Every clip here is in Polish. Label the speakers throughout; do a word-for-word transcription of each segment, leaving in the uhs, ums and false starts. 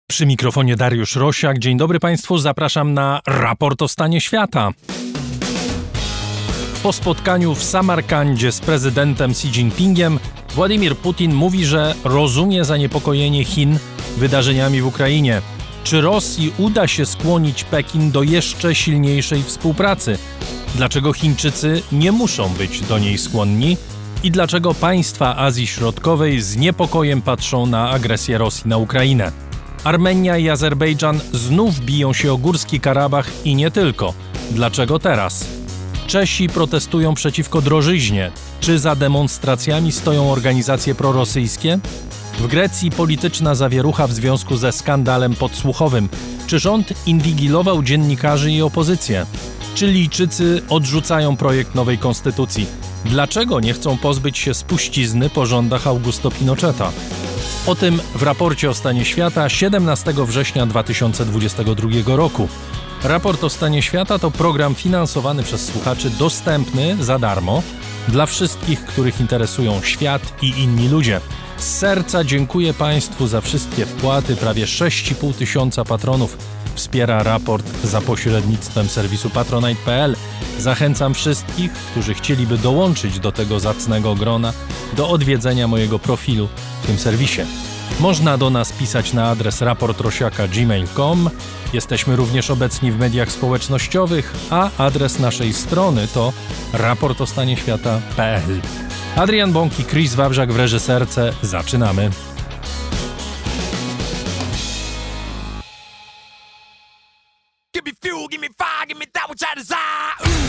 Speaker 1: Przy mikrofonie Dariusz Rosiak. Dzień dobry Państwu, zapraszam na raport o stanie świata. Po spotkaniu w Samarkandzie z prezydentem Xi Jinpingiem Władimir Putin mówi, że rozumie zaniepokojenie Chin wydarzeniami w Ukrainie. Czy Rosji uda się skłonić Pekin do jeszcze silniejszej współpracy? Dlaczego Chińczycy nie muszą być do niej skłonni? I dlaczego państwa Azji Środkowej z niepokojem patrzą na agresję Rosji na Ukrainę? Armenia i Azerbejdżan znów biją się o Górski Karabach i nie tylko. Dlaczego teraz? Czesi protestują przeciwko drożyźnie. Czy za demonstracjami stoją organizacje prorosyjskie? W Grecji polityczna zawierucha w związku ze skandalem podsłuchowym. Czy rząd inwigilował dziennikarzy i opozycję? Czy Libyjczycy odrzucają projekt nowej konstytucji? Dlaczego nie chcą pozbyć się spuścizny po rządach Augusto Pinocheta? O tym w raporcie o stanie świata siedemnastego września dwa tysiące dwudziestego drugiego roku. Raport o stanie świata to program finansowany przez słuchaczy, dostępny za darmo dla wszystkich, których interesują świat i inni ludzie. Z serca dziękuję Państwu za wszystkie wpłaty. Prawie sześć i pół tysiąca patronów wspiera raport za pośrednictwem serwisu patronite kropka p l. Zachęcam wszystkich, którzy chcieliby dołączyć do tego zacnego grona, do odwiedzenia mojego profilu w tym serwisie. Można do nas pisać na adres raport rosiaka kropka gmail kropka com. Jesteśmy również obecni w mediach społecznościowych, a adres naszej strony to raport o stanie świata kropka p l. Adrian Bąk i Chris Wawrzak w reżyserce. Zaczynamy.
Speaker 2: Give me fuel, give me fire, give me that which I desire. Ooh.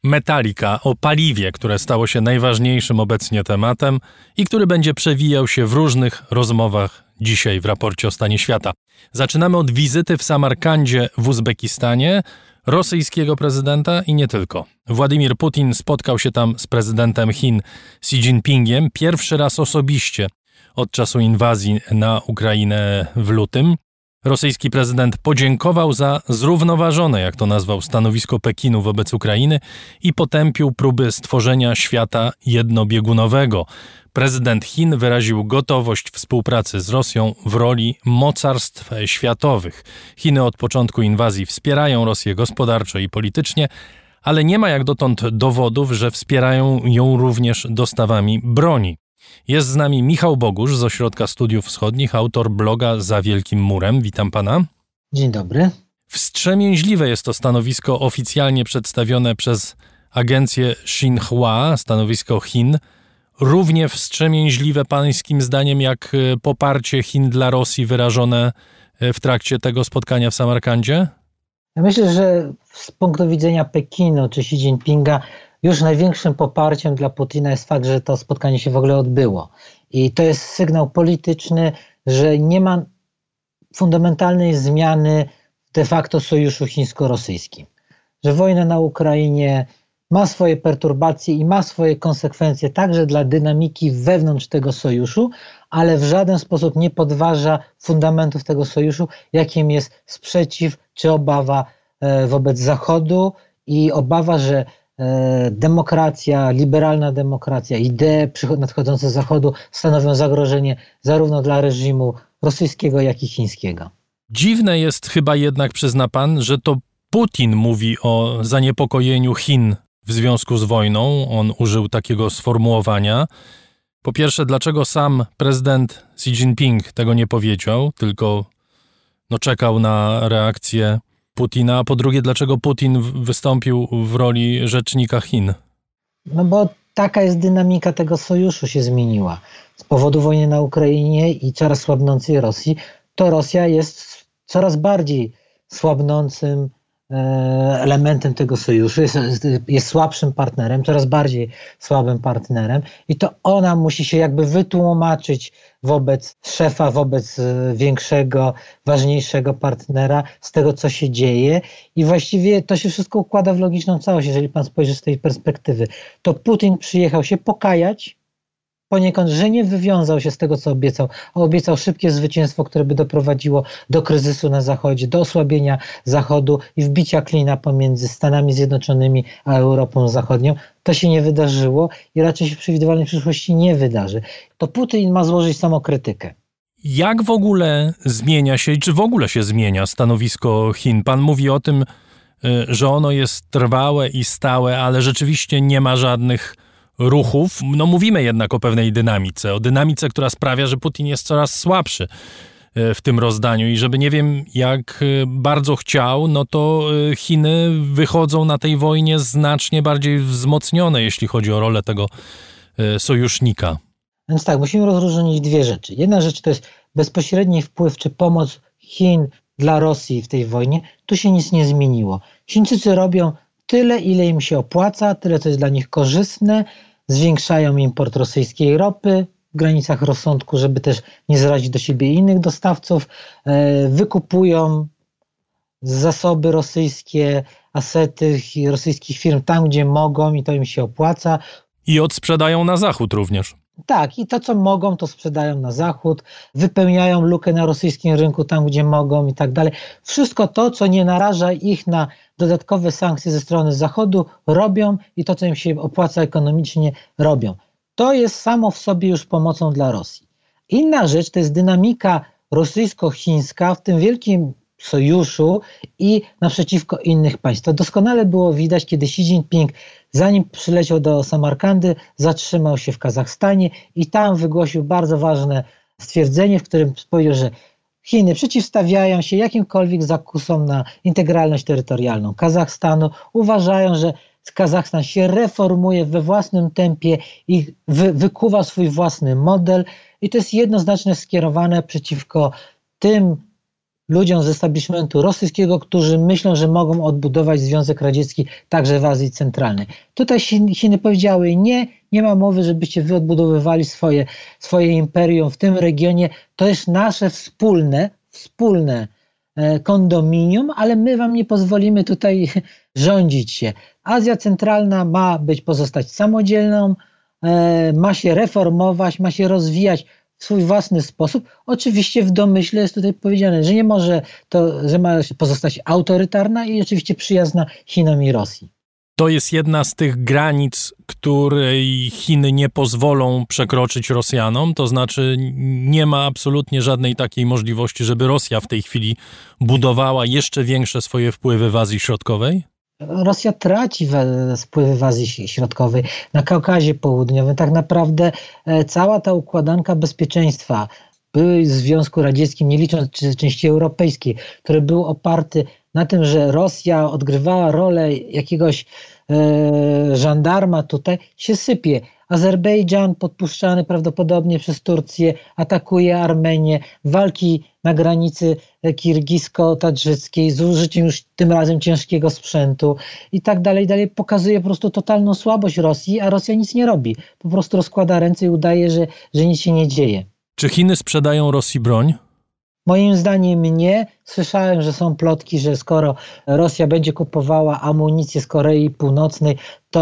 Speaker 1: Metallica, o paliwie, które stało się najważniejszym obecnie tematem i który będzie przewijał się w różnych rozmowach dzisiaj w raporcie o stanie świata. Zaczynamy od wizyty w Samarkandzie w Uzbekistanie rosyjskiego prezydenta i nie tylko. Władimir Putin spotkał się tam z prezydentem Chin Xi Jinpingiem pierwszy raz osobiście od czasu inwazji na Ukrainę w lutym. Rosyjski prezydent podziękował za zrównoważone, jak to nazwał, stanowisko Pekinu wobec Ukrainy i potępił próby stworzenia świata jednobiegunowego. Prezydent Chin wyraził gotowość współpracy z Rosją w roli mocarstw światowych. Chiny od początku inwazji wspierają Rosję gospodarczo i politycznie, ale nie ma jak dotąd dowodów, że wspierają ją również dostawami broni. Jest z nami Michał Bogusz z Ośrodka Studiów Wschodnich, autor bloga Za Wielkim Murem. Witam pana.
Speaker 3: Dzień dobry.
Speaker 1: Wstrzemięźliwe jest to stanowisko oficjalnie przedstawione przez agencję Xinhua, stanowisko Chin. Równie wstrzemięźliwe pańskim zdaniem jak poparcie Chin dla Rosji wyrażone w trakcie tego spotkania w Samarkandzie?
Speaker 3: Ja myślę, że z punktu widzenia Pekinu czy Xi Jinpinga już największym poparciem dla Putina jest fakt, że to spotkanie się w ogóle odbyło. I to jest sygnał polityczny, że nie ma fundamentalnej zmiany de facto sojuszu chińsko-rosyjskim. Że wojna na Ukrainie ma swoje perturbacje i ma swoje konsekwencje także dla dynamiki wewnątrz tego sojuszu, ale w żaden sposób nie podważa fundamentów tego sojuszu, jakim jest sprzeciw czy obawa wobec Zachodu i obawa, że demokracja, liberalna demokracja, idee nadchodzące z Zachodu stanowią zagrożenie zarówno dla reżimu rosyjskiego, jak i chińskiego.
Speaker 1: Dziwne jest chyba jednak, przyzna pan, że to Putin mówi o zaniepokojeniu Chin w związku z wojną. On użył takiego sformułowania. Po pierwsze, dlaczego sam prezydent Xi Jinping tego nie powiedział, tylko no, czekał na reakcję Putina, a po drugie, dlaczego Putin wystąpił w roli rzecznika Chin?
Speaker 3: No bo taka jest dynamika tego sojuszu, się zmieniła. Z powodu wojny na Ukrainie i coraz słabnącej Rosji, to Rosja jest coraz bardziej słabnącym elementem tego sojuszu, jest, jest słabszym partnerem, coraz bardziej słabym partnerem i to ona musi się jakby wytłumaczyć wobec szefa, wobec większego, ważniejszego partnera z tego, co się dzieje i właściwie to się wszystko układa w logiczną całość, jeżeli pan spojrzy z tej perspektywy. To Putin przyjechał się pokajać, poniekąd, że nie wywiązał się z tego, co obiecał, a obiecał szybkie zwycięstwo, które by doprowadziło do kryzysu na Zachodzie, do osłabienia Zachodu i wbicia klina pomiędzy Stanami Zjednoczonymi a Europą Zachodnią. To się nie wydarzyło i raczej się w przewidywalnej przyszłości nie wydarzy. To Putin ma złożyć samokrytykę.
Speaker 1: Jak w ogóle zmienia się, czy w ogóle się zmienia stanowisko Chin? Pan mówi o tym, że ono jest trwałe i stałe, ale rzeczywiście nie ma żadnych ruchów. No mówimy jednak o pewnej dynamice, o dynamice, która sprawia, że Putin jest coraz słabszy w tym rozdaniu i żeby nie wiem jak bardzo chciał, no to Chiny wychodzą na tej wojnie znacznie bardziej wzmocnione, jeśli chodzi o rolę tego sojusznika.
Speaker 3: Więc tak, musimy rozróżnić dwie rzeczy. Jedna rzecz to jest bezpośredni wpływ czy pomoc Chin dla Rosji w tej wojnie. Tu się nic nie zmieniło. Chińczycy robią tyle, ile im się opłaca, tyle, co jest dla nich korzystne, zwiększają import rosyjskiej ropy w granicach rozsądku, żeby też nie zrazić do siebie innych dostawców, wykupują zasoby rosyjskie, asety rosyjskich firm tam, gdzie mogą i to im się opłaca.
Speaker 1: I odsprzedają na zachód również.
Speaker 3: Tak, i to co mogą, to sprzedają na zachód, wypełniają lukę na rosyjskim rynku tam, gdzie mogą i tak dalej. Wszystko to, co nie naraża ich na dodatkowe sankcje ze strony Zachodu, robią i to, co im się opłaca ekonomicznie, robią. To jest samo w sobie już pomocą dla Rosji. Inna rzecz to jest dynamika rosyjsko-chińska w tym wielkim sojuszu i naprzeciwko innych państw. To doskonale było widać, kiedy Xi Jinping, zanim przyleciał do Samarkandy, zatrzymał się w Kazachstanie i tam wygłosił bardzo ważne stwierdzenie, w którym powiedział, że Chiny przeciwstawiają się jakimkolwiek zakusom na integralność terytorialną Kazachstanu, uważają, że Kazachstan się reformuje we własnym tempie i wy, wykuwa swój własny model i to jest jednoznacznie skierowane przeciwko tym ludziom z establishmentu rosyjskiego, którzy myślą, że mogą odbudować Związek Radziecki także w Azji Centralnej. Tutaj Chiny powiedziały nie, nie ma mowy, żebyście wy odbudowywali swoje, swoje imperium w tym regionie. To jest nasze wspólne, wspólne kondominium, ale my wam nie pozwolimy tutaj rządzić się. Azja Centralna ma być pozostać samodzielną, ma się reformować, ma się rozwijać w swój własny sposób. Oczywiście w domyśle jest tutaj powiedziane, że nie może to, że ma pozostać autorytarna i oczywiście przyjazna Chinom i Rosji.
Speaker 1: To jest jedna z tych granic, której Chiny nie pozwolą przekroczyć Rosjanom, to znaczy nie ma absolutnie żadnej takiej możliwości, żeby Rosja w tej chwili budowała jeszcze większe swoje wpływy w Azji Środkowej?
Speaker 3: Rosja traci wpływy w Azji Środkowej, na Kaukazie Południowym. Tak naprawdę cała ta układanka bezpieczeństwa były w Związku Radzieckim, nie licząc części europejskiej, który był oparty na tym, że Rosja odgrywała rolę jakiegoś e, żandarma tutaj, się sypie. Azerbejdżan podpuszczany prawdopodobnie przez Turcję atakuje Armenię, walki na granicy kirgisko-tadżyckiej z użyciem już tym razem ciężkiego sprzętu i tak dalej, dalej. Pokazuje po prostu totalną słabość Rosji, a Rosja nic nie robi. Po prostu rozkłada ręce i udaje, że, że nic się nie dzieje.
Speaker 1: Czy Chiny sprzedają Rosji broń?
Speaker 3: Moim zdaniem nie. Słyszałem, że są plotki, że skoro Rosja będzie kupowała amunicję z Korei Północnej,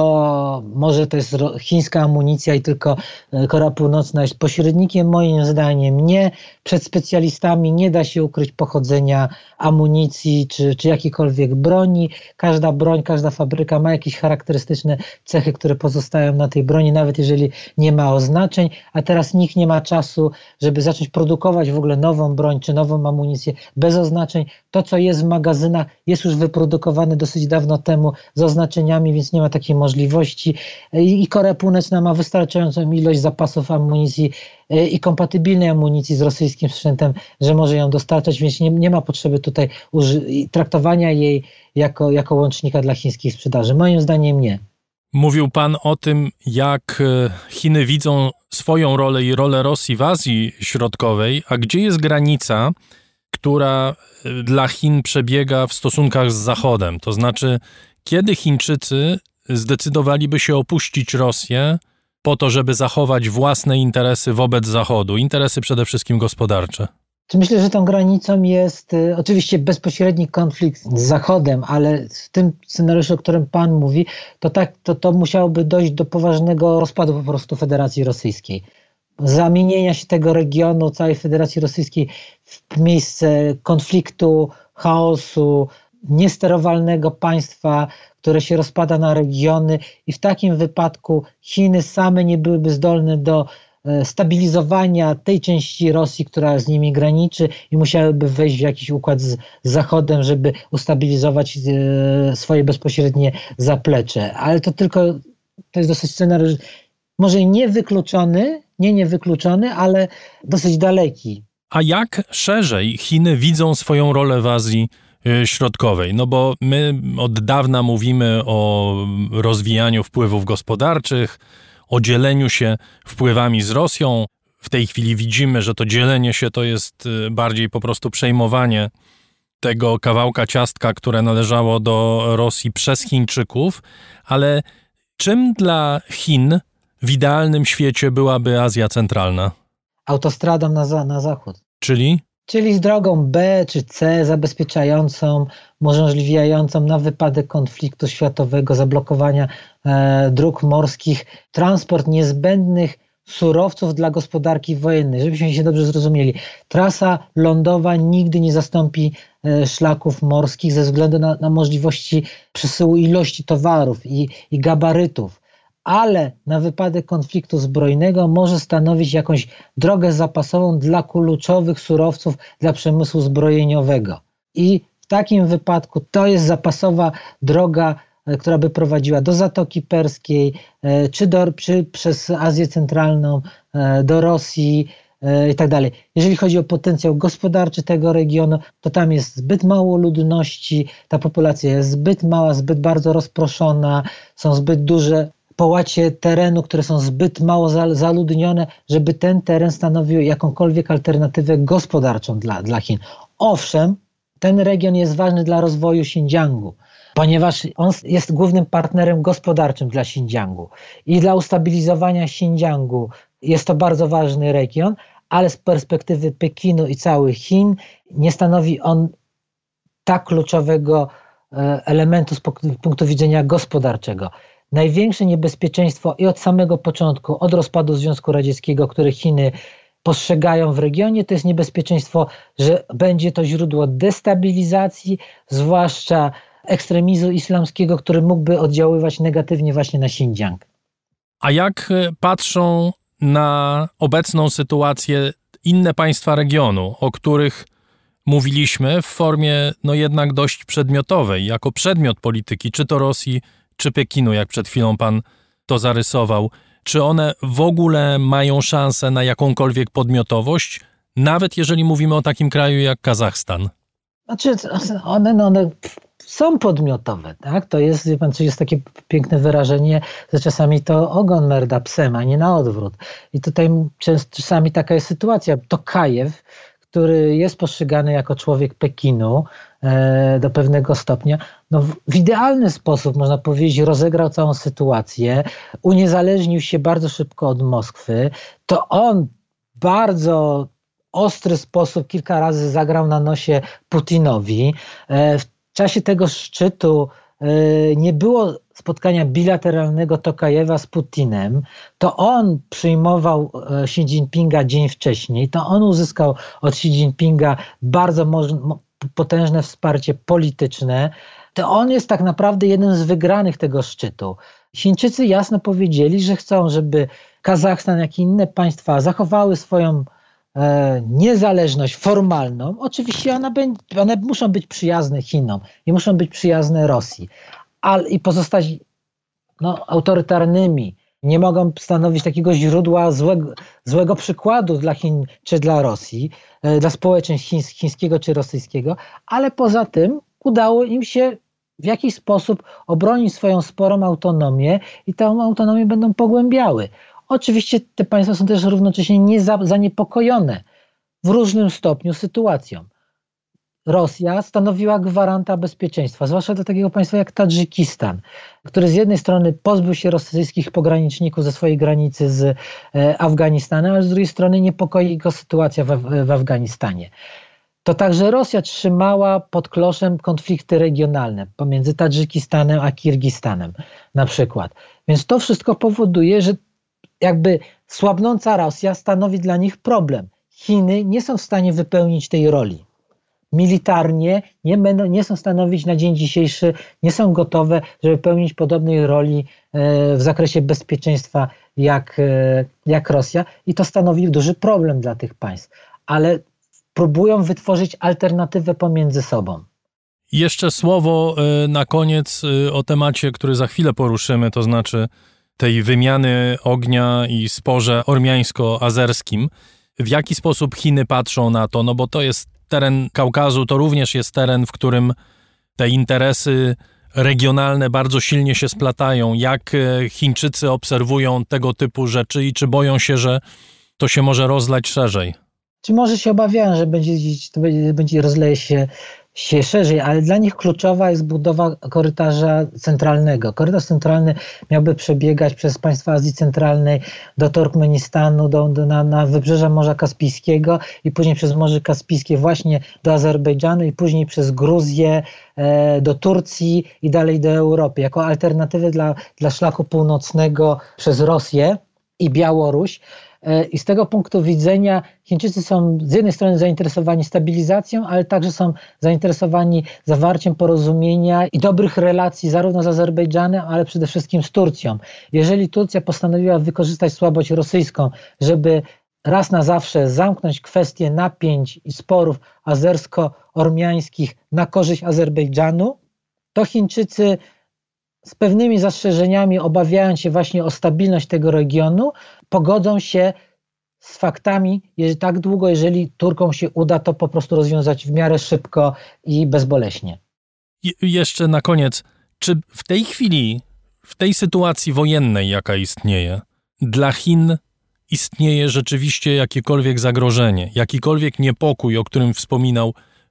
Speaker 3: to może to jest chińska amunicja i tylko Korea Północna jest pośrednikiem. Moim zdaniem nie. Przed specjalistami nie da się ukryć pochodzenia amunicji czy, czy jakiejkolwiek broni. Każda broń, każda fabryka ma jakieś charakterystyczne cechy, które pozostają na tej broni, nawet jeżeli nie ma oznaczeń, a teraz nikt nie ma czasu, żeby zacząć produkować w ogóle nową broń czy nową amunicję bez oznaczeń. To, co jest w magazynach, jest już wyprodukowane dosyć dawno temu z oznaczeniami, więc nie ma takiej możliwości. I Korea Północna ma wystarczającą ilość zapasów amunicji i kompatybilnej amunicji z rosyjskim sprzętem, że może ją dostarczać, więc nie, nie ma potrzeby tutaj uży- traktowania jej jako, jako łącznika dla chińskiej sprzedaży. Moim zdaniem nie.
Speaker 1: Mówił pan o tym, jak Chiny widzą swoją rolę i rolę Rosji w Azji Środkowej, a gdzie jest granica, która dla Chin przebiega w stosunkach z Zachodem? To znaczy, kiedy Chińczycy zdecydowaliby się opuścić Rosję po to, żeby zachować własne interesy wobec Zachodu, interesy przede wszystkim gospodarcze?
Speaker 3: Myślę, że tą granicą jest y, oczywiście bezpośredni konflikt z Zachodem, ale w tym scenariuszu, o którym pan mówi, to tak, to, to musiałoby dojść do poważnego rozpadu po prostu Federacji Rosyjskiej. Zamienienia się tego regionu, całej Federacji Rosyjskiej w miejsce konfliktu, chaosu, niesterowalnego państwa, które się rozpada na regiony i w takim wypadku Chiny same nie byłyby zdolne do stabilizowania tej części Rosji, która z nimi graniczy i musiałyby wejść w jakiś układ z Zachodem, żeby ustabilizować swoje bezpośrednie zaplecze. Ale to tylko, to jest dosyć scenariusz, może niewykluczony, nie niewykluczony, ale dosyć daleki.
Speaker 1: A jak szerzej Chiny widzą swoją rolę w Azji Środkowej? No bo my od dawna mówimy o rozwijaniu wpływów gospodarczych, o dzieleniu się wpływami z Rosją. W tej chwili widzimy, że to dzielenie się to jest bardziej po prostu przejmowanie tego kawałka ciastka, które należało do Rosji przez Chińczyków, ale czym dla Chin w idealnym świecie byłaby Azja Centralna?
Speaker 3: Autostradą na, za, na zachód.
Speaker 1: Czyli?
Speaker 3: Czyli z drogą B czy C zabezpieczającą, umożliwiającą na wypadek konfliktu światowego, zablokowania e, dróg morskich, transport niezbędnych surowców dla gospodarki wojennej. Żebyśmy się dobrze zrozumieli. Trasa lądowa nigdy nie zastąpi e, szlaków morskich ze względu na, na możliwości przesyłu ilości towarów i, i gabarytów. Ale na wypadek konfliktu zbrojnego może stanowić jakąś drogę zapasową dla kluczowych surowców dla przemysłu zbrojeniowego. I w takim wypadku to jest zapasowa droga, która by prowadziła do Zatoki Perskiej, czy, do, czy przez Azję Centralną, do Rosji i tak dalej. Jeżeli chodzi o potencjał gospodarczy tego regionu, to tam jest zbyt mało ludności, ta populacja jest zbyt mała, zbyt bardzo rozproszona, są zbyt duże połacie terenu, które są zbyt mało zaludnione, żeby ten teren stanowił jakąkolwiek alternatywę gospodarczą dla, dla Chin. Owszem, ten region jest ważny dla rozwoju Xinjiangu, ponieważ on jest głównym partnerem gospodarczym dla Xinjiangu i dla ustabilizowania Xinjiangu jest to bardzo ważny region, ale z perspektywy Pekinu i całych Chin nie stanowi on tak kluczowego elementu z punktu widzenia gospodarczego. Największe niebezpieczeństwo i od samego początku, od rozpadu Związku Radzieckiego, które Chiny postrzegają w regionie, to jest niebezpieczeństwo, że będzie to źródło destabilizacji, zwłaszcza ekstremizmu islamskiego, który mógłby oddziaływać negatywnie właśnie na Xinjiang.
Speaker 1: A jak patrzą na obecną sytuację inne państwa regionu, o których mówiliśmy w formie no jednak dość przedmiotowej, jako przedmiot polityki, czy to Rosji, czy Pekinu, jak przed chwilą pan to zarysował. Czy one w ogóle mają szansę na jakąkolwiek podmiotowość, nawet jeżeli mówimy o takim kraju jak Kazachstan?
Speaker 3: Znaczy, one, no one są podmiotowe, tak? To jest, wie pan, jest takie piękne wyrażenie, że czasami to ogon merda psem, a nie na odwrót. I tutaj czasami taka jest sytuacja. Tokajew, który jest postrzegany jako człowiek Pekinu e, do pewnego stopnia, no w, w idealny sposób, można powiedzieć, rozegrał całą sytuację, uniezależnił się bardzo szybko od Moskwy. To on bardzo ostry sposób kilka razy zagrał na nosie Putinowi. E, w czasie tego szczytu e, nie było spotkania bilateralnego Tokajewa z Putinem, to on przyjmował Xi Jinpinga dzień wcześniej, to on uzyskał od Xi Jinpinga bardzo potężne wsparcie polityczne, to on jest tak naprawdę jednym z wygranych tego szczytu. Chińczycy jasno powiedzieli, że chcą, żeby Kazachstan, jak i inne państwa zachowały swoją e, niezależność formalną. Oczywiście one, one muszą być przyjazne Chinom i muszą być przyjazne Rosji. Ale i pozostać no, autorytarnymi. Nie mogą stanowić takiego źródła złego, złego przykładu dla Chin czy dla Rosji, e, dla społeczeństw chińs, chińskiego czy rosyjskiego, ale poza tym udało im się w jakiś sposób obronić swoją sporą autonomię i tę autonomię będą pogłębiały. Oczywiście te państwa są też równocześnie nie za, zaniepokojone w różnym stopniu sytuacją. Rosja stanowiła gwaranta bezpieczeństwa, zwłaszcza dla takiego państwa jak Tadżykistan, który z jednej strony pozbył się rosyjskich pograniczników ze swojej granicy z e, Afganistanem, ale z drugiej strony niepokoi go sytuacja w, w Afganistanie. To także Rosja trzymała pod kloszem konflikty regionalne pomiędzy Tadżykistanem a Kirgistanem na przykład. Więc to wszystko powoduje, że jakby słabnąca Rosja stanowi dla nich problem. Chiny nie są w stanie wypełnić tej roli. Militarnie nie, będą, nie są stanowić na dzień dzisiejszy, nie są gotowe, żeby pełnić podobnej roli e, w zakresie bezpieczeństwa jak, e, jak Rosja i to stanowi duży problem dla tych państw. Ale próbują wytworzyć alternatywę pomiędzy sobą.
Speaker 1: Jeszcze słowo e, na koniec e, o temacie, który za chwilę poruszymy, to znaczy tej wymiany ognia i sporze ormiańsko-azerskim. W jaki sposób Chiny patrzą na to? No bo to jest teren Kaukazu, to również jest teren, w którym te interesy regionalne bardzo silnie się splatają. Jak Chińczycy obserwują tego typu rzeczy i czy boją się, że to się może rozlać szerzej?
Speaker 3: Czy może się obawiają, że będzie, to będzie, będzie rozleje się, się szerzej, ale dla nich kluczowa jest budowa korytarza centralnego. Korytarz centralny miałby przebiegać przez państwa Azji Centralnej do Turkmenistanu, do, do, na, na wybrzeża Morza Kaspijskiego i później przez Morze Kaspijskie właśnie do Azerbejdżanu i później przez Gruzję e, do Turcji i dalej do Europy. Jako alternatywę dla, dla szlaku północnego przez Rosję i Białoruś. I z tego punktu widzenia Chińczycy są z jednej strony zainteresowani stabilizacją, ale także są zainteresowani zawarciem porozumienia i dobrych relacji zarówno z Azerbejdżanem, ale przede wszystkim z Turcją. Jeżeli Turcja postanowiła wykorzystać słabość rosyjską, żeby raz na zawsze zamknąć kwestię napięć i sporów azersko-ormiańskich na korzyść Azerbejdżanu, to Chińczycy z pewnymi zastrzeżeniami, obawiając się właśnie o stabilność tego regionu, pogodzą się z faktami tak długo, jeżeli Turkom się uda to po prostu rozwiązać w miarę szybko i bezboleśnie.
Speaker 1: I jeszcze na koniec, czy w tej chwili, w tej sytuacji wojennej, jaka istnieje, dla Chin istnieje rzeczywiście jakiekolwiek zagrożenie, jakikolwiek niepokój, o którym wspominał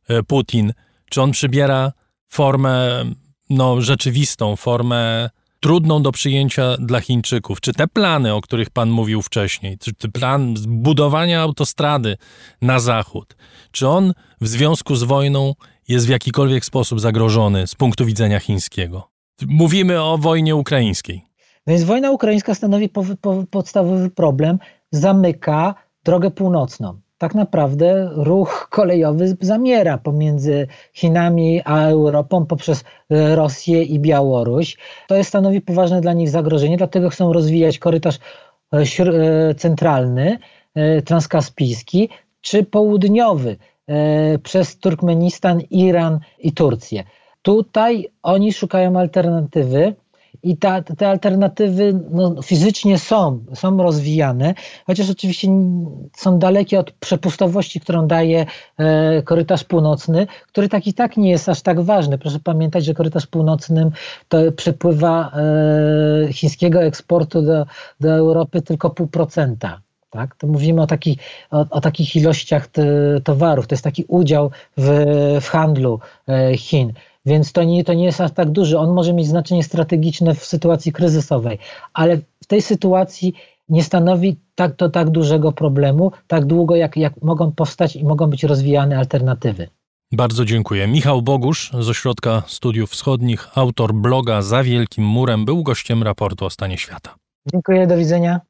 Speaker 1: Putin, czy on przybiera formę no, rzeczywistą, formę trudną do przyjęcia dla Chińczyków? Czy te plany, o których pan mówił wcześniej, czy ten plan budowania autostrady na zachód, czy on w związku z wojną jest w jakikolwiek sposób zagrożony z punktu widzenia chińskiego? Mówimy o wojnie ukraińskiej.
Speaker 3: Więc wojna ukraińska stanowi po, po, podstawowy problem, zamyka drogę północną. Tak naprawdę ruch kolejowy zamiera pomiędzy Chinami a Europą poprzez Rosję i Białoruś. To jest, stanowi poważne dla nich zagrożenie, dlatego chcą rozwijać korytarz centralny, transkaspijski, czy południowy przez Turkmenistan, Iran i Turcję. Tutaj oni szukają alternatywy. I ta, te alternatywy no, fizycznie są, są rozwijane, chociaż oczywiście są dalekie od przepustowości, którą daje e, korytarz północny, który tak i tak nie jest aż tak ważny. Proszę pamiętać, że korytarz północnym to przepływa e, chińskiego eksportu do, do Europy tylko pół procenta. Tak? To mówimy o, taki, o, o takich ilościach te, towarów. To jest taki udział w, w handlu e, Chin. Więc to nie, to nie jest aż tak duży. On może mieć znaczenie strategiczne w sytuacji kryzysowej, ale w tej sytuacji nie stanowi tak, to tak dużego problemu, tak długo jak, jak mogą powstać i mogą być rozwijane alternatywy.
Speaker 1: Bardzo dziękuję. Michał Bogusz z Ośrodka Studiów Wschodnich, autor bloga Za Wielkim Murem, był gościem raportu o stanie świata.
Speaker 3: Dziękuję, do widzenia.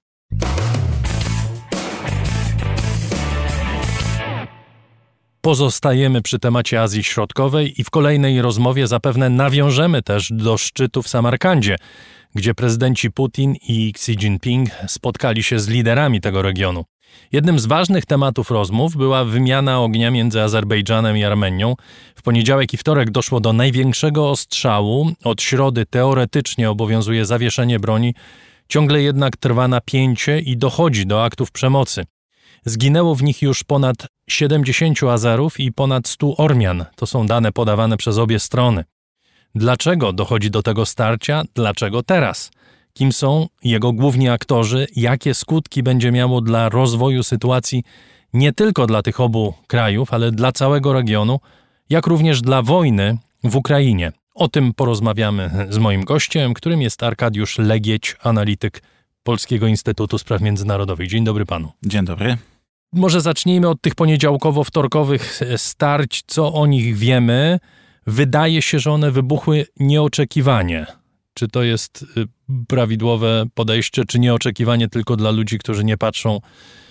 Speaker 1: Pozostajemy przy temacie Azji Środkowej i w kolejnej rozmowie zapewne nawiążemy też do szczytu w Samarkandzie, gdzie prezydenci Putin i Xi Jinping spotkali się z liderami tego regionu. Jednym z ważnych tematów rozmów była wymiana ognia między Azerbejdżanem i Armenią. W poniedziałek i wtorek doszło do największego ostrzału. Od środy teoretycznie obowiązuje zawieszenie broni, ciągle jednak trwa napięcie i dochodzi do aktów przemocy. Zginęło w nich już ponad siedemdziesięciu Azerów i ponad stu Ormian. To są dane podawane przez obie strony. Dlaczego dochodzi do tego starcia? Dlaczego teraz? Kim są jego główni aktorzy? Jakie skutki będzie miało dla rozwoju sytuacji nie tylko dla tych obu krajów, ale dla całego regionu, jak również dla wojny w Ukrainie? O tym porozmawiamy z moim gościem, którym jest Arkadiusz Legieć, analityk Polskiego Instytutu Spraw Międzynarodowych. Dzień dobry panu.
Speaker 4: Dzień dobry.
Speaker 1: Może zacznijmy od tych poniedziałkowo-wtorkowych starć. Co o nich wiemy? Wydaje się, że one wybuchły nieoczekiwanie. Czy to jest prawidłowe podejście, czy nieoczekiwanie tylko dla ludzi, którzy nie patrzą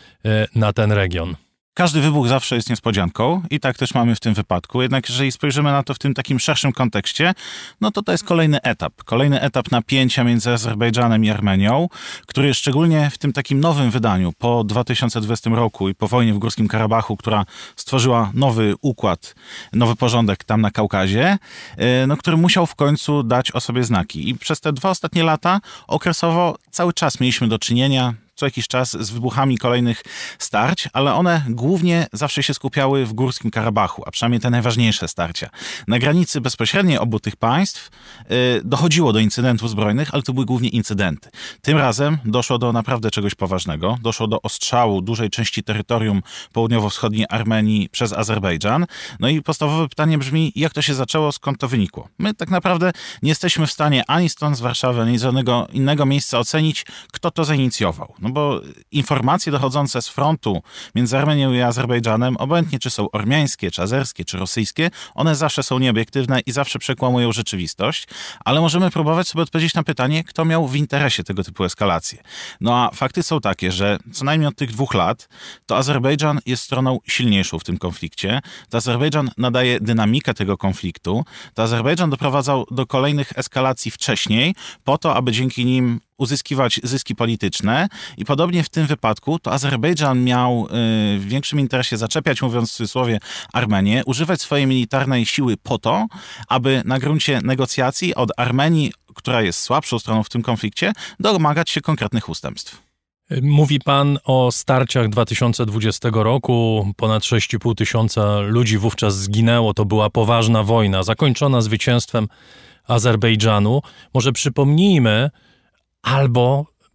Speaker 1: na ten region?
Speaker 4: Każdy wybuch zawsze jest niespodzianką i tak też mamy w tym wypadku. Jednak jeżeli spojrzymy na to w tym takim szerszym kontekście, no to to jest kolejny etap. Kolejny etap napięcia między Azerbejdżanem i Armenią, który szczególnie w tym takim nowym wydaniu po dwa tysiące dwudziestym roku i po wojnie w Górskim Karabachu, która stworzyła nowy układ, nowy porządek tam na Kaukazie, no, który musiał w końcu dać o sobie znaki. I przez te dwa ostatnie lata okresowo cały czas mieliśmy do czynienia co jakiś czas z wybuchami kolejnych starć, ale one głównie zawsze się skupiały w Górskim Karabachu, a przynajmniej te najważniejsze starcia. Na granicy bezpośredniej obu tych państw yy, dochodziło do incydentów zbrojnych, ale to były głównie incydenty. Tym razem doszło do naprawdę czegoś poważnego. Doszło do ostrzału dużej części terytorium południowo-wschodniej Armenii przez Azerbejdżan. No i podstawowe pytanie brzmi, jak to się zaczęło, skąd to wynikło? My tak naprawdę nie jesteśmy w stanie ani stąd z Warszawy, ani z żadnego innego miejsca ocenić, kto to zainicjował. No bo informacje dochodzące z frontu między Armenią i Azerbejdżanem, obojętnie czy są ormiańskie, czy azerskie, czy rosyjskie, one zawsze są nieobiektywne i zawsze przekłamują rzeczywistość, ale możemy próbować sobie odpowiedzieć na pytanie, kto miał w interesie tego typu eskalacje. No a fakty są takie, że co najmniej od tych dwóch lat to Azerbejdżan jest stroną silniejszą w tym konflikcie, to Azerbejdżan nadaje dynamikę tego konfliktu, to Azerbejdżan doprowadzał do kolejnych eskalacji wcześniej, po to, aby dzięki nim uzyskiwać zyski polityczne i podobnie w tym wypadku to Azerbejdżan miał y, w większym interesie zaczepiać, mówiąc w cudzysłowie, Armenię, używać swojej militarnej siły po to, aby na gruncie negocjacji od Armenii, która jest słabszą stroną w tym konflikcie, domagać się konkretnych ustępstw.
Speaker 1: Mówi pan o starciach dwa tysiące dwudziestego roku, ponad sześć i pół tysiąca ludzi wówczas zginęło, to była poważna wojna, zakończona zwycięstwem Azerbejdżanu. Może przypomnijmy, albo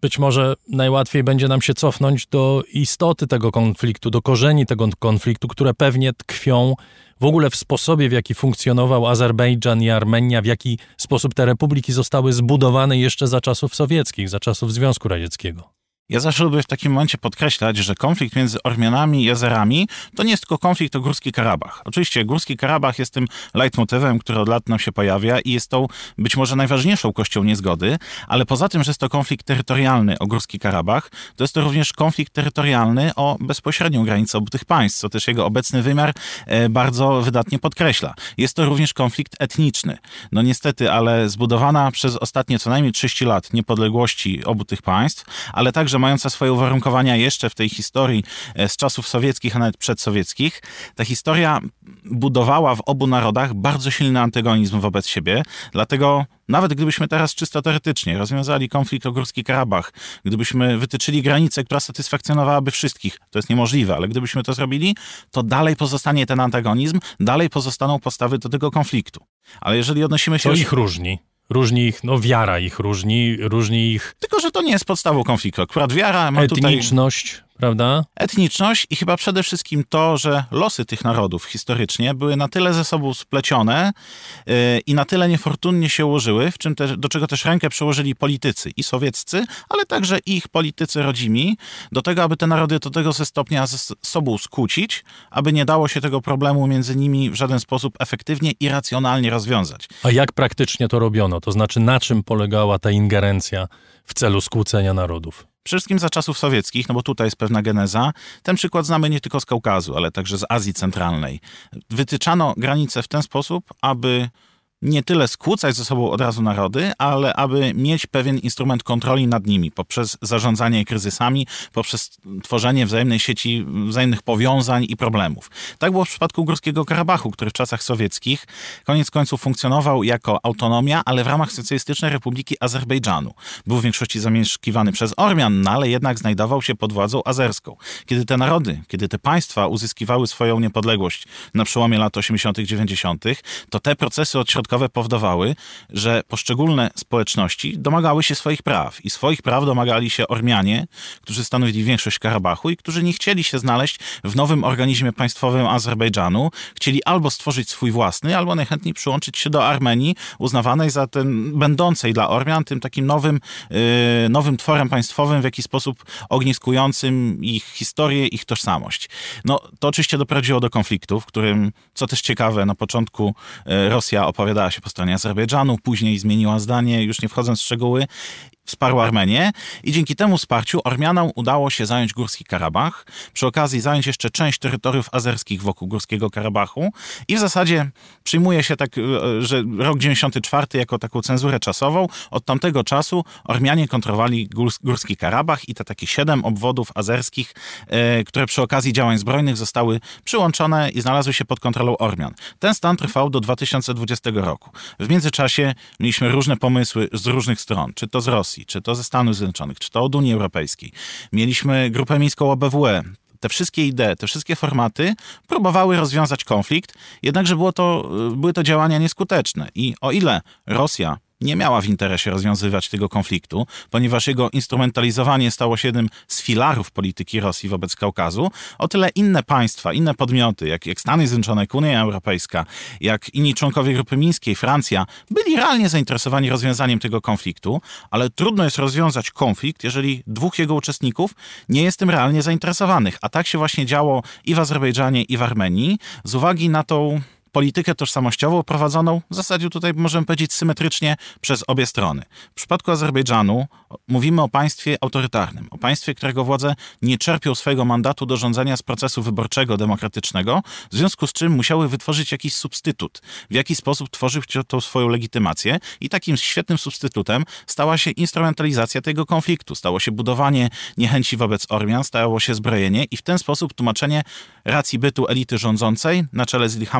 Speaker 1: Być może najłatwiej będzie nam się cofnąć do istoty tego konfliktu, do korzeni tego konfliktu, które pewnie tkwią w ogóle w sposobie, w jaki funkcjonował Azerbejdżan i Armenia, w jaki sposób te republiki zostały zbudowane jeszcze za czasów sowieckich, za czasów Związku Radzieckiego.
Speaker 4: Ja zawsze lubię w takim momencie podkreślać, że konflikt między Ormianami i Azerami to nie jest tylko konflikt o Górski Karabach. Oczywiście Górski Karabach jest tym leitmotywem, który od lat nam się pojawia i jest tą być może najważniejszą kością niezgody, ale poza tym, że jest to konflikt terytorialny o Górski Karabach, to jest to również konflikt terytorialny o bezpośrednią granicę obu tych państw, co też jego obecny wymiar bardzo wydatnie podkreśla. Jest to również konflikt etniczny. No niestety, ale zbudowana przez ostatnie co najmniej trzydzieści lat niepodległości obu tych państw, ale także mająca swoje uwarunkowania jeszcze w tej historii z czasów sowieckich, a nawet przedsowieckich, ta historia budowała w obu narodach bardzo silny antagonizm wobec siebie, dlatego nawet gdybyśmy teraz czysto teoretycznie rozwiązali konflikt o Górski Karabach, gdybyśmy wytyczyli granicę, która satysfakcjonowałaby wszystkich, to jest niemożliwe, ale gdybyśmy to zrobili, to dalej pozostanie ten antagonizm, dalej pozostaną postawy do tego konfliktu. Ale jeżeli odnosimy się...
Speaker 1: To ich różni. Różni ich, no wiara ich różni, różni ich...
Speaker 4: Tylko, że to nie jest podstawą konfliktu. Akurat wiara ma tutaj...
Speaker 1: Etniczność, prawda?
Speaker 4: Etniczność i chyba przede wszystkim to, że losy tych narodów historycznie były na tyle ze sobą splecione yy, i na tyle niefortunnie się ułożyły, w czym te, do czego też rękę przyłożyli politycy i sowieccy, ale także ich politycy rodzimi, do tego, aby te narody do tego ze stopnia ze sobą skłócić, aby nie dało się tego problemu między nimi w żaden sposób efektywnie i racjonalnie rozwiązać.
Speaker 1: A jak praktycznie to robiono? To znaczy, na czym polegała ta ingerencja w celu skłócenia narodów?
Speaker 4: Przede wszystkim za czasów sowieckich, no bo tutaj jest pewna geneza. Ten przykład znamy nie tylko z Kaukazu, ale także z Azji Centralnej. Wytyczano granice w ten sposób, aby nie tyle skłócać ze sobą od razu narody, ale aby mieć pewien instrument kontroli nad nimi poprzez zarządzanie kryzysami, poprzez tworzenie wzajemnej sieci, wzajemnych powiązań i problemów. Tak było w przypadku Górskiego Karabachu, który w czasach sowieckich koniec końców funkcjonował jako autonomia, ale w ramach Socjalistycznej Republiki Azerbejdżanu. Był w większości zamieszkiwany przez Ormian, no ale jednak znajdował się pod władzą azerską. Kiedy te narody, kiedy te państwa uzyskiwały swoją niepodległość na przełomie lat osiemdziesiątych, dziewięćdziesiątych, to te procesy odśrodkowe powodowały, że poszczególne społeczności domagały się swoich praw i swoich praw domagali się Ormianie, którzy stanowili większość Karabachu i którzy nie chcieli się znaleźć w nowym organizmie państwowym Azerbejdżanu. Chcieli albo stworzyć swój własny, albo najchętniej przyłączyć się do Armenii, uznawanej za ten, będącej dla Ormian tym takim nowym, yy, nowym tworem państwowym, w jakiś sposób ogniskującym ich historię, ich tożsamość. No, to oczywiście doprowadziło do konfliktu, w którym, co też ciekawe, na początku yy, Rosja opowiadała się po stronie Azerbejdżanu, później zmieniła zdanie, już nie wchodząc w szczegóły, wsparła Armenię i dzięki temu wsparciu Ormianom udało się zająć Górski Karabach, przy okazji zająć jeszcze część terytoriów azerskich wokół Górskiego Karabachu i w zasadzie przyjmuje się tak, że rok dziewięćdziesiąty czwarty jako taką cenzurę czasową. Od tamtego czasu Ormianie kontrolowali Górski Karabach i te takie siedem obwodów azerskich, e, które przy okazji działań zbrojnych zostały przyłączone i znalazły się pod kontrolą Ormian. Ten stan trwał do dwa tysiące dwudziestego roku. W międzyczasie mieliśmy różne pomysły z różnych stron, czy to z Rosji, czy to ze Stanów Zjednoczonych, czy to od Unii Europejskiej. Mieliśmy grupę mińską O B W E. Te wszystkie idee, te wszystkie formaty próbowały rozwiązać konflikt, jednakże było to, były to działania nieskuteczne. I o ile Rosja nie miała w interesie rozwiązywać tego konfliktu, ponieważ jego instrumentalizowanie stało się jednym z filarów polityki Rosji wobec Kaukazu, o tyle inne państwa, inne podmioty, jak, jak Stany Zjednoczone, jak Unia Europejska, jak inni członkowie Grupy Mińskiej, Francja, byli realnie zainteresowani rozwiązaniem tego konfliktu, ale trudno jest rozwiązać konflikt, jeżeli dwóch jego uczestników nie jest tym realnie zainteresowanych. A tak się właśnie działo i w Azerbejdżanie, i w Armenii, z uwagi na tą politykę tożsamościową prowadzoną w zasadzie tutaj możemy powiedzieć symetrycznie przez obie strony. W przypadku Azerbejdżanu mówimy o państwie autorytarnym, o państwie, którego władze nie czerpią swojego mandatu do rządzenia z procesu wyborczego, demokratycznego, w związku z czym musiały wytworzyć jakiś substytut, w jaki sposób tworzyć tą swoją legitymację i takim świetnym substytutem stała się instrumentalizacja tego konfliktu, stało się budowanie niechęci wobec Ormian, stało się zbrojenie i w ten sposób tłumaczenie racji bytu elity rządzącej na czele z Ilhamem Alijewem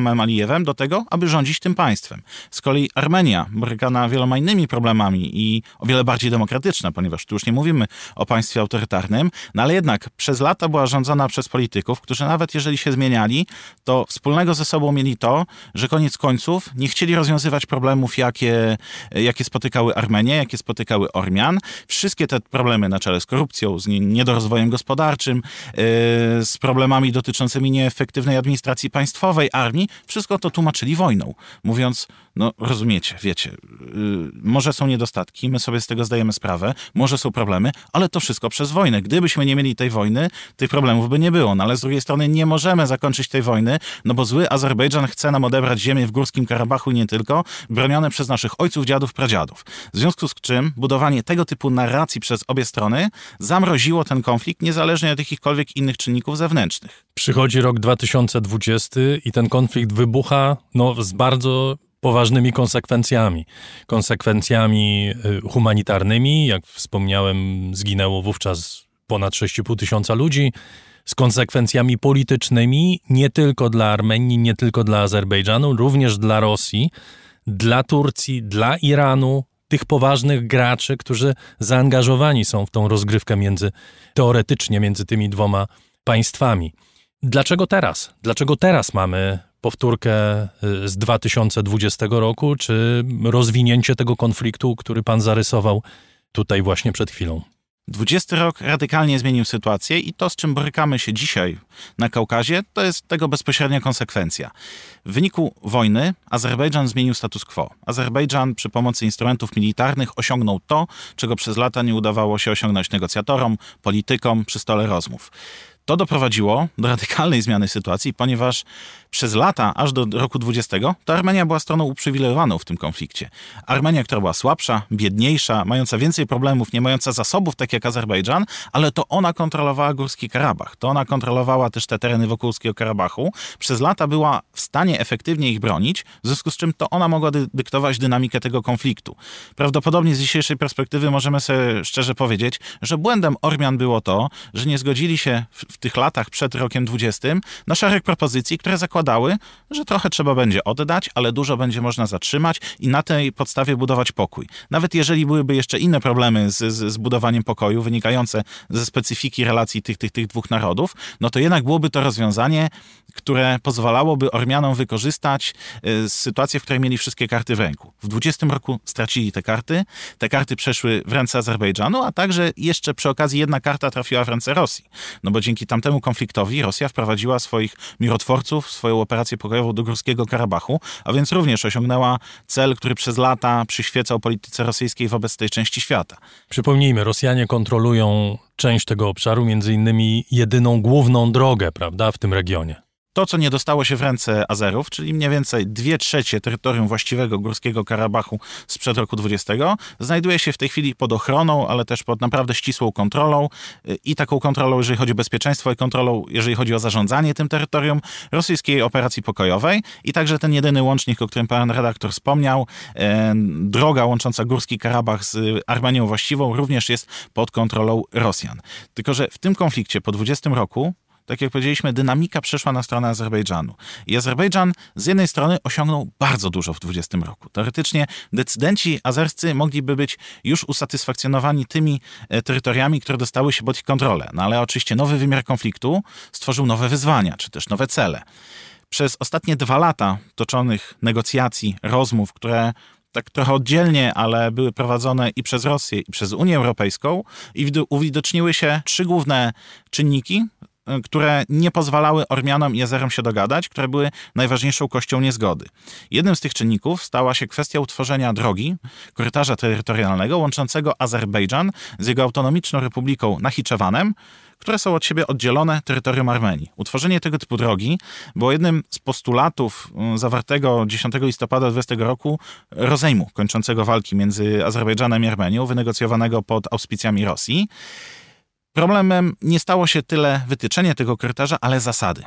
Speaker 4: Kijewem do tego, aby rządzić tym państwem. Z kolei Armenia, borykana wieloma innymi problemami i o wiele bardziej demokratyczna, ponieważ tu już nie mówimy o państwie autorytarnym, no ale jednak przez lata była rządzona przez polityków, którzy nawet jeżeli się zmieniali, to wspólnego ze sobą mieli to, że koniec końców nie chcieli rozwiązywać problemów, jakie, jakie spotykały Armenię, jakie spotykały Ormian. Wszystkie te problemy na czele z korupcją, z niedorozwojem gospodarczym, yy, z problemami dotyczącymi nieefektywnej administracji państwowej, armii, wszystko to tłumaczyli wojną. Mówiąc, no rozumiecie, wiecie, yy, może są niedostatki, my sobie z tego zdajemy sprawę, może są problemy, ale to wszystko przez wojnę. Gdybyśmy nie mieli tej wojny, tych problemów by nie było. No ale z drugiej strony nie możemy zakończyć tej wojny, no bo zły Azerbejdżan chce nam odebrać ziemię w Górskim Karabachu i nie tylko, bronione przez naszych ojców, dziadów, pradziadów. W związku z czym budowanie tego typu narracji przez obie strony zamroziło ten konflikt, niezależnie od jakichkolwiek innych czynników zewnętrznych.
Speaker 1: Przychodzi rok dwa tysiące dwudziesty i ten konflikt wybucha no, z bardzo poważnymi konsekwencjami. Konsekwencjami humanitarnymi, jak wspomniałem, zginęło wówczas ponad sześć i pół tysiąca ludzi, z konsekwencjami politycznymi nie tylko dla Armenii, nie tylko dla Azerbejdżanu, również dla Rosji, dla Turcji, dla Iranu, tych poważnych graczy, którzy zaangażowani są w tą rozgrywkę między, teoretycznie między tymi dwoma państwami. Dlaczego teraz? Dlaczego teraz mamy powtórkę z dwa tysiące dwudziestego roku, czy rozwinięcie tego konfliktu, który pan zarysował tutaj właśnie przed chwilą?
Speaker 4: dwudziesty rok radykalnie zmienił sytuację i to, z czym borykamy się dzisiaj na Kaukazie, to jest tego bezpośrednia konsekwencja. W wyniku wojny Azerbejdżan zmienił status quo. Azerbejdżan przy pomocy instrumentów militarnych osiągnął to, czego przez lata nie udawało się osiągnąć negocjatorom, politykom przy stole rozmów. To doprowadziło do radykalnej zmiany sytuacji, ponieważ przez lata, aż do roku dwudziestego, to Armenia była stroną uprzywilejowaną w tym konflikcie. Armenia, która była słabsza, biedniejsza, mająca więcej problemów, nie mająca zasobów, tak jak Azerbejdżan, ale to ona kontrolowała Górski Karabach. To ona kontrolowała też te tereny wokół Górskiego Karabachu. Przez lata była w stanie efektywnie ich bronić, w związku z czym to ona mogła dy- dyktować dynamikę tego konfliktu. Prawdopodobnie z dzisiejszej perspektywy możemy sobie szczerze powiedzieć, że błędem Ormian było to, że nie zgodzili się w, w tych latach przed rokiem dwudziestym na szereg propozycji, które zakładały, że trochę trzeba będzie oddać, ale dużo będzie można zatrzymać i na tej podstawie budować pokój. Nawet jeżeli byłyby jeszcze inne problemy z, z, z budowaniem pokoju wynikające ze specyfiki relacji tych, tych, tych dwóch narodów, no to jednak byłoby to rozwiązanie, które pozwalałoby Ormianom wykorzystać y, sytuację, w której mieli wszystkie karty w ręku. W dwudziestym roku stracili te karty, te karty przeszły w ręce Azerbejdżanu, a także jeszcze przy okazji jedna karta trafiła w ręce Rosji. No bo dzięki tamtemu konfliktowi Rosja wprowadziła swoich mirotworców, swoją operację pokojową do Górskiego Karabachu, a więc również osiągnęła cel, który przez lata przyświecał polityce rosyjskiej wobec tej części świata.
Speaker 1: Przypomnijmy, Rosjanie kontrolują część tego obszaru, między innymi jedyną główną drogę, prawda, w tym regionie.
Speaker 4: To, co nie dostało się w ręce Azerów, czyli mniej więcej dwie trzecie terytorium właściwego Górskiego Karabachu sprzed roku dwudziestego, znajduje się w tej chwili pod ochroną, ale też pod naprawdę ścisłą kontrolą i taką kontrolą, jeżeli chodzi o bezpieczeństwo, i kontrolą, jeżeli chodzi o zarządzanie tym terytorium rosyjskiej operacji pokojowej i także ten jedyny łącznik, o którym pan redaktor wspomniał, e, droga łącząca Górski Karabach z Armenią właściwą również jest pod kontrolą Rosjan. Tylko że w tym konflikcie po dwudziestym roku, tak jak powiedzieliśmy, dynamika przeszła na stronę Azerbejdżanu. I Azerbejdżan z jednej strony osiągnął bardzo dużo w dwudziestym roku. Teoretycznie decydenci azerscy mogliby być już usatysfakcjonowani tymi terytoriami, które dostały się pod ich kontrolę. No ale oczywiście nowy wymiar konfliktu stworzył nowe wyzwania, czy też nowe cele. Przez ostatnie dwa lata toczonych negocjacji, rozmów, które tak trochę oddzielnie, ale były prowadzone i przez Rosję, i przez Unię Europejską, i uwidoczniły się trzy główne czynniki, które nie pozwalały Ormianom i Azerom się dogadać, które były najważniejszą kością niezgody. Jednym z tych czynników stała się kwestia utworzenia drogi, korytarza terytorialnego łączącego Azerbejdżan z jego autonomiczną republiką Nachiczewanem, które są od siebie oddzielone terytorium Armenii. Utworzenie tego typu drogi było jednym z postulatów zawartego dziesiątego listopada dwudziestego roku rozejmu kończącego walki między Azerbejdżanem i Armenią, wynegocjowanego pod auspicjami Rosji. Problemem nie stało się tyle wytyczenie tego korytarza, ale zasady.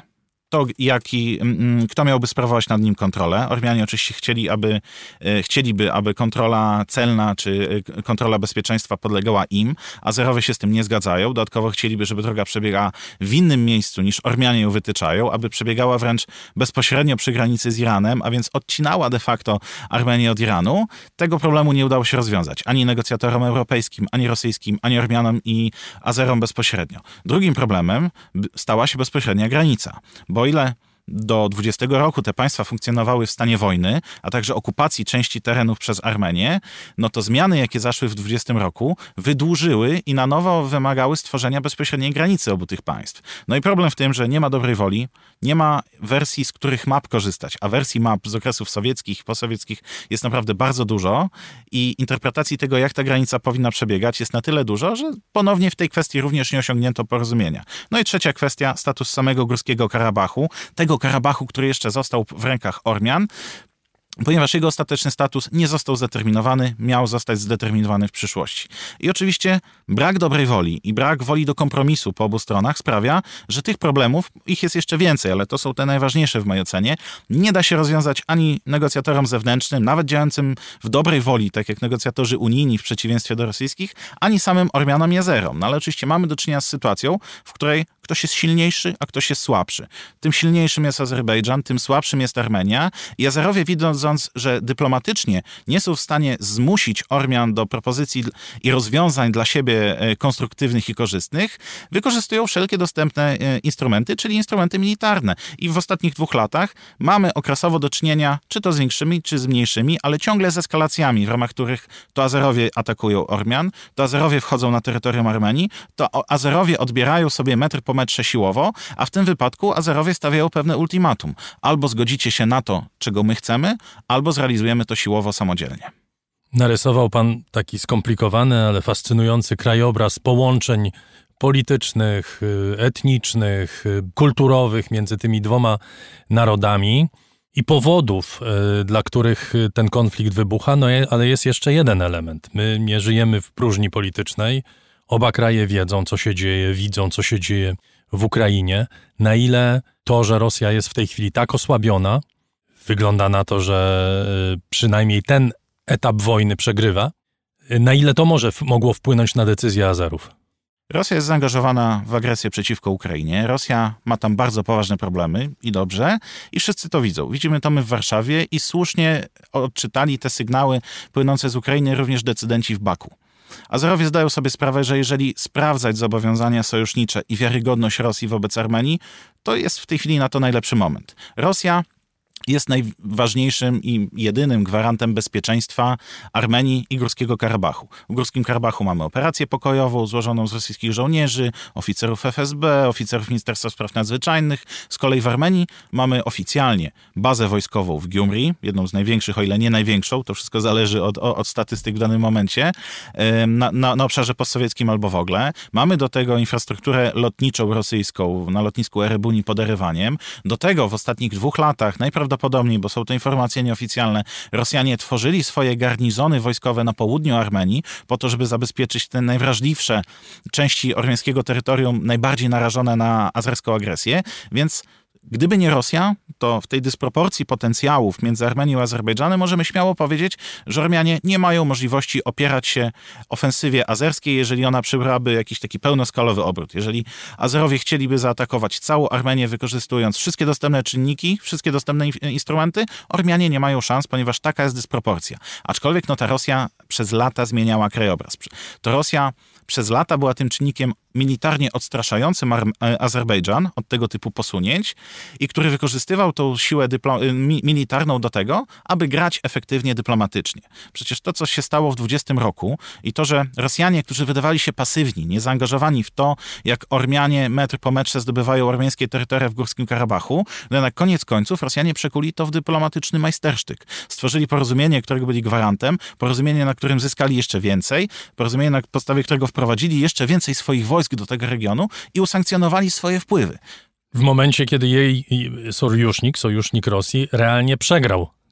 Speaker 4: to, jaki, kto miałby sprawować nad nim kontrolę. Ormianie oczywiście chcieli, aby, chcieliby, aby kontrola celna czy kontrola bezpieczeństwa podlegała im. Azerowie się z tym nie zgadzają. Dodatkowo chcieliby, żeby droga przebiegała w innym miejscu niż Ormianie ją wytyczają, aby przebiegała wręcz bezpośrednio przy granicy z Iranem, a więc odcinała de facto Armenię od Iranu. Tego problemu nie udało się rozwiązać. Ani negocjatorom europejskim, ani rosyjskim, ani Ormianom i Azerom bezpośrednio. Drugim problemem stała się bezpośrednia granica. Bo o ile do dwudziestego roku te państwa funkcjonowały w stanie wojny, a także okupacji części terenów przez Armenię, no to zmiany, jakie zaszły w dwudziestym roku, wydłużyły i na nowo wymagały stworzenia bezpośredniej granicy obu tych państw. No i problem w tym, że nie ma dobrej woli, nie ma wersji, z których map korzystać, a wersji map z okresów sowieckich i posowieckich jest naprawdę bardzo dużo i interpretacji tego, jak ta granica powinna przebiegać, jest na tyle dużo, że ponownie w tej kwestii również nie osiągnięto porozumienia. No i trzecia kwestia, status samego Górskiego Karabachu, tego Karabachu, który jeszcze został w rękach Ormian, ponieważ jego ostateczny status nie został zdeterminowany, miał zostać zdeterminowany w przyszłości. I oczywiście brak dobrej woli i brak woli do kompromisu po obu stronach sprawia, że tych problemów, ich jest jeszcze więcej, ale to są te najważniejsze w mojej ocenie, nie da się rozwiązać ani negocjatorom zewnętrznym, nawet działającym w dobrej woli, tak jak negocjatorzy unijni w przeciwieństwie do rosyjskich, ani samym Ormianom i Azerom. No ale oczywiście mamy do czynienia z sytuacją, w której ktoś jest silniejszy, a ktoś jest słabszy. Tym silniejszym jest Azerbejdżan, tym słabszym jest Armenia i Azerowie, widząc, że dyplomatycznie nie są w stanie zmusić Ormian do propozycji i rozwiązań dla siebie konstruktywnych i korzystnych, wykorzystują wszelkie dostępne instrumenty, czyli instrumenty militarne. I w ostatnich dwóch latach mamy okresowo do czynienia, czy to z większymi, czy z mniejszymi, ale ciągle z eskalacjami, w ramach których to Azerowie atakują Ormian, to Azerowie wchodzą na terytorium Armenii, to Azerowie odbierają sobie metr po metrze siłowo, a w tym wypadku Azerowie stawiają pewne ultimatum. Albo zgodzicie się na to, czego my chcemy, albo zrealizujemy to siłowo samodzielnie.
Speaker 1: Narysował pan taki skomplikowany, ale fascynujący krajobraz połączeń politycznych, etnicznych, kulturowych między tymi dwoma narodami i powodów, dla których ten konflikt wybucha, no ale jest jeszcze jeden element. My nie żyjemy w próżni politycznej. Oba kraje wiedzą, co się dzieje, widzą, co się dzieje w Ukrainie. Na ile to, że Rosja jest w tej chwili tak osłabiona, wygląda na to, że przynajmniej ten etap wojny przegrywa, na ile to może mogło wpłynąć na decyzję Azerów?
Speaker 4: Rosja jest zaangażowana w agresję przeciwko Ukrainie. Rosja ma tam bardzo poważne problemy i dobrze. I wszyscy to widzą. Widzimy to my w Warszawie i słusznie odczytali te sygnały płynące z Ukrainy również decydenci w Baku. Azerowie zdają sobie sprawę, że jeżeli sprawdzać zobowiązania sojusznicze i wiarygodność Rosji wobec Armenii, to jest w tej chwili na to najlepszy moment. Rosja jest najważniejszym i jedynym gwarantem bezpieczeństwa Armenii i Górskiego Karabachu. W Górskim Karabachu mamy operację pokojową złożoną z rosyjskich żołnierzy, oficerów F S B, oficerów Ministerstwa Spraw Nadzwyczajnych. Z kolei w Armenii mamy oficjalnie bazę wojskową w Gyumri, jedną z największych, o ile nie największą, to wszystko zależy od, od statystyk w danym momencie, na, na, na obszarze postsowieckim albo w ogóle. Mamy do tego infrastrukturę lotniczą rosyjską na lotnisku Erebuni pod Erywaniem. Do tego w ostatnich dwóch latach najprawdopodobniej Prawdopodobnie, bo są to informacje nieoficjalne, Rosjanie tworzyli swoje garnizony wojskowe na południu Armenii po to, żeby zabezpieczyć te najwrażliwsze części ormiańskiego terytorium, najbardziej narażone na azerską agresję, więc gdyby nie Rosja, to w tej dysproporcji potencjałów między Armenią a Azerbejdżanem możemy śmiało powiedzieć, że Ormianie nie mają możliwości opierać się ofensywie azerskiej, jeżeli ona przybrałaby jakiś taki pełnoskalowy obrót. Jeżeli Azerowie chcieliby zaatakować całą Armenię, wykorzystując wszystkie dostępne czynniki, wszystkie dostępne instrumenty, Ormianie nie mają szans, ponieważ taka jest dysproporcja. Aczkolwiek no ta Rosja przez lata zmieniała krajobraz. To Rosja przez lata była tym czynnikiem militarnie odstraszającym Azerbejdżan od tego typu posunięć i który wykorzystywał tą siłę dyplo- mi- militarną do tego, aby grać efektywnie dyplomatycznie. Przecież to, co się stało w dwudziestym roku i to, że Rosjanie, którzy wydawali się pasywni, niezaangażowani w to, jak Ormianie metr po metrze zdobywają ormiańskie terytoria w Górskim Karabachu, no na koniec końców Rosjanie przekuli to w dyplomatyczny majstersztyk. Stworzyli porozumienie, którego byli gwarantem, porozumienie, na którym zyskali jeszcze więcej, porozumienie, na podstawie którego wprowadzili jeszcze więcej swoich wojsk do tego regionu i usankcjonowali swoje wpływy.
Speaker 1: W momencie, kiedy jej sojusznik, sojusznik Rosji realnie przegrał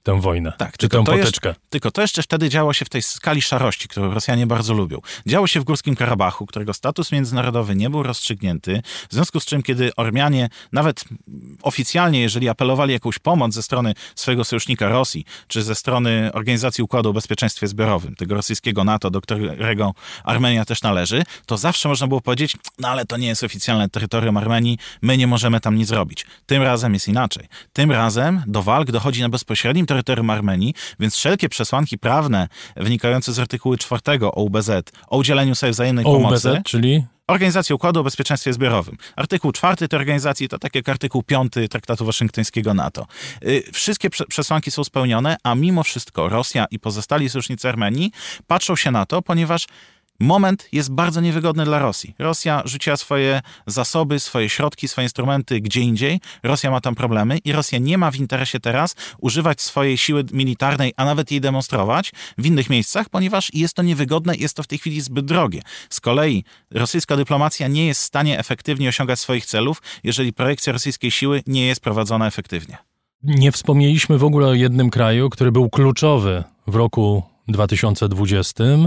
Speaker 1: tę wojnę,
Speaker 4: tak,
Speaker 1: czy
Speaker 4: tylko
Speaker 1: tę
Speaker 4: to
Speaker 1: potyczkę.
Speaker 4: Jeszcze, tylko to jeszcze wtedy działo się w tej skali szarości, którą Rosjanie bardzo lubią. Działo się w Górskim Karabachu, którego status międzynarodowy nie był rozstrzygnięty, w związku z czym, kiedy Ormianie, nawet oficjalnie, jeżeli apelowali jakąś pomoc ze strony swojego sojusznika Rosji, czy ze strony Organizacji Układu o Bezpieczeństwie Zbiorowym, tego rosyjskiego NATO, do którego Armenia też należy, to zawsze można było powiedzieć, no ale to nie jest oficjalne terytorium Armenii, my nie możemy tam nic zrobić. Tym razem jest inaczej. Tym razem do walk dochodzi na bezpośrednim terytorium Armenii, więc wszelkie przesłanki prawne wynikające z artykułu czwartego O U B Z o udzieleniu sobie wzajemnej
Speaker 1: O U B
Speaker 4: pomocy...
Speaker 1: Z, czyli?
Speaker 4: Organizacja Układu o Bezpieczeństwie Zbiorowym. Artykuł czwarty tej organizacji to tak jak artykuł piąty Traktatu Waszyngtońskiego NATO. Wszystkie przesłanki są spełnione, a mimo wszystko Rosja i pozostali sojusznicy Armenii patrzą się na to, ponieważ moment jest bardzo niewygodny dla Rosji. Rosja rzuciła swoje zasoby, swoje środki, swoje instrumenty gdzie indziej. Rosja ma tam problemy i Rosja nie ma w interesie teraz używać swojej siły militarnej, a nawet jej demonstrować w innych miejscach, ponieważ jest to niewygodne i jest to w tej chwili zbyt drogie. Z kolei rosyjska dyplomacja nie jest w stanie efektywnie osiągać swoich celów, jeżeli projekcja rosyjskiej siły nie jest prowadzona efektywnie.
Speaker 1: Nie wspomnieliśmy w ogóle o jednym kraju, który był kluczowy w roku dwa tysiące dwudziestym.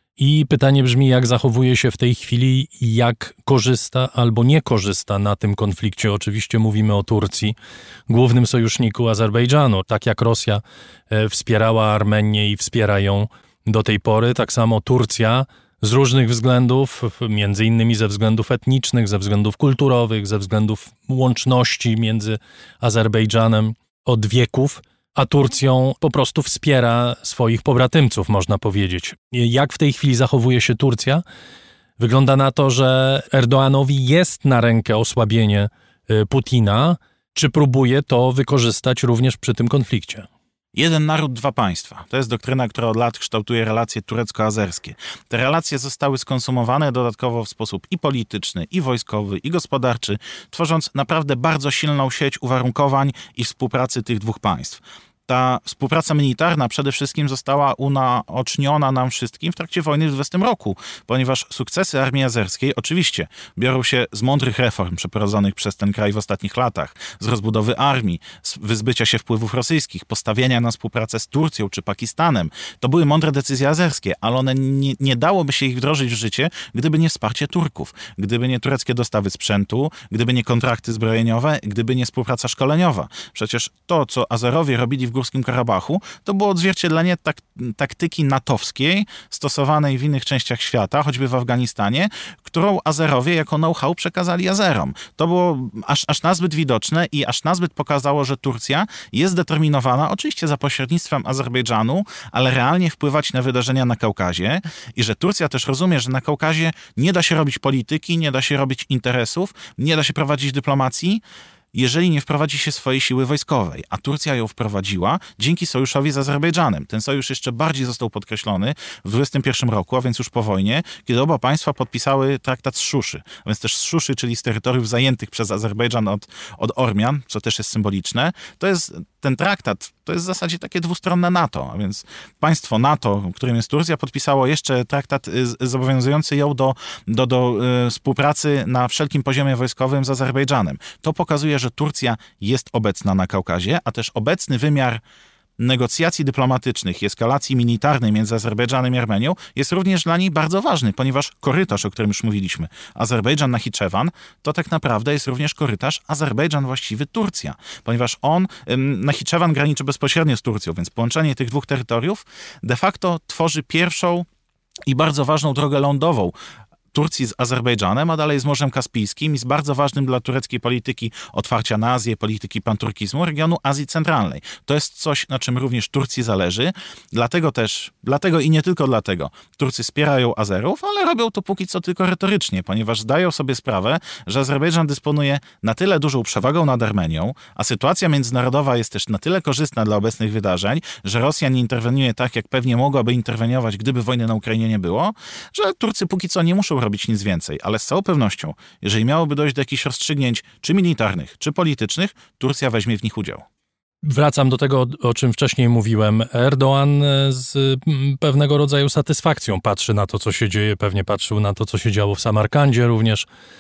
Speaker 1: I pytanie brzmi, jak zachowuje się w tej chwili, jak korzysta albo nie korzysta na tym konflikcie. Oczywiście mówimy o Turcji, głównym sojuszniku Azerbejdżanu. Tak jak Rosja wspierała Armenię i wspiera ją do tej pory, tak samo Turcja z różnych względów, między innymi ze względów etnicznych, ze względów kulturowych, ze względów łączności między Azerbejdżanem od wieków, a Turcją po prostu wspiera swoich pobratymców, można powiedzieć. Jak w tej chwili zachowuje się Turcja? Wygląda na to, że Erdoğanowi jest na rękę osłabienie Putina. Czy próbuje to wykorzystać również przy tym konflikcie?
Speaker 4: Jeden naród, dwa państwa. To jest doktryna, która od lat kształtuje relacje turecko-azerskie. Te relacje zostały skonsumowane dodatkowo w sposób i polityczny, i wojskowy, i gospodarczy, tworząc naprawdę bardzo silną sieć uwarunkowań i współpracy tych dwóch państw. Ta współpraca militarna przede wszystkim została unaoczniona nam wszystkim w trakcie wojny w dwudziestym roku, ponieważ sukcesy armii azerskiej oczywiście biorą się z mądrych reform przeprowadzonych przez ten kraj w ostatnich latach, z rozbudowy armii, z wyzbycia się wpływów rosyjskich, postawienia na współpracę z Turcją czy Pakistanem. To były mądre decyzje azerskie, ale one nie, nie dałoby się ich wdrożyć w życie, gdyby nie wsparcie Turków, gdyby nie tureckie dostawy sprzętu, gdyby nie kontrakty zbrojeniowe, gdyby nie współpraca szkoleniowa. Przecież to, co Azerowie robili w Górskim Karabachu, to było odzwierciedlenie tak, taktyki natowskiej stosowanej w innych częściach świata, choćby w Afganistanie, którą Azerowie jako know-how przekazali Azerom. To było aż, aż nazbyt widoczne i aż nazbyt pokazało, że Turcja jest zdeterminowana, oczywiście za pośrednictwem Azerbejdżanu, ale realnie wpływać na wydarzenia na Kaukazie i że Turcja też rozumie, że na Kaukazie nie da się robić polityki, nie da się robić interesów, nie da się prowadzić dyplomacji, jeżeli nie wprowadzi się swojej siły wojskowej. A Turcja ją wprowadziła dzięki sojuszowi z Azerbejdżanem. Ten sojusz jeszcze bardziej został podkreślony w dwudziestym pierwszym roku, a więc już po wojnie, kiedy oba państwa podpisały traktat z Szuszy. A więc też z Szuszy, czyli z terytoriów zajętych przez Azerbejdżan od, od Ormian, co też jest symboliczne. To jest ten traktat, to jest w zasadzie takie dwustronne NATO. A więc państwo NATO, którym jest Turcja, podpisało jeszcze traktat zobowiązujący ją do, do, do y, współpracy na wszelkim poziomie wojskowym z Azerbejdżanem. To pokazuje, że Turcja jest obecna na Kaukazie, a też obecny wymiar negocjacji dyplomatycznych i eskalacji militarnej między Azerbejdżanem i Armenią jest również dla niej bardzo ważny, ponieważ korytarz, o którym już mówiliśmy, Azerbejdżan-Nachiczewan, to tak naprawdę jest również korytarz Azerbejdżan właściwy Turcja, ponieważ on, Nachiczewan graniczy bezpośrednio z Turcją, więc połączenie tych dwóch terytoriów de facto tworzy pierwszą i bardzo ważną drogę lądową Turcji z Azerbejdżanem, a dalej z Morzem Kaspijskim i z bardzo ważnym dla tureckiej polityki otwarcia na Azję, polityki panturkizmu regionu Azji Centralnej. To jest coś, na czym również Turcji zależy. Dlatego też, dlatego i nie tylko dlatego, Turcy wspierają Azerów, ale robią to póki co tylko retorycznie, ponieważ zdają sobie sprawę, że Azerbejdżan dysponuje na tyle dużą przewagą nad Armenią, a sytuacja międzynarodowa jest też na tyle korzystna dla obecnych wydarzeń, że Rosja nie interweniuje tak, jak pewnie mogłaby interweniować, gdyby wojny na Ukrainie nie było, że Turcy póki co nie muszą robić nic więcej, ale z całą pewnością, jeżeli miałoby dojść do jakichś rozstrzygnięć, czy militarnych, czy politycznych, Turcja weźmie w nich udział.
Speaker 1: Wracam do tego, o czym wcześniej mówiłem. Erdoğan z pewnego rodzaju satysfakcją patrzy na to, co się dzieje. Pewnie patrzył na to, co się działo w Samarkandzie również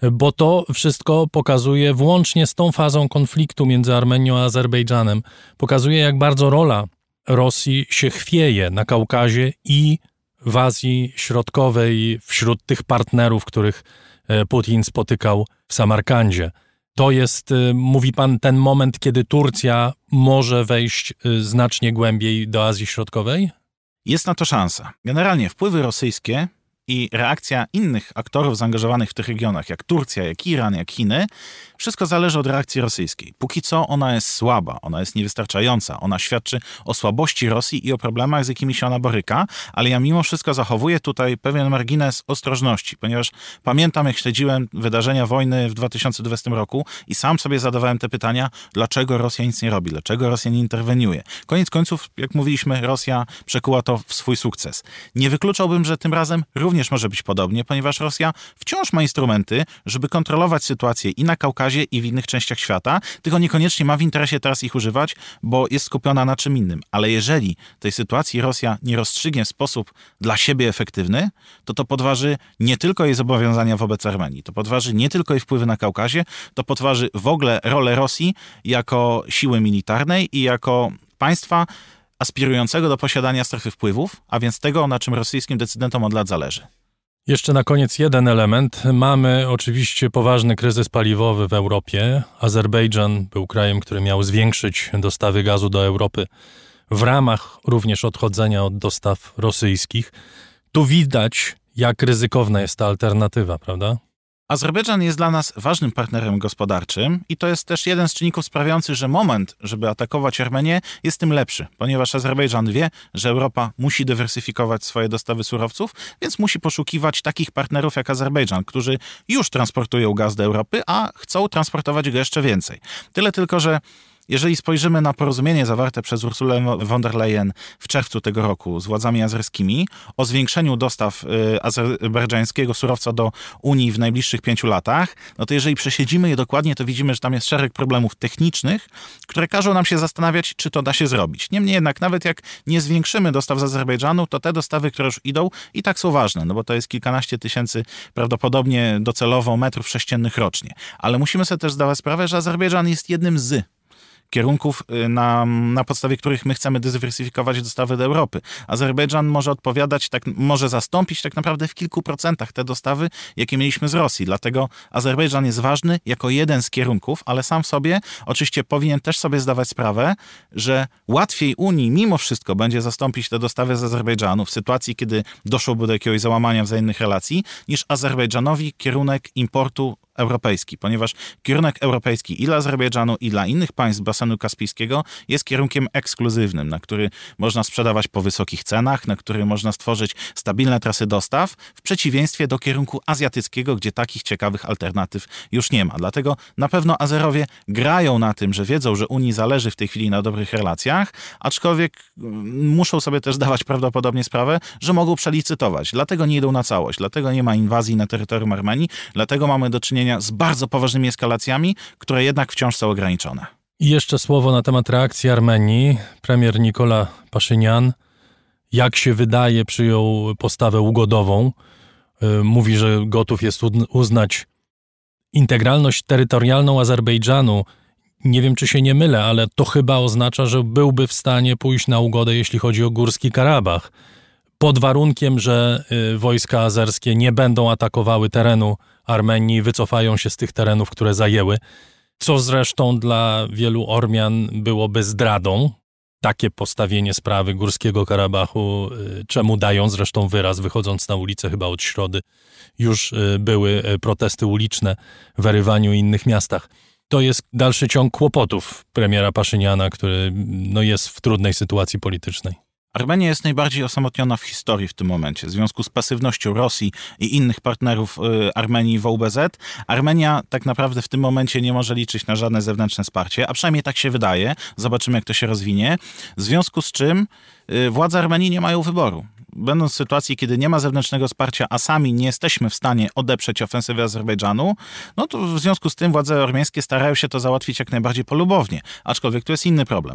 Speaker 1: bo to wszystko pokazuje, włącznie z tą fazą konfliktu między Armenią a Azerbejdżanem, pokazuje, jak bardzo rola Rosji się chwieje na Kaukazie i w Azji Środkowej wśród tych partnerów, których Putin spotykał w Samarkandzie. To jest, mówi pan, ten moment, kiedy Turcja może wejść znacznie głębiej do Azji Środkowej?
Speaker 4: Jest na to szansa. Generalnie wpływy rosyjskie i reakcja innych aktorów zaangażowanych w tych regionach, jak Turcja, jak Iran, jak Chiny, wszystko zależy od reakcji rosyjskiej. Póki co ona jest słaba, ona jest niewystarczająca, ona świadczy o słabości Rosji i o problemach, z jakimi się ona boryka, ale ja mimo wszystko zachowuję tutaj pewien margines ostrożności, ponieważ pamiętam, jak śledziłem wydarzenia wojny w dwa tysiące dwudziestym roku i sam sobie zadawałem te pytania, dlaczego Rosja nic nie robi, dlaczego Rosja nie interweniuje. Koniec końców, jak mówiliśmy, Rosja przekuła to w swój sukces. Nie wykluczałbym, że tym razem również może być podobnie, ponieważ Rosja wciąż ma instrumenty, żeby kontrolować sytuację i na Kaukazie, i w innych częściach świata, tylko niekoniecznie ma w interesie teraz ich używać, bo jest skupiona na czym innym. Ale jeżeli tej sytuacji Rosja nie rozstrzygnie w sposób dla siebie efektywny, to to podważy nie tylko jej zobowiązania wobec Armenii, to podważy nie tylko jej wpływy na Kaukazie, to podważy w ogóle rolę Rosji jako siły militarnej i jako państwa aspirującego do posiadania strefy wpływów, a więc tego, na czym rosyjskim decydentom od lat zależy.
Speaker 1: Jeszcze na koniec jeden element. Mamy oczywiście poważny kryzys paliwowy w Europie. Azerbejdżan był krajem, który miał zwiększyć dostawy gazu do Europy w ramach również odchodzenia od dostaw rosyjskich. Tu widać, jak ryzykowna jest ta alternatywa, prawda?
Speaker 4: Azerbejdżan jest dla nas ważnym partnerem gospodarczym i to jest też jeden z czynników sprawiających, że moment, żeby atakować Armenię, jest tym lepszy, ponieważ Azerbejdżan wie, że Europa musi dywersyfikować swoje dostawy surowców, więc musi poszukiwać takich partnerów jak Azerbejdżan, którzy już transportują gaz do Europy, a chcą transportować go jeszcze więcej. Tyle tylko, że jeżeli spojrzymy na porozumienie zawarte przez Ursulę von der Leyen w czerwcu tego roku z władzami azerskimi o zwiększeniu dostaw y, azerbejdżańskiego surowca do Unii w najbliższych pięciu latach, no to jeżeli przesiedzimy je dokładnie, to widzimy, że tam jest szereg problemów technicznych, które każą nam się zastanawiać, czy to da się zrobić. Niemniej jednak, nawet jak nie zwiększymy dostaw z Azerbejdżanu, to te dostawy, które już idą, i tak są ważne, no bo to jest kilkanaście tysięcy prawdopodobnie docelowo metrów sześciennych rocznie. Ale musimy sobie też zdawać sprawę, że Azerbejdżan jest jednym z kierunków, na, na podstawie których my chcemy dywersyfikować dostawy do Europy. Azerbejdżan może odpowiadać, tak, może zastąpić tak naprawdę w kilku procentach te dostawy, jakie mieliśmy z Rosji. Dlatego Azerbejdżan jest ważny jako jeden z kierunków, ale sam w sobie oczywiście powinien też sobie zdawać sprawę, że łatwiej Unii mimo wszystko będzie zastąpić te dostawy z Azerbejdżanu w sytuacji, kiedy doszłoby do jakiegoś załamania wzajemnych relacji, niż Azerbejdżanowi kierunek importu europejski, ponieważ kierunek europejski i dla Azerbejdżanu, i dla innych państw basenu kaspijskiego jest kierunkiem ekskluzywnym, na który można sprzedawać po wysokich cenach, na który można stworzyć stabilne trasy dostaw, w przeciwieństwie do kierunku azjatyckiego, gdzie takich ciekawych alternatyw już nie ma. Dlatego na pewno Azerowie grają na tym, że wiedzą, że Unii zależy w tej chwili na dobrych relacjach, aczkolwiek muszą sobie też dawać prawdopodobnie sprawę, że mogą przelicytować. Dlatego nie idą na całość, dlatego nie ma inwazji na terytorium Armenii, dlatego mamy do czynienia z bardzo poważnymi eskalacjami, które jednak wciąż są ograniczone.
Speaker 1: I jeszcze słowo na temat reakcji Armenii. Premier Nikola Paszynian, jak się wydaje, przyjął postawę ugodową. Mówi, że gotów jest uznać integralność terytorialną Azerbejdżanu. Nie wiem, czy się nie mylę, ale to chyba oznacza, że byłby w stanie pójść na ugodę, jeśli chodzi o Górski Karabach. Pod warunkiem, że wojska azerskie nie będą atakowały terenu Armenii, wycofają się z tych terenów, które zajęły, co zresztą dla wielu Ormian byłoby zdradą. Takie postawienie sprawy Górskiego Karabachu, czemu dają zresztą wyraz, wychodząc na ulicę chyba od środy, już były protesty uliczne w Erywaniu i innych miastach. To jest dalszy ciąg kłopotów premiera Paszyniana, który no, jest w trudnej sytuacji politycznej.
Speaker 4: Armenia jest najbardziej osamotniona w historii w tym momencie. W związku z pasywnością Rosji i innych partnerów y, Armenii w O B Z, Armenia tak naprawdę w tym momencie nie może liczyć na żadne zewnętrzne wsparcie, a przynajmniej tak się wydaje. Zobaczymy, jak to się rozwinie. W związku z czym y, władze Armenii nie mają wyboru. Będąc w sytuacji, kiedy nie ma zewnętrznego wsparcia, a sami nie jesteśmy w stanie odeprzeć ofensywy Azerbejdżanu, no to w związku z tym władze armeńskie starają się to załatwić jak najbardziej polubownie. Aczkolwiek tu jest inny problem.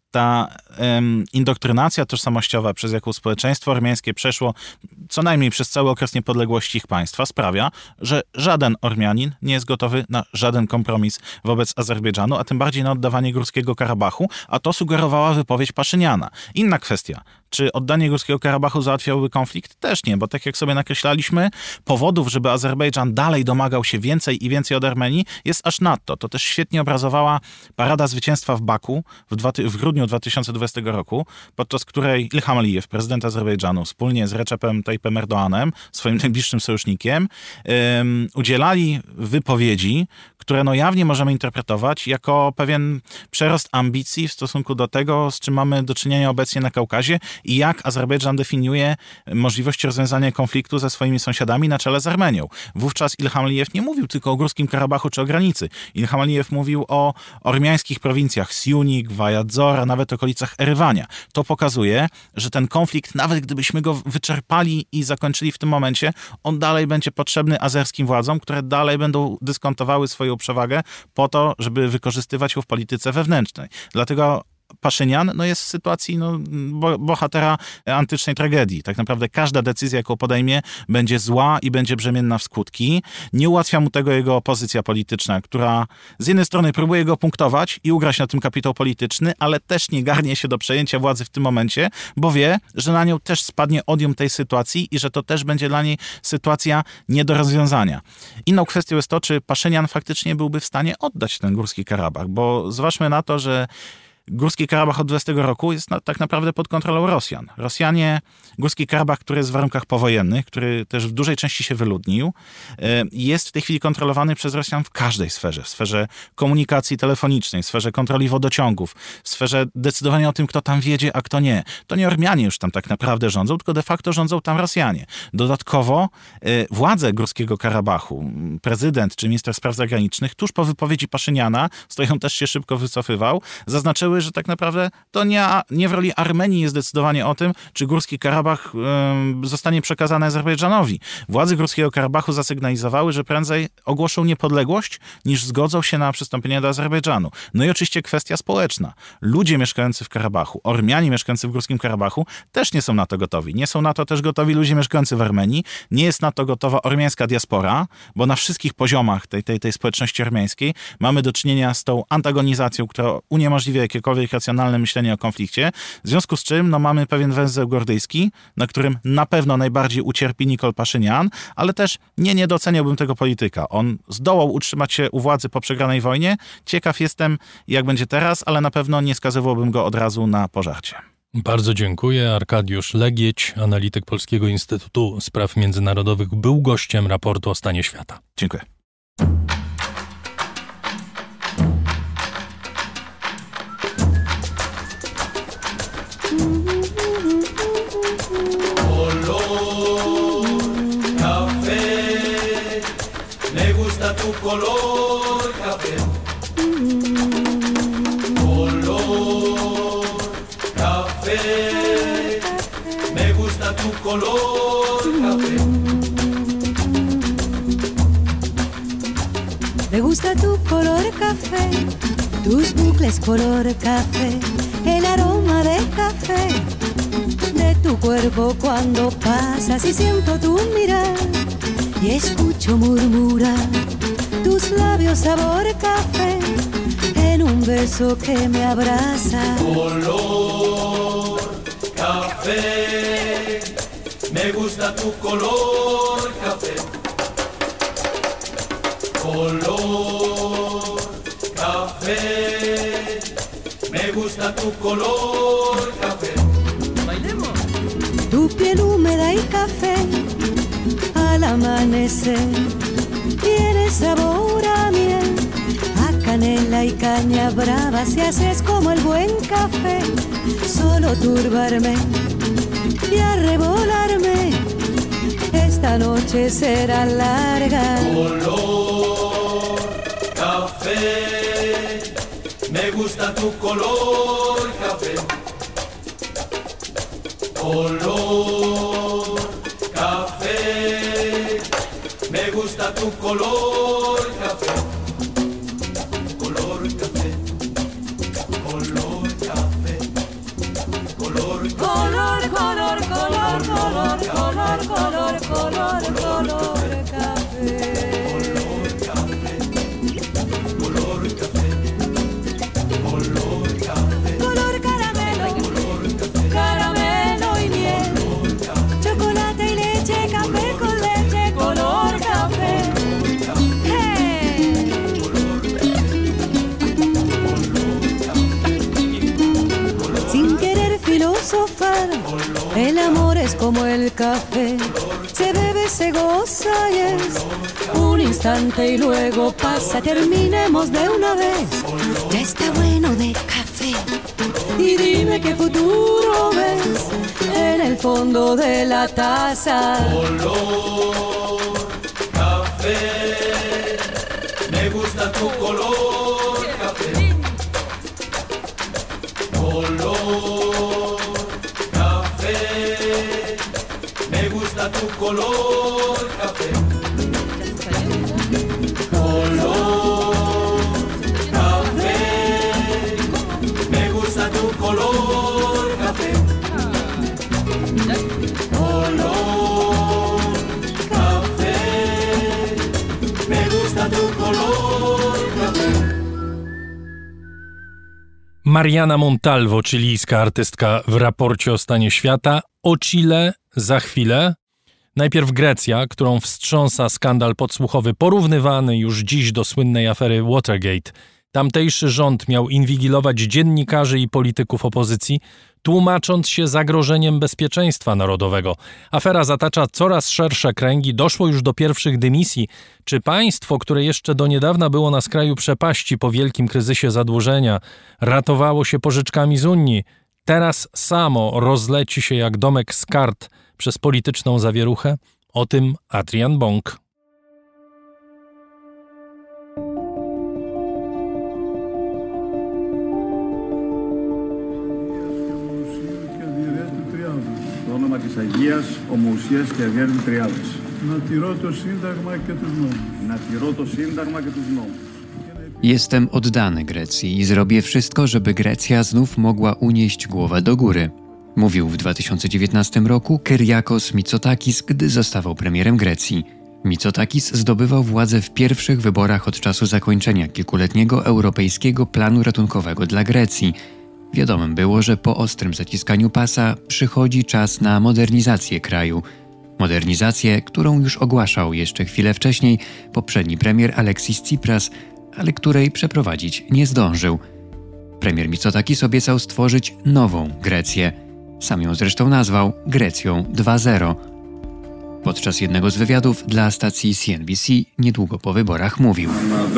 Speaker 4: ta um, indoktrynacja tożsamościowa, przez jaką społeczeństwo ormiańskie przeszło co najmniej przez cały okres niepodległości ich państwa, sprawia, że żaden Ormianin nie jest gotowy na żaden kompromis wobec Azerbejdżanu, a tym bardziej na oddawanie Górskiego Karabachu, a to sugerowała wypowiedź Paszyniana. Inna kwestia. Czy oddanie Górskiego Karabachu załatwiałoby konflikt? Też nie, bo tak jak sobie nakreślaliśmy, powodów, żeby Azerbejdżan dalej domagał się więcej i więcej od Armenii, jest aż nadto. To też świetnie obrazowała parada zwycięstwa w Baku w, dwa, w grudniu dwa tysiące dwudziestego roku, podczas której Ilham Alijew, prezydent Azerbejdżanu, wspólnie z Recepem Tayyipem Erdoğanem, swoim najbliższym sojusznikiem, um, udzielali wypowiedzi, które no jawnie możemy interpretować jako pewien przerost ambicji w stosunku do tego, z czym mamy do czynienia obecnie na Kaukazie i jak Azerbejdżan definiuje możliwości rozwiązania konfliktu ze swoimi sąsiadami na czele z Armenią. Wówczas Ilham Alijew nie mówił tylko o Górskim Karabachu czy o granicy. Ilham Alijew mówił o ormiańskich prowincjach Siunik, Vajadzor, a nawet okolicach Erywania. To pokazuje, że ten konflikt, nawet gdybyśmy go wyczerpali i zakończyli w tym momencie, on dalej będzie potrzebny azerskim władzom, które dalej będą dyskontowały swoją przewagę po to, żeby wykorzystywać ją w polityce wewnętrznej. Dlatego Paszynian no jest w sytuacji no, bo, bohatera antycznej tragedii. Tak naprawdę każda decyzja, jaką podejmie, będzie zła i będzie brzemienna w skutki. Nie ułatwia mu tego jego opozycja polityczna, która z jednej strony próbuje go punktować i ugrać na tym kapitał polityczny, ale też nie garnie się do przejęcia władzy w tym momencie, bo wie, że na nią też spadnie odium tej sytuacji i że to też będzie dla niej sytuacja nie do rozwiązania. Inną kwestią jest to, czy Paszynian faktycznie byłby w stanie oddać ten Górski Karabach, bo zważmy na to, że Górski Karabach od dwudziestego roku jest na, tak naprawdę pod kontrolą Rosjan. Rosjanie, Górski Karabach, który jest w warunkach powojennych, który też w dużej części się wyludnił, jest w tej chwili kontrolowany przez Rosjan w każdej sferze. W sferze komunikacji telefonicznej, w sferze kontroli wodociągów, w sferze decydowania o tym, kto tam wjedzie, a kto nie. To nie Ormianie już tam tak naprawdę rządzą, tylko de facto rządzą tam Rosjanie. Dodatkowo władze Górskiego Karabachu, prezydent czy minister spraw zagranicznych, tuż po wypowiedzi Paszyniana, z której on też się szybko wycofywał, zaznaczyły, że tak naprawdę to nie, nie w roli Armenii jest decydowanie o tym, czy Górski Karabach y, zostanie przekazany Azerbejdżanowi. Władze Górskiego Karabachu zasygnalizowały, że prędzej ogłoszą niepodległość, niż zgodzą się na przystąpienie do Azerbejdżanu. No i oczywiście kwestia społeczna. Ludzie mieszkający w Karabachu, Ormianie mieszkający w Górskim Karabachu też nie są na to gotowi. Nie są na to też gotowi ludzie mieszkający w Armenii. Nie jest na to gotowa ormiańska diaspora, bo na wszystkich poziomach tej, tej, tej społeczności ormiańskiej mamy do czynienia z tą antagonizacją, która uniemożliwia jakiekolwiek racjonalne myślenie o konflikcie, w związku z czym no, mamy pewien węzeł gordyjski, na którym na pewno najbardziej ucierpi Nikol Paszynian, ale też nie niedoceniałbym tego polityka. On zdołał utrzymać się u władzy po przegranej wojnie. Ciekaw jestem, jak będzie teraz, ale na pewno nie skazywałbym go od razu na pożarcie.
Speaker 1: Bardzo dziękuję. Arkadiusz Legieć, analityk Polskiego Instytutu Spraw Międzynarodowych, był gościem raportu o stanie świata.
Speaker 4: Dziękuję.
Speaker 5: Tu color café, color café, me gusta tu color café.
Speaker 6: Me gusta tu color café, tus bucles color café, el aroma de café, de tu cuerpo cuando pasas y siento tu mirar y escucho murmurar tus labios sabor café en un beso que me abraza.
Speaker 5: Color café, me gusta tu color café. Color café, me gusta tu color café. Bailemos.
Speaker 6: Tu piel húmeda y café al amanecer tiene sabor a miel, a canela y caña brava, si haces como el buen café, solo turbarme y arrebolarme, esta noche será larga.
Speaker 5: Color café, me gusta tu color café. Color café, me gusta tu color café. Color café, color café.
Speaker 6: Color, color, color, color café. Color caramelo, caramelo y miel. Chocolate y leche, café con leche, color café. Hey. Sin querer filosofar, el amor es como el café. Se bebe, se goza y es un instante y luego pasa. Terminemos de una vez. Ya está bueno de café. Y dime qué futuro ves en el fondo de la taza.
Speaker 5: Color café, me gusta tu color café. Color café, me gusta tu color café. Color café, me gusta tu color café. Color café, me gusta tu color café.
Speaker 1: Mariana Montalvo, chilijska artystka w raporcie o stanie świata. O Chile za chwilę. Najpierw Grecja, którą wstrząsa skandal podsłuchowy porównywany już dziś do słynnej afery Watergate. Tamtejszy rząd miał inwigilować dziennikarzy i polityków opozycji, tłumacząc się zagrożeniem bezpieczeństwa narodowego. Afera zatacza coraz szersze kręgi, doszło już do pierwszych dymisji. Czy państwo, które jeszcze do niedawna było na skraju przepaści po wielkim kryzysie zadłużenia, ratowało się pożyczkami z Unii, teraz samo rozleci się jak domek z kart przez polityczną zawieruchę? O tym Adrian Bąk.
Speaker 7: Το όνομα της Αγίας Ομοουσίας και Αβιέρμη Τριάδος. Να τηρώ το Σύνταγμα και τους νόμους. Να τηρώ το Σύνταγμα και τους νόμους.
Speaker 8: Jestem oddany Grecji i zrobię wszystko, żeby Grecja znów mogła unieść głowę do góry. Mówił w dwa tysiące dziewiętnastym roku Kyriakos Mitsotakis, gdy zostawał premierem Grecji. Mitsotakis zdobywał władzę w pierwszych wyborach od czasu zakończenia kilkuletniego europejskiego planu ratunkowego dla Grecji. Wiadomym było, że po ostrym zaciskaniu pasa przychodzi czas na modernizację kraju. Modernizację, którą już ogłaszał jeszcze chwilę wcześniej poprzedni premier Alexis Tsipras, ale której przeprowadzić nie zdążył. Premier Mitsotakis obiecał stworzyć nową Grecję. Sam ją zresztą nazwał Grecją dwa zero. Podczas jednego z wywiadów dla stacji C N B C niedługo po wyborach mówił: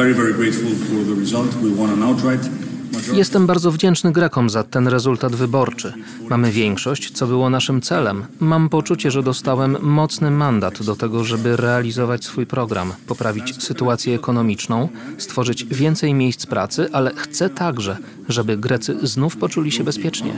Speaker 9: Jestem bardzo wdzięczny Grekom za ten rezultat wyborczy. Mamy większość, co było naszym celem. Mam poczucie, że dostałem mocny mandat do tego, żeby realizować swój program, poprawić sytuację ekonomiczną, stworzyć więcej miejsc pracy, ale chcę także, żeby Grecy znów poczuli się bezpiecznie.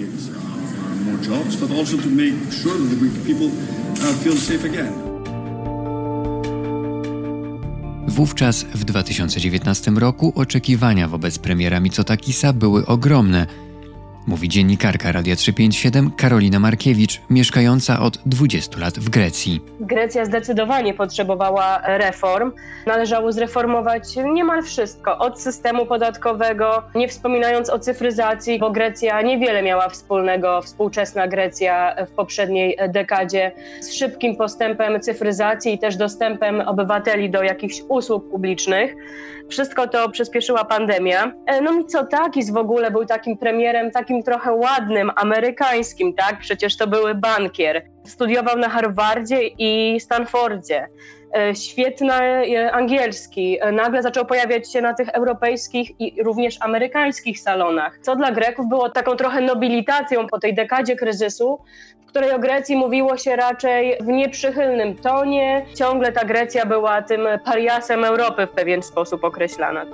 Speaker 8: Wówczas w dwa tysiące dziewiętnastym roku oczekiwania wobec premiera Mitsotakisa były ogromne. Mówi dziennikarka Radia trzysta pięćdziesiąt siedem Karolina Markiewicz, mieszkająca od dwudziestu lat w Grecji.
Speaker 10: Grecja zdecydowanie potrzebowała reform. Należało zreformować niemal wszystko, od systemu podatkowego, nie wspominając o cyfryzacji, bo Grecja niewiele miała wspólnego, współczesna Grecja w poprzedniej dekadzie, z szybkim postępem cyfryzacji i też dostępem obywateli do jakichś usług publicznych. Wszystko to przyspieszyła pandemia. No Mitsotakis w ogóle był takim premierem, takim trochę ładnym, amerykańskim, tak? Przecież to były bankier. Studiował na Harvardzie i Stanfordzie. Świetny angielski. Nagle zaczął pojawiać się na tych europejskich i również amerykańskich salonach, co dla Greków było taką trochę nobilitacją po tej dekadzie kryzysu, w której o Grecji mówiło się raczej w nieprzychylnym tonie. Ciągle ta Grecja była tym pariasem Europy w pewien sposób określana.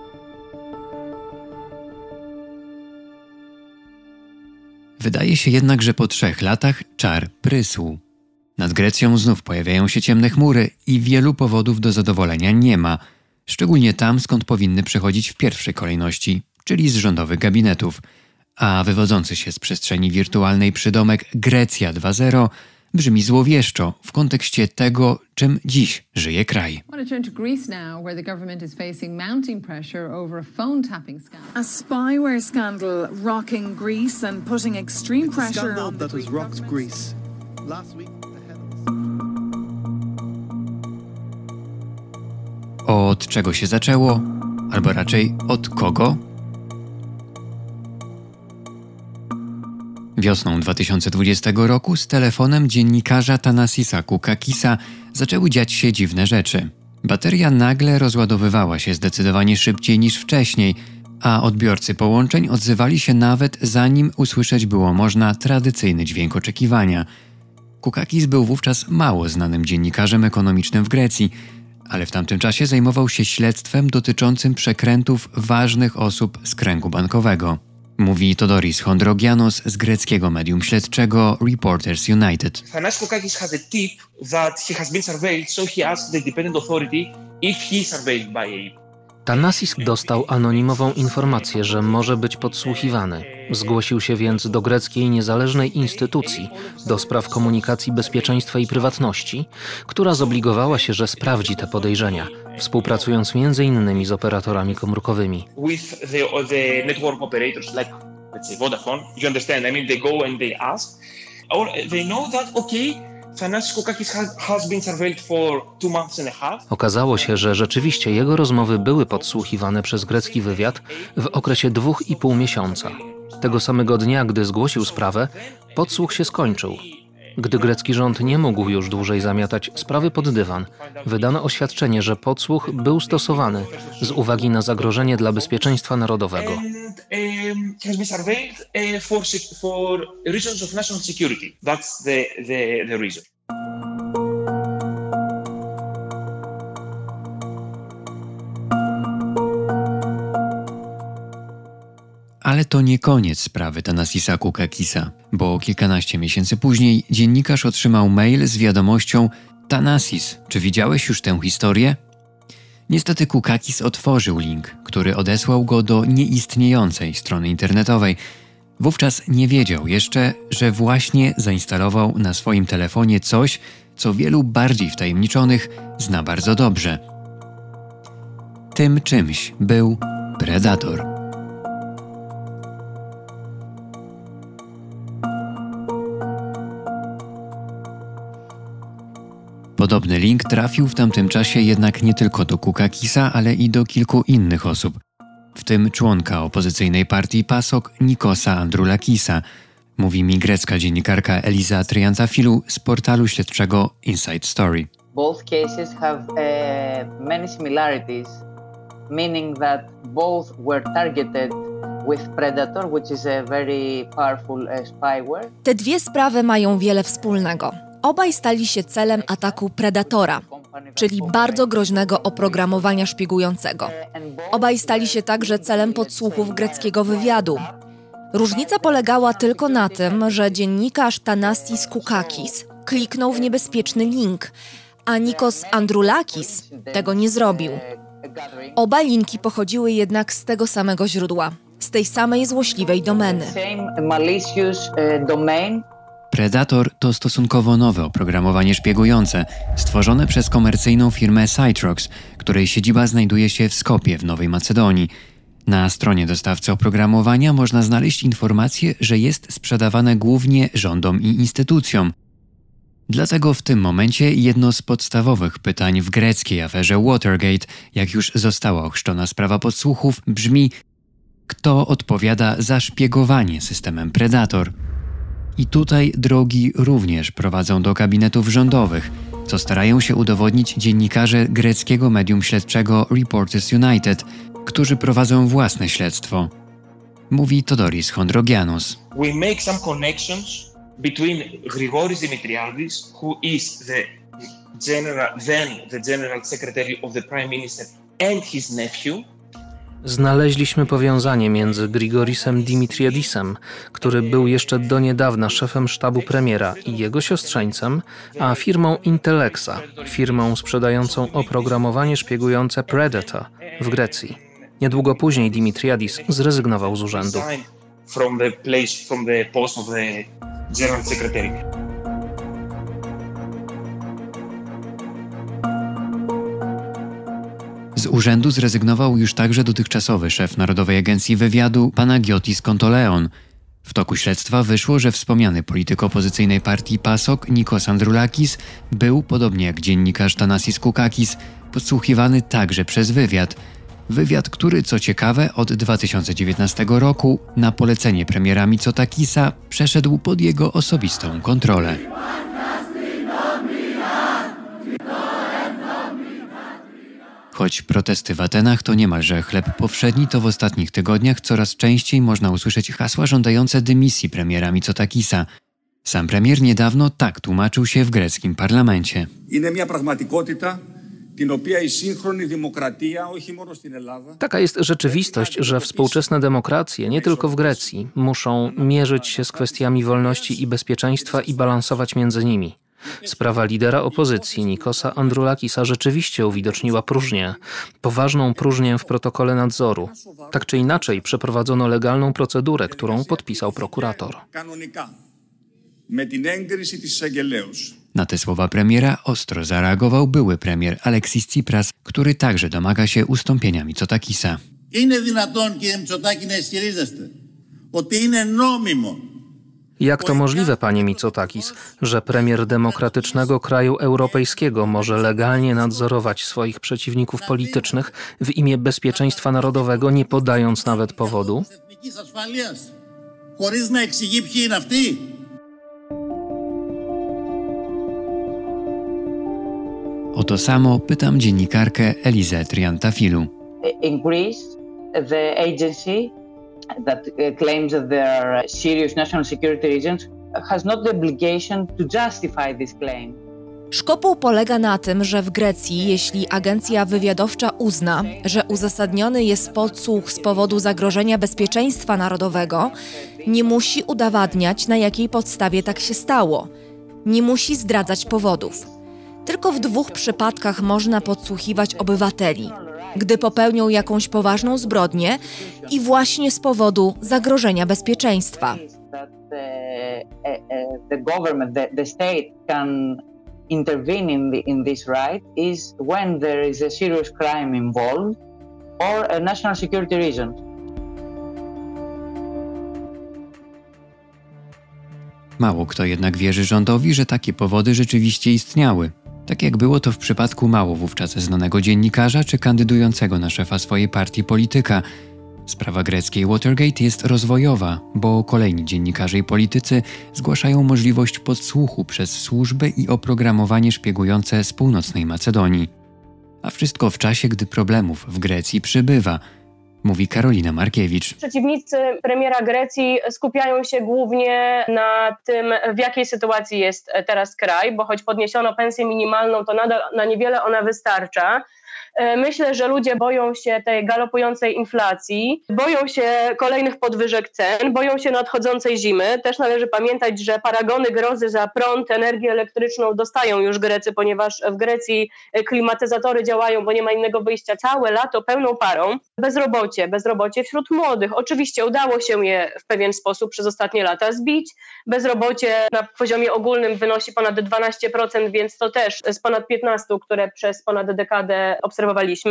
Speaker 8: Wydaje się jednak, że po trzech latach czar prysł. Nad Grecją znów pojawiają się ciemne chmury i wielu powodów do zadowolenia nie ma. Szczególnie tam, skąd powinny przychodzić w pierwszej kolejności, czyli z rządowych gabinetów. A wywodzący się z przestrzeni wirtualnej przydomek Grecja dwa zero brzmi złowieszczo w kontekście tego, czym dziś żyje kraj.
Speaker 11: A spyware scandal rocking Greece and putting extreme pressure on the Greek government.
Speaker 8: Od czego się zaczęło? Albo raczej od kogo? Wiosną dwa tysiące dwudziestego roku z telefonem dziennikarza Thanasisa Koukakisa zaczęły dziać się dziwne rzeczy. Bateria nagle rozładowywała się zdecydowanie szybciej niż wcześniej, a odbiorcy połączeń odzywali się nawet zanim usłyszeć było można tradycyjny dźwięk oczekiwania. Koukakis był wówczas mało znanym dziennikarzem ekonomicznym w Grecji, ale w tamtym czasie zajmował się śledztwem dotyczącym przekrętów ważnych osób z kręgu bankowego. Mówi Todoris Chondrogianos z greckiego medium śledczego Reporters United.
Speaker 12: Thanasis Koukakis has a tip that he has been surveilled, so he asked the independent authority if he is surveilled by A I P.
Speaker 9: Thanasis dostał anonimową informację, że może być podsłuchiwany. Zgłosił się więc do greckiej niezależnej instytucji do spraw komunikacji, bezpieczeństwa i prywatności, która zobligowała się, że sprawdzi te podejrzenia, współpracując między innymi z operatorami komórkowymi.
Speaker 12: With the, the network operators like, let's say, Vodafone, you understand, I mean, they go and they ask, or they know that, okay, Thanasis Koukakis has, has been surveilled for two months and a half.
Speaker 9: Okazało się, że rzeczywiście jego rozmowy były podsłuchiwane przez grecki wywiad w okresie dwóch i pół miesiąca. Tego samego dnia, gdy zgłosił sprawę, podsłuch się skończył. Gdy grecki rząd nie mógł już dłużej zamiatać sprawy pod dywan, wydano oświadczenie, że podsłuch był stosowany z uwagi na zagrożenie dla bezpieczeństwa narodowego.
Speaker 12: And, um, has been surveilled uh, for, for reasons of national security. That's the, the, the reason.
Speaker 8: Ale to nie koniec sprawy Thanasisa Koukakisa, bo kilkanaście miesięcy później dziennikarz otrzymał mail z wiadomością: Thanasis, czy widziałeś już tę historię? Niestety Koukakis otworzył link, który odesłał go do nieistniejącej strony internetowej. Wówczas nie wiedział jeszcze, że właśnie zainstalował na swoim telefonie coś, co wielu bardziej wtajemniczonych zna bardzo dobrze. Tym czymś był Predator. Podobny link trafił w tamtym czasie jednak nie tylko do Koukakisa, ale i do kilku innych osób, w tym członka opozycyjnej partii PASOK Nikosa Androulakisa, mówi mi grecka dziennikarka Eliza Triantafilou z portalu śledczego Inside Story.
Speaker 13: Both cases have uh, many similarities, meaning that both were targeted with Predator, which is a very powerful uh, spyware.
Speaker 14: Te dwie sprawy mają wiele wspólnego. Obaj stali się celem ataku Predatora, czyli bardzo groźnego oprogramowania szpiegującego. Obaj stali się także celem podsłuchów greckiego wywiadu. Różnica polegała tylko na tym, że dziennikarz Thanasis Koukakis kliknął w niebezpieczny link, a Nikos Androulakis tego nie zrobił. Oba linki pochodziły jednak z tego samego źródła, z tej samej złośliwej domeny.
Speaker 8: Predator to stosunkowo nowe oprogramowanie szpiegujące, stworzone przez komercyjną firmę Cytrox, której siedziba znajduje się w Skopie w Nowej Macedonii. Na stronie dostawcy oprogramowania można znaleźć informację, że jest sprzedawane głównie rządom i instytucjom. Dlatego w tym momencie jedno z podstawowych pytań w greckiej aferze Watergate, jak już została ochrzczona sprawa podsłuchów, brzmi: kto odpowiada za szpiegowanie systemem Predator? I tutaj drogi również prowadzą do gabinetów rządowych, co starają się udowodnić dziennikarze greckiego medium śledczego Reporters United, którzy prowadzą własne śledztwo. Mówi Todoris Chondrogianos.
Speaker 12: We make some connections between Grigoris Dimitriadis, who is the general, then the general secretary of the prime minister, and his nephew.
Speaker 9: Znaleźliśmy powiązanie między Grigorisem Dimitriadisem, który był jeszcze do niedawna szefem sztabu premiera, i jego siostrzeńcem, a firmą Intellexa, firmą sprzedającą oprogramowanie szpiegujące Predator w Grecji. Niedługo później Dimitriadis zrezygnował z urzędu.
Speaker 8: Z urzędu zrezygnował już także dotychczasowy szef Narodowej Agencji Wywiadu Panagiotis Kontoleon. W toku śledztwa wyszło, że wspomniany polityk opozycyjnej partii PASOK Nikos Androulakis był, podobnie jak dziennikarz Thanasis Koukakis, podsłuchiwany także przez wywiad. Wywiad, który, co ciekawe, od dwa tysiące dziewiętnastego roku na polecenie premiera Mitsotakisa przeszedł pod jego osobistą kontrolę. Choć protesty w Atenach to niemalże chleb powszedni, to w ostatnich tygodniach coraz częściej można usłyszeć hasła żądające dymisji premiera Mitsotakisa. Sam premier niedawno tak tłumaczył się w greckim parlamencie.
Speaker 9: Taka jest rzeczywistość, że współczesne demokracje, nie tylko w Grecji, muszą mierzyć się z kwestiami wolności i bezpieczeństwa i balansować między nimi. Sprawa lidera opozycji Nikosa Androulakisa rzeczywiście uwidoczniła próżnię, poważną próżnię w protokole nadzoru. Tak czy inaczej przeprowadzono legalną procedurę, którą podpisał prokurator.
Speaker 8: Na te słowa premiera ostro zareagował były premier Alexis Tsipras, który także domaga się ustąpienia Mitsotakisa.
Speaker 9: Jak to możliwe, panie Mitsotakis, że premier demokratycznego kraju europejskiego może legalnie nadzorować swoich przeciwników politycznych w imię bezpieczeństwa narodowego, nie podając nawet powodu?
Speaker 8: O to samo pytam dziennikarkę Elizę Triantafilu.
Speaker 13: In Greece, the agency that claims that there are serious national security reasons has not the obligation to justify this claim.
Speaker 14: Szkopuł polega na tym, że w Grecji, jeśli agencja wywiadowcza uzna, że uzasadniony jest podsłuch z powodu zagrożenia bezpieczeństwa narodowego, nie musi udowadniać, na jakiej podstawie tak się stało. Nie musi zdradzać powodów. Tylko w dwóch przypadkach można podsłuchiwać obywateli, gdy popełnią jakąś poważną zbrodnię i właśnie z powodu zagrożenia bezpieczeństwa.
Speaker 13: Intervene in, the, in this right is when there is a serious crime involved or a national security reason.
Speaker 8: Mało kto jednak wierzy rządowi, że takie powody rzeczywiście istniały. Tak jak było to w przypadku mało wówczas znanego dziennikarza czy kandydującego na szefa swojej partii polityka. Sprawa greckiej Watergate jest rozwojowa, bo kolejni dziennikarze i politycy zgłaszają możliwość podsłuchu przez służby i oprogramowanie szpiegujące z północnej Macedonii. A wszystko w czasie, gdy problemów w Grecji przybywa, mówi Karolina Markiewicz.
Speaker 10: Przeciwnicy premiera Grecji skupiają się głównie na tym, w jakiej sytuacji jest teraz kraj, bo choć podniesiono pensję minimalną, to nadal na niewiele ona wystarcza. Myślę, że ludzie boją się tej galopującej inflacji, boją się kolejnych podwyżek cen, boją się nadchodzącej zimy. Też należy pamiętać, że paragony grozy za prąd, energię elektryczną dostają już Grecy, ponieważ w Grecji klimatyzatory działają, bo nie ma innego wyjścia. Całe lato pełną parą. Bezrobocie, bezrobocie wśród młodych. Oczywiście udało się je w pewien sposób przez ostatnie lata zbić. Bezrobocie na poziomie ogólnym wynosi ponad dwanaście procent, więc to też z ponad piętnaście procent, które przez ponad dekadę obserwowaliśmy.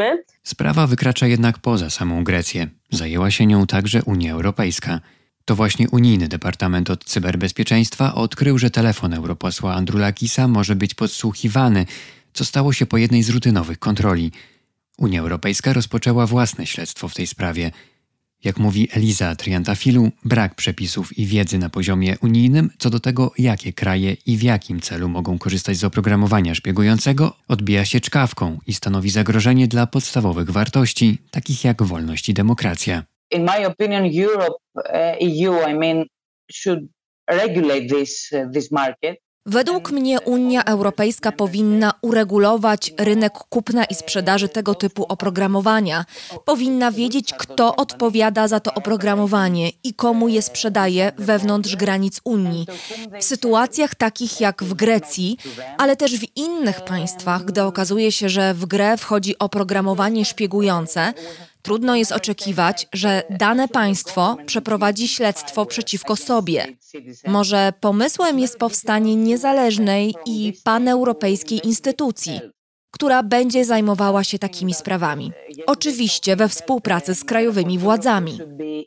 Speaker 8: Sprawa wykracza jednak poza samą Grecję. Zajęła się nią także Unia Europejska. To właśnie unijny Departament od Cyberbezpieczeństwa odkrył, że telefon europosła Androulakisa może być podsłuchiwany, co stało się po jednej z rutynowych kontroli. Unia Europejska rozpoczęła własne śledztwo w tej sprawie. Jak mówi Eliza Triantafilu, brak przepisów i wiedzy na poziomie unijnym co do tego, jakie kraje i w jakim celu mogą korzystać z oprogramowania szpiegującego, odbija się czkawką i stanowi zagrożenie dla podstawowych wartości, takich jak wolność i demokracja.
Speaker 13: In my opinion, Europe, E U, I mean, should regulate this, this market.
Speaker 14: Według mnie Unia Europejska powinna uregulować rynek kupna i sprzedaży tego typu oprogramowania. Powinna wiedzieć, kto odpowiada za to oprogramowanie i komu je sprzedaje wewnątrz granic Unii. W sytuacjach takich jak w Grecji, ale też w innych państwach, gdy okazuje się, że w grę wchodzi oprogramowanie szpiegujące, trudno jest oczekiwać, że dane państwo przeprowadzi śledztwo przeciwko sobie. Może pomysłem jest powstanie niezależnej i paneuropejskiej instytucji, która będzie zajmowała się takimi sprawami. Oczywiście we współpracy z krajowymi władzami.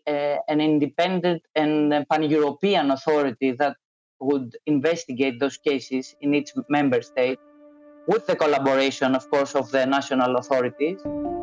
Speaker 13: Would investigate those cases in each member state with the collaboration, of course, of the national authorities.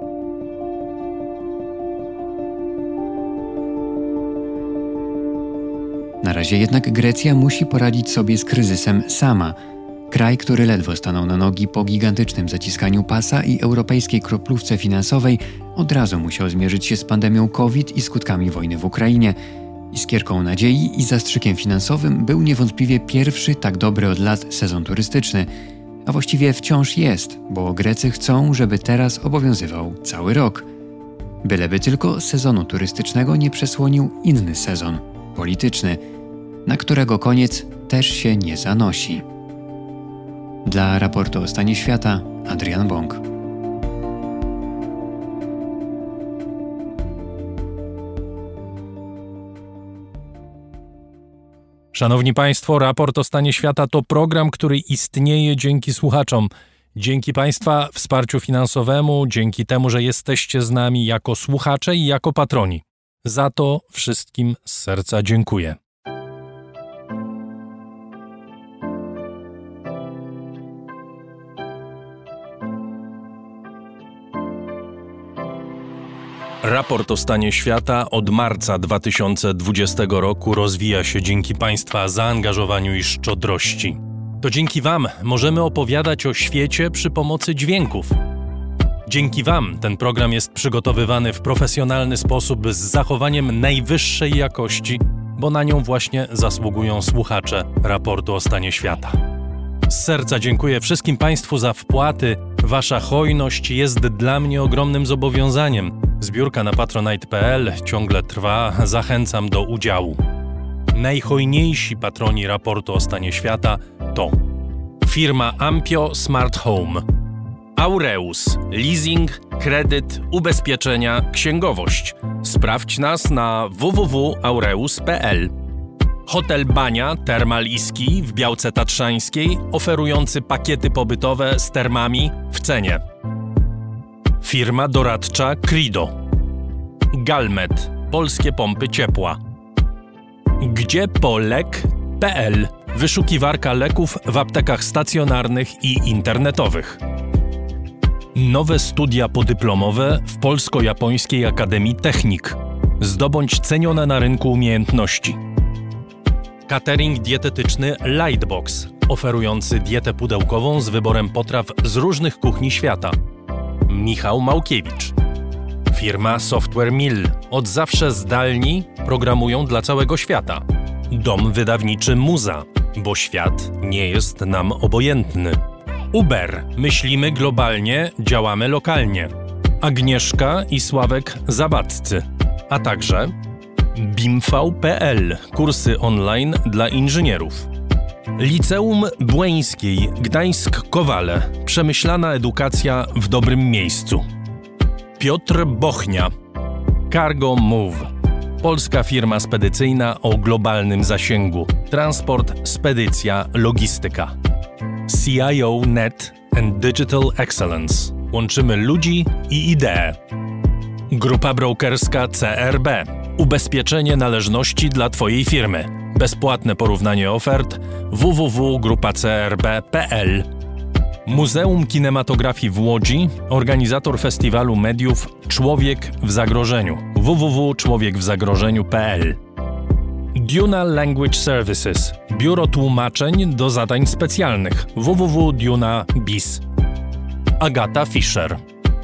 Speaker 8: Na razie jednak Grecja musi poradzić sobie z kryzysem sama. Kraj, który ledwo stanął na nogi po gigantycznym zaciskaniu pasa i europejskiej kroplówce finansowej, od razu musiał zmierzyć się z pandemią COVID i skutkami wojny w Ukrainie. Iskierką nadziei i zastrzykiem finansowym był niewątpliwie pierwszy tak dobry od lat sezon turystyczny. A właściwie wciąż jest, bo Grecy chcą, żeby teraz obowiązywał cały rok. Byleby tylko sezonu turystycznego nie przesłonił inny sezon, polityczny, na którego koniec też się nie zanosi. Dla raportu o stanie świata Adrian Bąk.
Speaker 1: Szanowni Państwo, raport o stanie świata to program, który istnieje dzięki słuchaczom. Dzięki Państwa wsparciu finansowemu, dzięki temu, że jesteście z nami jako słuchacze i jako patroni. Za to wszystkim z serca dziękuję. Raport o stanie świata od marca dwa tysiące dwudziestego roku rozwija się dzięki Państwa zaangażowaniu i szczodrości. To dzięki Wam możemy opowiadać o świecie przy pomocy dźwięków. Dzięki Wam ten program jest przygotowywany w profesjonalny sposób z zachowaniem najwyższej jakości, bo na nią właśnie zasługują słuchacze raportu o stanie świata. Z serca dziękuję wszystkim Państwu za wpłaty. Wasza hojność jest dla mnie ogromnym zobowiązaniem. Zbiórka na patronite kropka p l ciągle trwa. Zachęcam do udziału. Najhojniejsi patroni raportu o stanie świata to firma Ampio Smart Home, Aureus, leasing, kredyt, ubezpieczenia, księgowość. Sprawdź nas na w w w kropka aureus kropka p l. Hotel Bania Termal Iski w Białce Tatrzańskiej, oferujący pakiety pobytowe z termami w cenie. Firma doradcza Crido. Galmet, polskie pompy ciepła. Gdziepolek kropka p l, wyszukiwarka leków w aptekach stacjonarnych i internetowych. Nowe studia podyplomowe w Polsko-Japońskiej Akademii Technik. Zdobądź cenione na rynku umiejętności. Catering dietetyczny Lightbox, oferujący dietę pudełkową z wyborem potraw z różnych kuchni świata. Michał Małkiewicz. Firma Software Mill. Od zawsze zdalni programują dla całego świata. Dom wydawniczy Muza, bo świat nie jest nam obojętny. Uber. Myślimy globalnie, działamy lokalnie. Agnieszka i Sławek Zawadzcy. A także bimv kropka p l. Kursy online dla inżynierów. Liceum Błeńskiej Gdańsk-Kowale. Przemyślana edukacja w dobrym miejscu. Piotr Bochnia. Cargo Move. Polska firma spedycyjna o globalnym zasięgu. Transport, spedycja, logistyka. C I O Net and Digital Excellence. Łączymy ludzi i idee. Grupa brokerska C R B. Ubezpieczenie należności dla Twojej firmy. Bezpłatne porównanie ofert w w w kropka grupa c r b kropka p l. Muzeum Kinematografii w Łodzi, organizator festiwalu mediów Człowiek w zagrożeniu w w w kropka człowiek w zagrożeniu kropka p l. Duna Language Services, biuro tłumaczeń do zadań specjalnych w w w kropka duna kropka biz. Agata Fischer.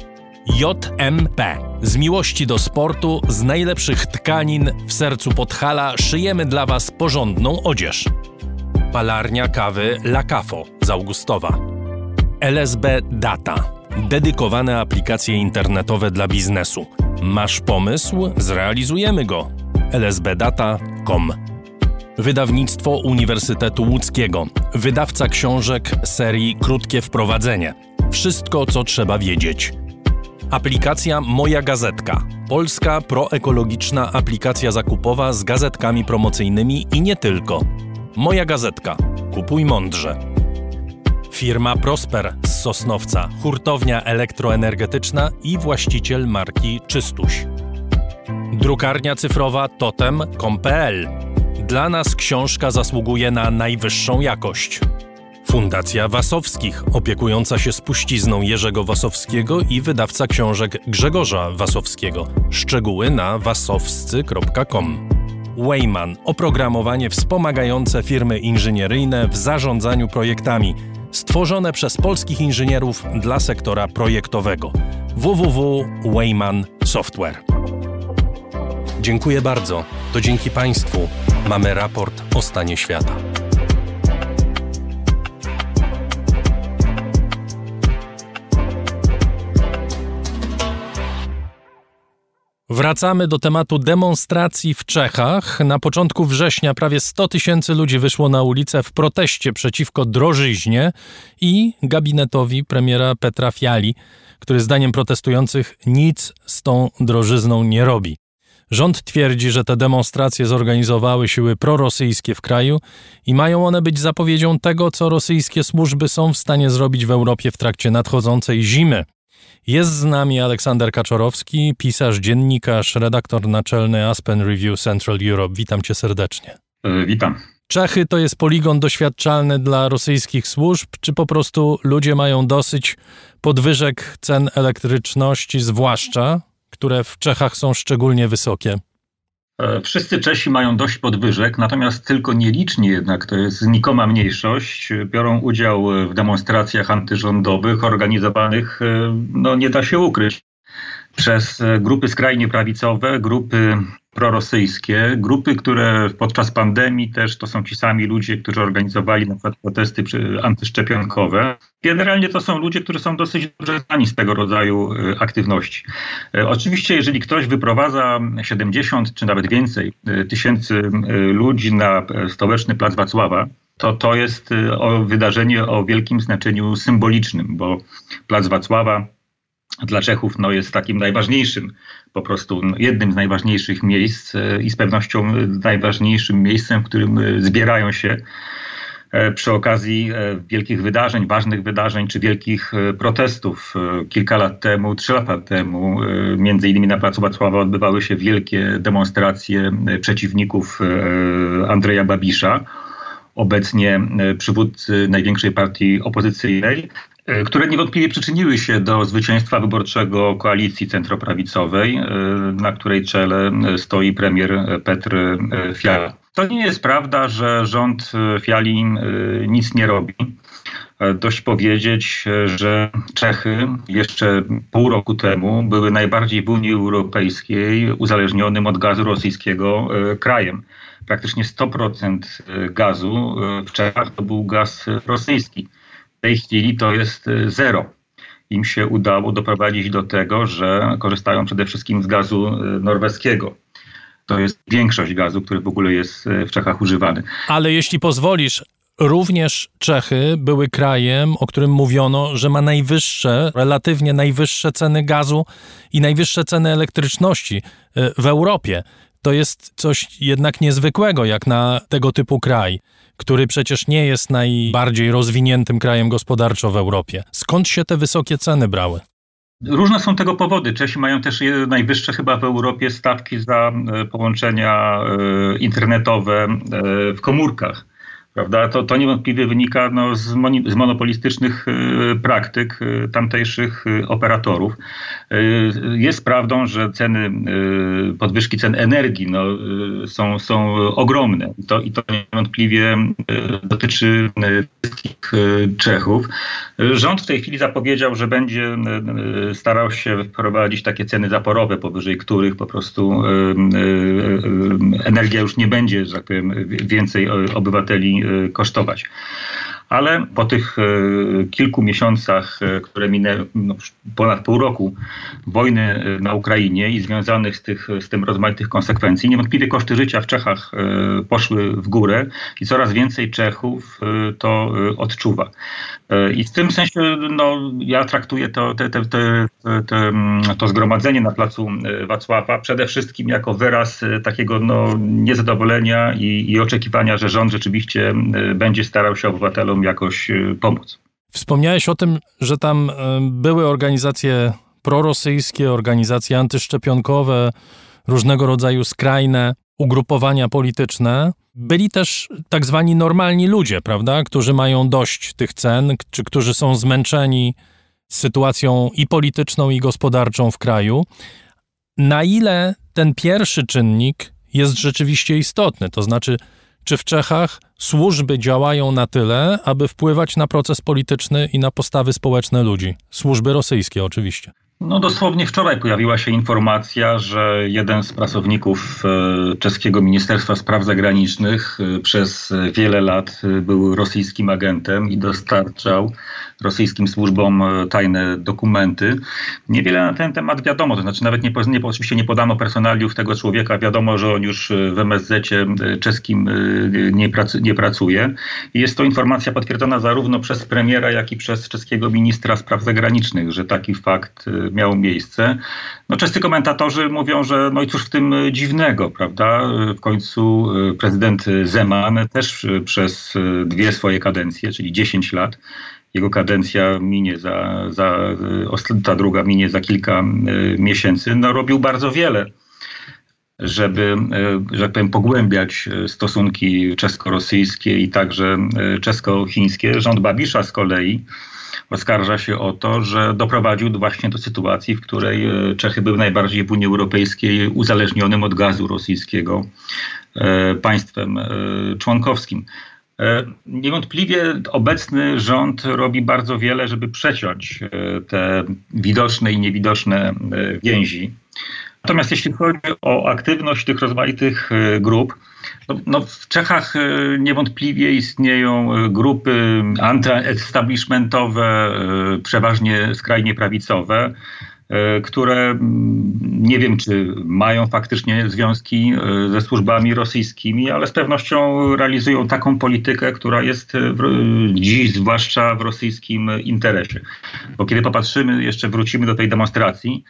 Speaker 1: J M P. Z miłości do sportu, z najlepszych tkanin w sercu Podhala szyjemy dla Was porządną odzież. Palarnia kawy La Cafo z Augustowa. L S B Data. Dedykowane aplikacje internetowe dla biznesu. Masz pomysł? Zrealizujemy go. l s b data kropka com. Wydawnictwo Uniwersytetu Łódzkiego. Wydawca książek serii Krótkie Wprowadzenie. Wszystko, co trzeba wiedzieć. Aplikacja Moja Gazetka. Polska proekologiczna aplikacja zakupowa z gazetkami promocyjnymi i nie tylko. Moja Gazetka. Kupuj mądrze. Firma Prosper z Sosnowca, hurtownia elektroenergetyczna i właściciel marki Czystuś. Drukarnia cyfrowa totem kropka com kropka p l. Dla nas książka zasługuje na najwyższą jakość. Fundacja Wasowskich, opiekująca się spuścizną Jerzego Wasowskiego i wydawca książek Grzegorza Wasowskiego. Szczegóły na wasowscy kropka com. Wayman, oprogramowanie wspomagające firmy inżynieryjne w zarządzaniu projektami, stworzone przez polskich inżynierów dla sektora projektowego. w w w kropka wayman software. Dziękuję bardzo. To dzięki Państwu mamy raport o stanie świata. Wracamy do tematu demonstracji w Czechach. Na początku września prawie sto tysięcy ludzi wyszło na ulicę w proteście przeciwko drożyźnie i gabinetowi premiera Petra Fiali, który zdaniem protestujących nic z tą drożyzną nie robi. Rząd twierdzi, że te demonstracje zorganizowały siły prorosyjskie w kraju i mają one być zapowiedzią tego, co rosyjskie służby są w stanie zrobić w Europie w trakcie nadchodzącej zimy. Jest z nami Aleksander Kaczorowski, pisarz, dziennikarz, redaktor naczelny Aspen Review Central Europe. Witam cię serdecznie.
Speaker 15: E, witam.
Speaker 1: Czechy to jest poligon doświadczalny dla rosyjskich służb, czy po prostu ludzie mają dosyć podwyżek cen elektryczności, zwłaszcza, które w Czechach są szczególnie wysokie?
Speaker 15: Wszyscy Czesi mają dość podwyżek, natomiast tylko nieliczni jednak, to jest znikoma mniejszość, biorą udział w demonstracjach antyrządowych organizowanych, no nie da się ukryć, przez grupy skrajnie prawicowe, grupy prorosyjskie, grupy, które podczas pandemii też to są ci sami ludzie, którzy organizowali na przykład protesty antyszczepionkowe. Generalnie to są ludzie, którzy są dosyć dobrze znani z tego rodzaju aktywności. Oczywiście, jeżeli ktoś wyprowadza siedemdziesiąt czy nawet więcej tysięcy ludzi na stołeczny plac Wacława, to to jest wydarzenie o wielkim znaczeniu symbolicznym, bo plac Wacława dla Czechów no, jest takim najważniejszym, po prostu jednym z najważniejszych miejsc i z pewnością najważniejszym miejscem, w którym zbierają się przy okazji wielkich wydarzeń, ważnych wydarzeń czy wielkich protestów. Kilka lat temu, trzy lata temu, między innymi na placu Wacława odbywały się wielkie demonstracje przeciwników Andreja Babisza, obecnie przywódcy największej partii opozycyjnej, które niewątpliwie przyczyniły się do zwycięstwa wyborczego koalicji centroprawicowej, na której czele stoi premier Petr Fiala. To nie jest prawda, że rząd Fiali nic nie robi. Dość powiedzieć, że Czechy jeszcze pół roku temu były najbardziej w Unii Europejskiej uzależnionym od gazu rosyjskiego krajem. Praktycznie sto procent gazu w Czechach to był gaz rosyjski. W tej chwili to jest zero. Im się udało doprowadzić do tego, że korzystają przede wszystkim z gazu norweskiego. To jest większość gazu, który w ogóle jest w Czechach używany.
Speaker 1: Ale jeśli pozwolisz, również Czechy były krajem, o którym mówiono, że ma najwyższe, relatywnie najwyższe ceny gazu i najwyższe ceny elektryczności w Europie. To jest coś jednak niezwykłego, jak na tego typu kraj, który przecież nie jest najbardziej rozwiniętym krajem gospodarczo w Europie. Skąd się te wysokie ceny brały?
Speaker 15: Różne są tego powody. Czesi mają też najwyższe chyba w Europie stawki za połączenia internetowe w komórkach. Prawda? To, to niewątpliwie wynika no, z, moni- z monopolistycznych y, praktyk y, tamtejszych y, operatorów. Y, jest prawdą, że ceny, y, podwyżki cen energii no, y, są, są ogromne. I to, i to niewątpliwie y, dotyczy wszystkich y, Czechów. Y, rząd w tej chwili zapowiedział, że będzie y, starał się wprowadzić takie ceny zaporowe, powyżej których po prostu y, y, y, energia już nie będzie, że tak powiem, więcej obywateli kosztować. Ale po tych e, kilku miesiącach, e, które minęły, no, ponad pół roku wojny na Ukrainie i związanych z, tych, z tym rozmaitych konsekwencji, niewątpliwie koszty życia w Czechach e, poszły w górę i coraz więcej Czechów e, to e, odczuwa. E, I w tym sensie no, ja traktuję to, te, te, te, te, to zgromadzenie na placu Wacława przede wszystkim jako wyraz takiego no, niezadowolenia i, i oczekiwania, że rząd rzeczywiście będzie starał się obywatelom jakoś pomóc.
Speaker 1: Wspomniałeś o tym, że tam były organizacje prorosyjskie, organizacje antyszczepionkowe, różnego rodzaju skrajne ugrupowania polityczne. Byli też tak zwani normalni ludzie, prawda, którzy mają dość tych cen, czy którzy są zmęczeni sytuacją i polityczną, i gospodarczą w kraju. Na ile ten pierwszy czynnik jest rzeczywiście istotny? To znaczy, czy w Czechach służby działają na tyle, aby wpływać na proces polityczny i na postawy społeczne ludzi? Służby rosyjskie oczywiście.
Speaker 15: No dosłownie wczoraj pojawiła się informacja, że jeden z pracowników czeskiego Ministerstwa Spraw Zagranicznych przez wiele lat był rosyjskim agentem i dostarczał rosyjskim służbom tajne dokumenty. Niewiele na ten temat wiadomo, to znaczy nawet nie, nie, oczywiście nie podano personaliów tego człowieka. Wiadomo, że on już w em es zecie czeskim nie, pracu, nie pracuje. I jest to informacja potwierdzona zarówno przez premiera, jak i przez czeskiego ministra spraw zagranicznych, że taki fakt miał miejsce. No, czescy komentatorzy mówią, że no i cóż w tym dziwnego, prawda? W końcu prezydent Zeman też przez dwie swoje kadencje, czyli dziesięć lat, jego kadencja minie za, za, ta druga minie za kilka miesięcy, no robił bardzo wiele, żeby, że tak powiem, pogłębiać stosunki czesko-rosyjskie i także czesko-chińskie. Rząd Babisza z kolei oskarża się o to, że doprowadził właśnie do sytuacji, w której Czechy były najbardziej w Unii Europejskiej uzależnionym od gazu rosyjskiego państwem członkowskim. Niewątpliwie obecny rząd robi bardzo wiele, żeby przeciąć te widoczne i niewidoczne więzi. Natomiast jeśli chodzi o aktywność tych rozmaitych grup, no, no w Czechach niewątpliwie istnieją grupy antyestablishmentowe, przeważnie skrajnie prawicowe, które nie wiem, czy mają faktycznie związki ze służbami rosyjskimi, ale z pewnością realizują taką politykę, która jest w, dziś zwłaszcza w rosyjskim interesie. Bo kiedy popatrzymy, jeszcze wrócimy do tej demonstracji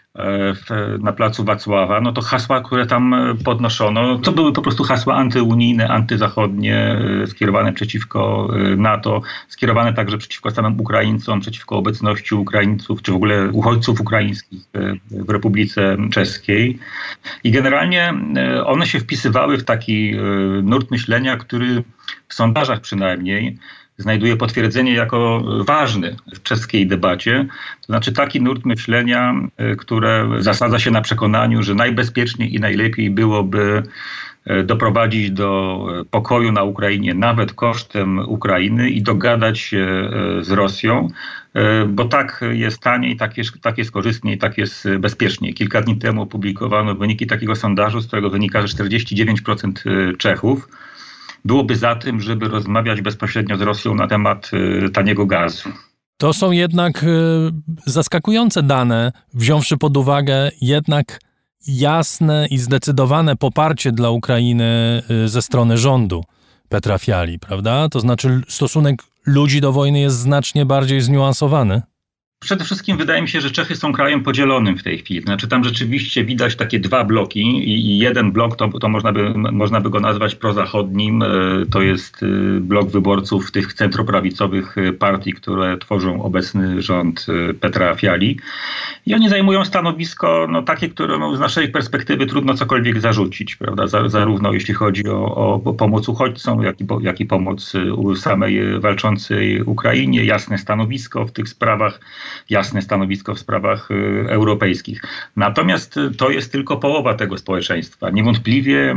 Speaker 15: w, na placu Wacława, no to hasła, które tam podnoszono, to były po prostu hasła antyunijne, antyzachodnie, skierowane przeciwko NATO, skierowane także przeciwko samym Ukraińcom, przeciwko obecności Ukraińców, czy w ogóle uchodźców ukraińskich w Republice Czeskiej. I generalnie one się wpisywały w taki nurt myślenia, który w sondażach przynajmniej znajduje potwierdzenie jako ważny w czeskiej debacie. To znaczy taki nurt myślenia, które zasadza się na przekonaniu, że najbezpieczniej i najlepiej byłoby doprowadzić do pokoju na Ukrainie, nawet kosztem Ukrainy, i dogadać się z Rosją, bo tak jest taniej, tak jest, tak jest korzystniej, tak jest bezpieczniej. Kilka dni temu opublikowano wyniki takiego sondażu, z którego wynika, że czterdzieści dziewięć procent Czechów byłoby za tym, żeby rozmawiać bezpośrednio z Rosją na temat taniego gazu.
Speaker 1: To są jednak zaskakujące dane, wziąwszy pod uwagę jednak jasne i zdecydowane poparcie dla Ukrainy ze strony rządu Petra Fiali, prawda? To znaczy stosunek ludzi do wojny jest znacznie bardziej zniuansowany.
Speaker 15: Przede wszystkim wydaje mi się, że Czechy są krajem podzielonym w tej chwili. Znaczy tam rzeczywiście widać takie dwa bloki i jeden blok to, to można, by, można by go nazwać prozachodnim. To jest blok wyborców tych centroprawicowych partii, które tworzą obecny rząd Petra Fiali. I oni zajmują stanowisko no, takie, które no, z naszej perspektywy trudno cokolwiek zarzucić, prawda? Zarówno jeśli chodzi o, o pomoc uchodźcom, jak i, jak i pomoc samej walczącej Ukrainie. Jasne stanowisko w tych sprawach. Jasne stanowisko w sprawach y, europejskich. Natomiast to jest tylko połowa tego społeczeństwa. Niewątpliwie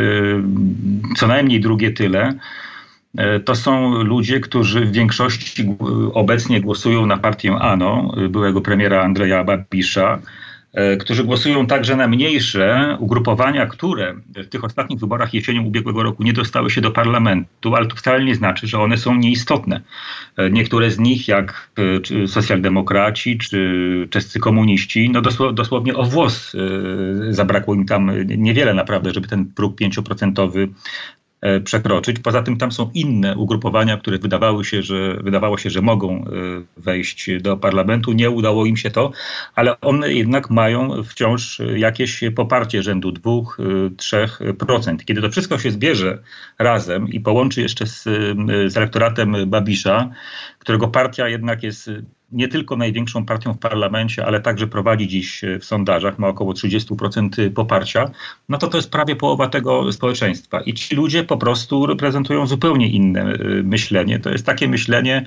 Speaker 15: y, co najmniej drugie tyle y, to są ludzie, którzy w większości g- obecnie głosują na partię ANO, y, byłego premiera Andreja Babisza, którzy głosują także na mniejsze ugrupowania, które w tych ostatnich wyborach jesienią ubiegłego roku nie dostały się do parlamentu, ale to wcale nie znaczy, że one są nieistotne. Niektóre z nich, jak czy socjaldemokraci, czy czescy komuniści, no dosł- dosłownie o włos zabrakło im tam niewiele naprawdę, żeby ten próg pięcioprocentowy przekroczyć. Poza tym tam są inne ugrupowania, które wydawały się, że, wydawało się, że mogą wejść do parlamentu. Nie udało im się to, ale one jednak mają wciąż jakieś poparcie rzędu dwóch do trzech procent. Kiedy to wszystko się zbierze razem i połączy jeszcze z, z elektoratem Babisza, którego partia jednak jest nie tylko największą partią w parlamencie, ale także prowadzi dziś w sondażach, ma około trzydzieści procent poparcia, no to to jest prawie połowa tego społeczeństwa. I ci ludzie po prostu reprezentują zupełnie inne myślenie. To jest takie myślenie,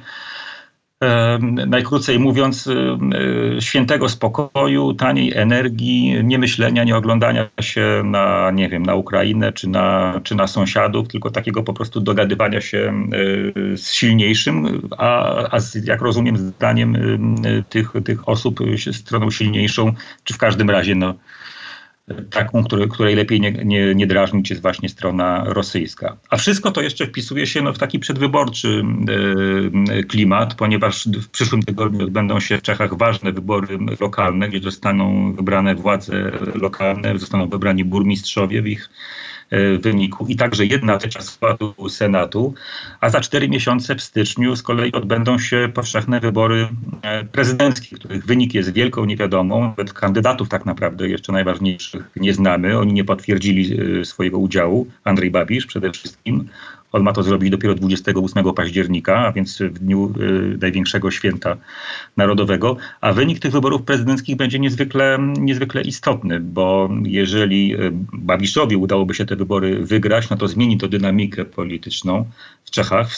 Speaker 15: E, najkrócej mówiąc, e, świętego spokoju, taniej energii, nie myślenia, nie oglądania się na, nie wiem, na Ukrainę czy na, czy na sąsiadów, tylko takiego po prostu dogadywania się e, z silniejszym, a, a z, jak rozumiem, zdaniem e, tych, tych osób stroną silniejszą, czy w każdym razie no, taką, której, której lepiej nie, nie, nie drażnić, jest właśnie strona rosyjska. A wszystko to jeszcze wpisuje się no, w taki przedwyborczy e, klimat, ponieważ w przyszłym tygodniu odbędą się w Czechach ważne wybory lokalne, gdzie zostaną wybrane władze lokalne, zostaną wybrani burmistrzowie w ich wyniku i także jedna trzecia składu Senatu, a za cztery miesiące w styczniu z kolei odbędą się powszechne wybory prezydenckie, których wynik jest wielką niewiadomą. Nawet kandydatów tak naprawdę jeszcze najważniejszych nie znamy. Oni nie potwierdzili swojego udziału. Andrzej Babisz przede wszystkim. On ma to zrobić dopiero dwudziestego ósmego października, a więc w dniu y, największego święta narodowego. A wynik tych wyborów prezydenckich będzie niezwykle, niezwykle istotny, bo jeżeli Babiszowi udałoby się te wybory wygrać, no to zmieni to dynamikę polityczną w Czechach w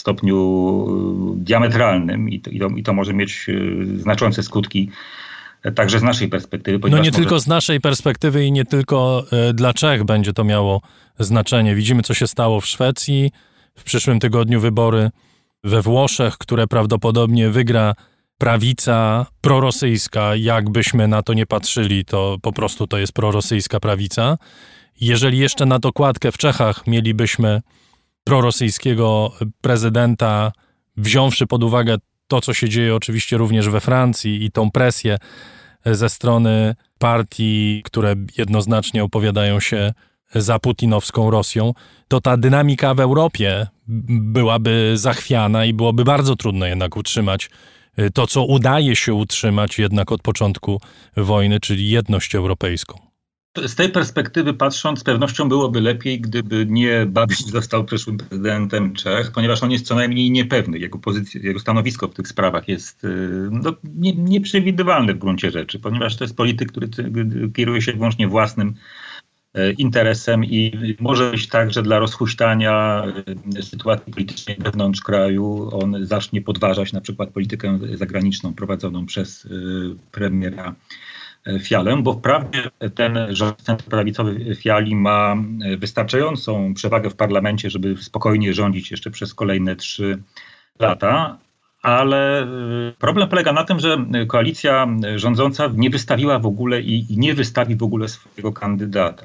Speaker 15: stopniu diametralnym i to, i to, i to może mieć znaczące skutki także z naszej perspektywy.
Speaker 1: No nie
Speaker 15: może...
Speaker 1: tylko z naszej perspektywy i nie tylko y, dla Czech będzie to miało znaczenie. Widzimy, co się stało w Szwecji. W przyszłym tygodniu wybory we Włoszech, które prawdopodobnie wygra prawica prorosyjska. Jakbyśmy na to nie patrzyli, to po prostu to jest prorosyjska prawica. Jeżeli jeszcze na dokładkę w Czechach mielibyśmy prorosyjskiego prezydenta, wziąwszy pod uwagę to, co się dzieje oczywiście również we Francji i tą presję ze strony partii, które jednoznacznie opowiadają się za putinowską Rosją, to ta dynamika w Europie byłaby zachwiana i byłoby bardzo trudno jednak utrzymać to, co udaje się utrzymać jednak od początku wojny, czyli jedność europejską.
Speaker 15: Z tej perspektywy patrząc, z pewnością byłoby lepiej, gdyby nie Babiš został przyszłym prezydentem Czech, ponieważ on jest co najmniej niepewny. Jego pozycja, jego stanowisko w tych sprawach jest no, nie, nieprzewidywalne w gruncie rzeczy, ponieważ to jest polityk, który kieruje się wyłącznie własnym interesem i może być tak, że dla rozhuśtania sytuacji politycznej wewnątrz kraju on zacznie podważać na przykład politykę zagraniczną prowadzoną przez premiera Fialę, bo wprawdzie ten rząd centroprawicowy Fiali ma wystarczającą przewagę w parlamencie, żeby spokojnie rządzić jeszcze przez kolejne trzy lata, ale problem polega na tym, że koalicja rządząca nie wystawiła w ogóle i nie wystawi w ogóle swojego kandydata.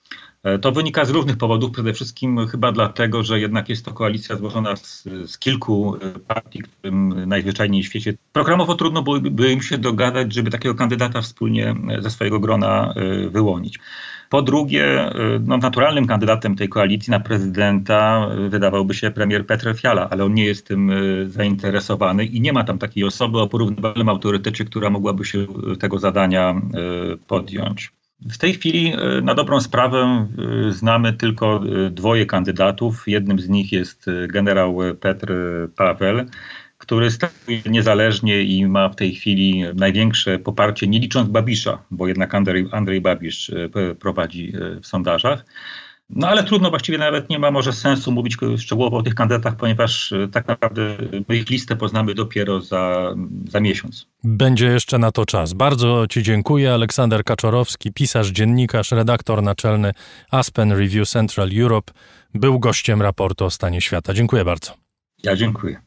Speaker 15: To wynika z różnych powodów, przede wszystkim chyba dlatego, że jednak jest to koalicja złożona z, z kilku partii, którym najzwyczajniej w świecie programowo trudno byłoby im się dogadać, żeby takiego kandydata wspólnie ze swojego grona wyłonić. Po drugie, no, naturalnym kandydatem tej koalicji na prezydenta wydawałby się premier Petr Fiala, ale on nie jest tym zainteresowany i nie ma tam takiej osoby o porównywalnym autorytecie, która mogłaby się tego zadania podjąć. W tej chwili na dobrą sprawę znamy tylko dwoje kandydatów. Jednym z nich jest generał Petr Paweł, który startuje niezależnie i ma w tej chwili największe poparcie, nie licząc Babisza, bo jednak Andrzej, Andrzej Babiš prowadzi w sondażach. No ale trudno, właściwie nawet nie ma może sensu mówić szczegółowo o tych kandydatach, ponieważ tak naprawdę my ich listę poznamy dopiero za, za miesiąc.
Speaker 1: Będzie jeszcze na to czas. Bardzo Ci dziękuję. Aleksander Kaczorowski, pisarz, dziennikarz, redaktor naczelny Aspen Review Central Europe, był gościem raportu o stanie świata. Dziękuję bardzo.
Speaker 15: Ja dziękuję.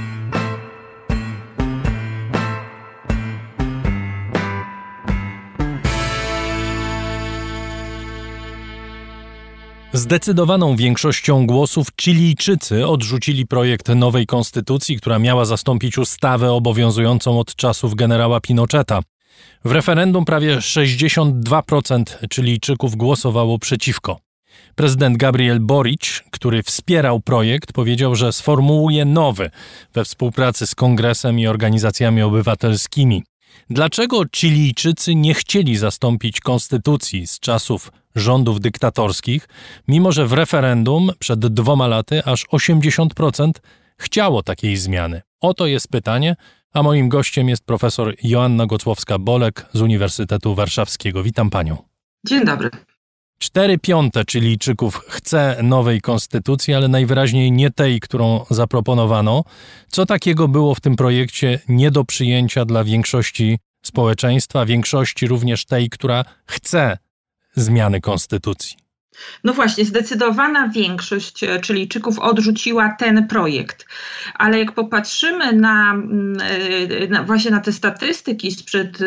Speaker 1: Zdecydowaną większością głosów Chilijczycy odrzucili projekt nowej konstytucji, która miała zastąpić ustawę obowiązującą od czasów generała Pinocheta. W referendum prawie sześćdziesiąt dwa procent Chilijczyków głosowało przeciwko. Prezydent Gabriel Boric, który wspierał projekt, powiedział, że sformułuje nowy we współpracy z Kongresem i organizacjami obywatelskimi. Dlaczego Chilijczycy nie chcieli zastąpić konstytucji z czasów rządów dyktatorskich, mimo że w referendum przed dwoma laty aż osiemdziesiąt procent chciało takiej zmiany? Oto jest pytanie, a moim gościem jest profesor Joanna Gocłowska-Bolek z Uniwersytetu Warszawskiego. Witam panią.
Speaker 16: Dzień dobry.
Speaker 1: Cztery piąte Chilijczyków chce nowej konstytucji, ale najwyraźniej nie tej, którą zaproponowano. Co takiego było w tym projekcie nie do przyjęcia dla większości społeczeństwa, większości również tej, która chce zmiany konstytucji?
Speaker 16: No właśnie, zdecydowana większość Chilijczyków odrzuciła ten projekt, ale jak popatrzymy na, na właśnie na te statystyki sprzed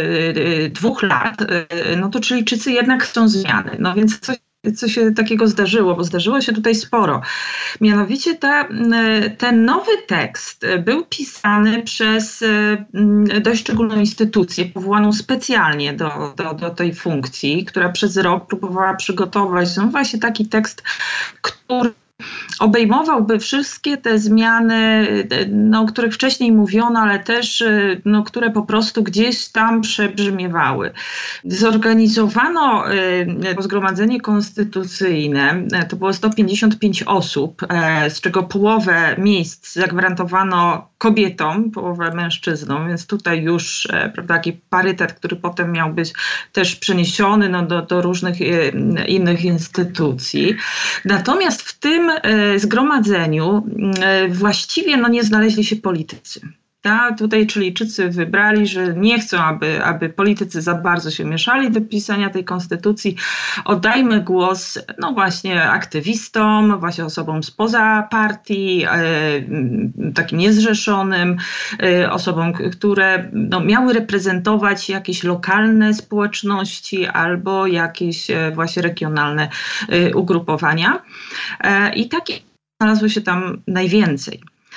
Speaker 16: dwóch lat, no to Chilijczycy jednak chcą zmiany. No więc coś co się takiego zdarzyło, bo zdarzyło się tutaj sporo. Mianowicie ta, ten nowy tekst był pisany przez dość szczególną instytucję, powołaną specjalnie do, do, do tej funkcji, która przez rok próbowała przygotować no właśnie taki tekst, który obejmowałby wszystkie te zmiany, no, o których wcześniej mówiono, ale też no, które po prostu gdzieś tam przebrzmiewały. Zorganizowano zgromadzenie konstytucyjne, to było sto pięćdziesiąt pięć osób, z czego połowę miejsc zagwarantowano kobietom, połowę mężczyznom, więc tutaj już prawda, taki parytet, który potem miał być też przeniesiony no, do, do różnych innych instytucji. Natomiast w tym zgromadzeniu właściwie no, nie znaleźli się politycy. Ta, tutaj Chilijczycy wybrali, że nie chcą, aby, aby politycy za bardzo się mieszali do pisania tej konstytucji. Oddajmy głos no właśnie aktywistom, właśnie osobom spoza partii, e, takim niezrzeszonym, e, osobom, które no, miały reprezentować jakieś lokalne społeczności albo jakieś e, właśnie regionalne e, ugrupowania. E, I takie znalazło się tam najwięcej.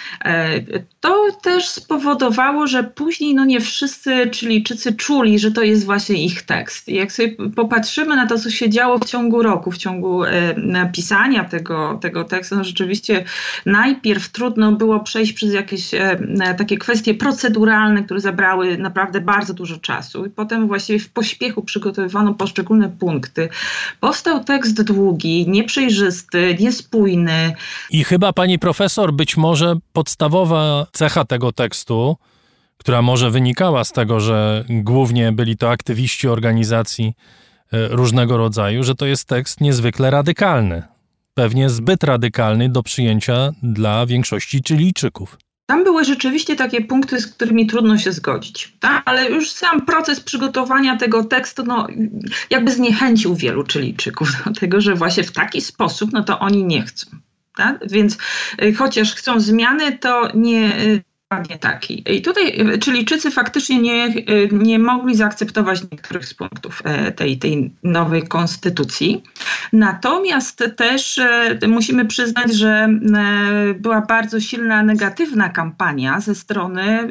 Speaker 16: To też spowodowało, że później no nie wszyscy Chilijczycy czuli, że to jest właśnie ich tekst. I jak sobie popatrzymy na to, co się działo w ciągu roku, w ciągu e, pisania tego, tego tekstu, no rzeczywiście najpierw trudno było przejść przez jakieś e, takie kwestie proceduralne, które zabrały naprawdę bardzo dużo czasu. I potem właściwie w pośpiechu przygotowywano poszczególne punkty. Powstał tekst długi, nieprzejrzysty, niespójny.
Speaker 1: I chyba pani profesor być może podstawowa cecha tego tekstu, która może wynikała z tego, że głównie byli to aktywiści organizacji różnego rodzaju, że to jest tekst niezwykle radykalny. Pewnie zbyt radykalny do przyjęcia dla większości Chilijczyków.
Speaker 16: Tam były rzeczywiście takie punkty, z którymi trudno się zgodzić, tak? Ale już sam proces przygotowania tego tekstu no, jakby zniechęcił wielu Chilijczyków do tego, że właśnie w taki sposób no to oni nie chcą. Tak? Więc chociaż chcą zmiany, to nie dokładnie taki. I tutaj Chilijczycy faktycznie nie, nie mogli zaakceptować niektórych z punktów tej, tej nowej konstytucji. Natomiast też musimy przyznać, że była bardzo silna negatywna kampania ze strony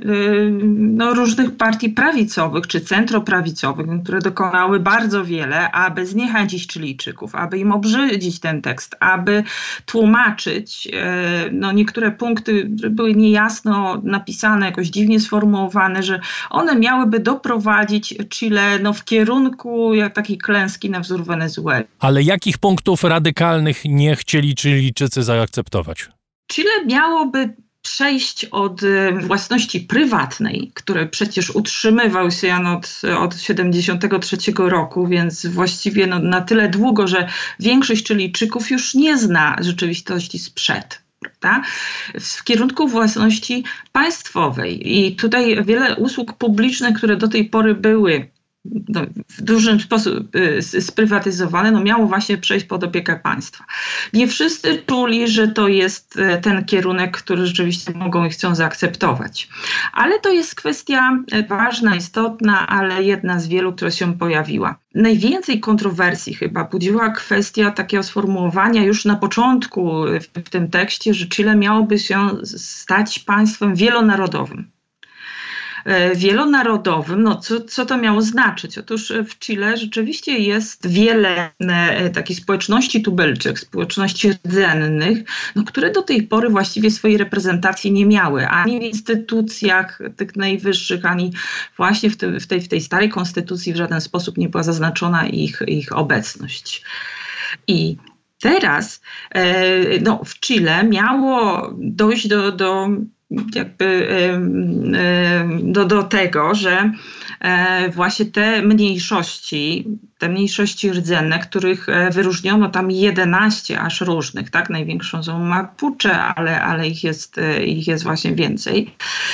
Speaker 16: no, różnych partii prawicowych czy centroprawicowych, które dokonały bardzo wiele, aby zniechęcić Chilijczyków, aby im obrzydzić ten tekst, aby tłumaczyć no, niektóre punkty, które były niejasno napisane, jakoś dziwnie sformułowane, że one miałyby doprowadzić Chile no, w kierunku jak takiej klęski na wzór Wenezueli.
Speaker 1: Ale jakich punktów radykalnych nie chcieli Chilijczycy zaakceptować?
Speaker 16: Chile miałoby przejść od własności prywatnej, który przecież utrzymywał się no, od, od siedemdziesiątego trzeciego roku, więc właściwie no, na tyle długo, że większość Chilijczyków już nie zna rzeczywistości sprzed. Prawda? W kierunku własności państwowej. I tutaj wiele usług publicznych, które do tej pory były no, w dużym sposób y, sprywatyzowane, no miało właśnie przejść pod opiekę państwa. Nie wszyscy czuli, że to jest y, ten kierunek, który rzeczywiście mogą i chcą zaakceptować. Ale to jest kwestia ważna, istotna, ale jedna z wielu, która się pojawiła. Najwięcej kontrowersji chyba budziła kwestia takiego sformułowania już na początku w, w tym tekście, że Chile miałoby się stać państwem wielonarodowym. wielonarodowym. No, co, co to miało znaczyć? Otóż w Chile rzeczywiście jest wiele takich społeczności tubylczych, społeczności rdzennych, no, które do tej pory właściwie swojej reprezentacji nie miały, ani w instytucjach tych najwyższych, ani właśnie w, tym, w, tej, w tej starej konstytucji w żaden sposób nie była zaznaczona ich, ich obecność. I teraz no, w Chile miało dojść do, do jakby do, do tego, że właśnie te mniejszości, te mniejszości rdzenne, których wyróżniono tam jedenaście aż różnych, tak? Największą są Mapuche, ale, ale ich jest, ich jest właśnie więcej,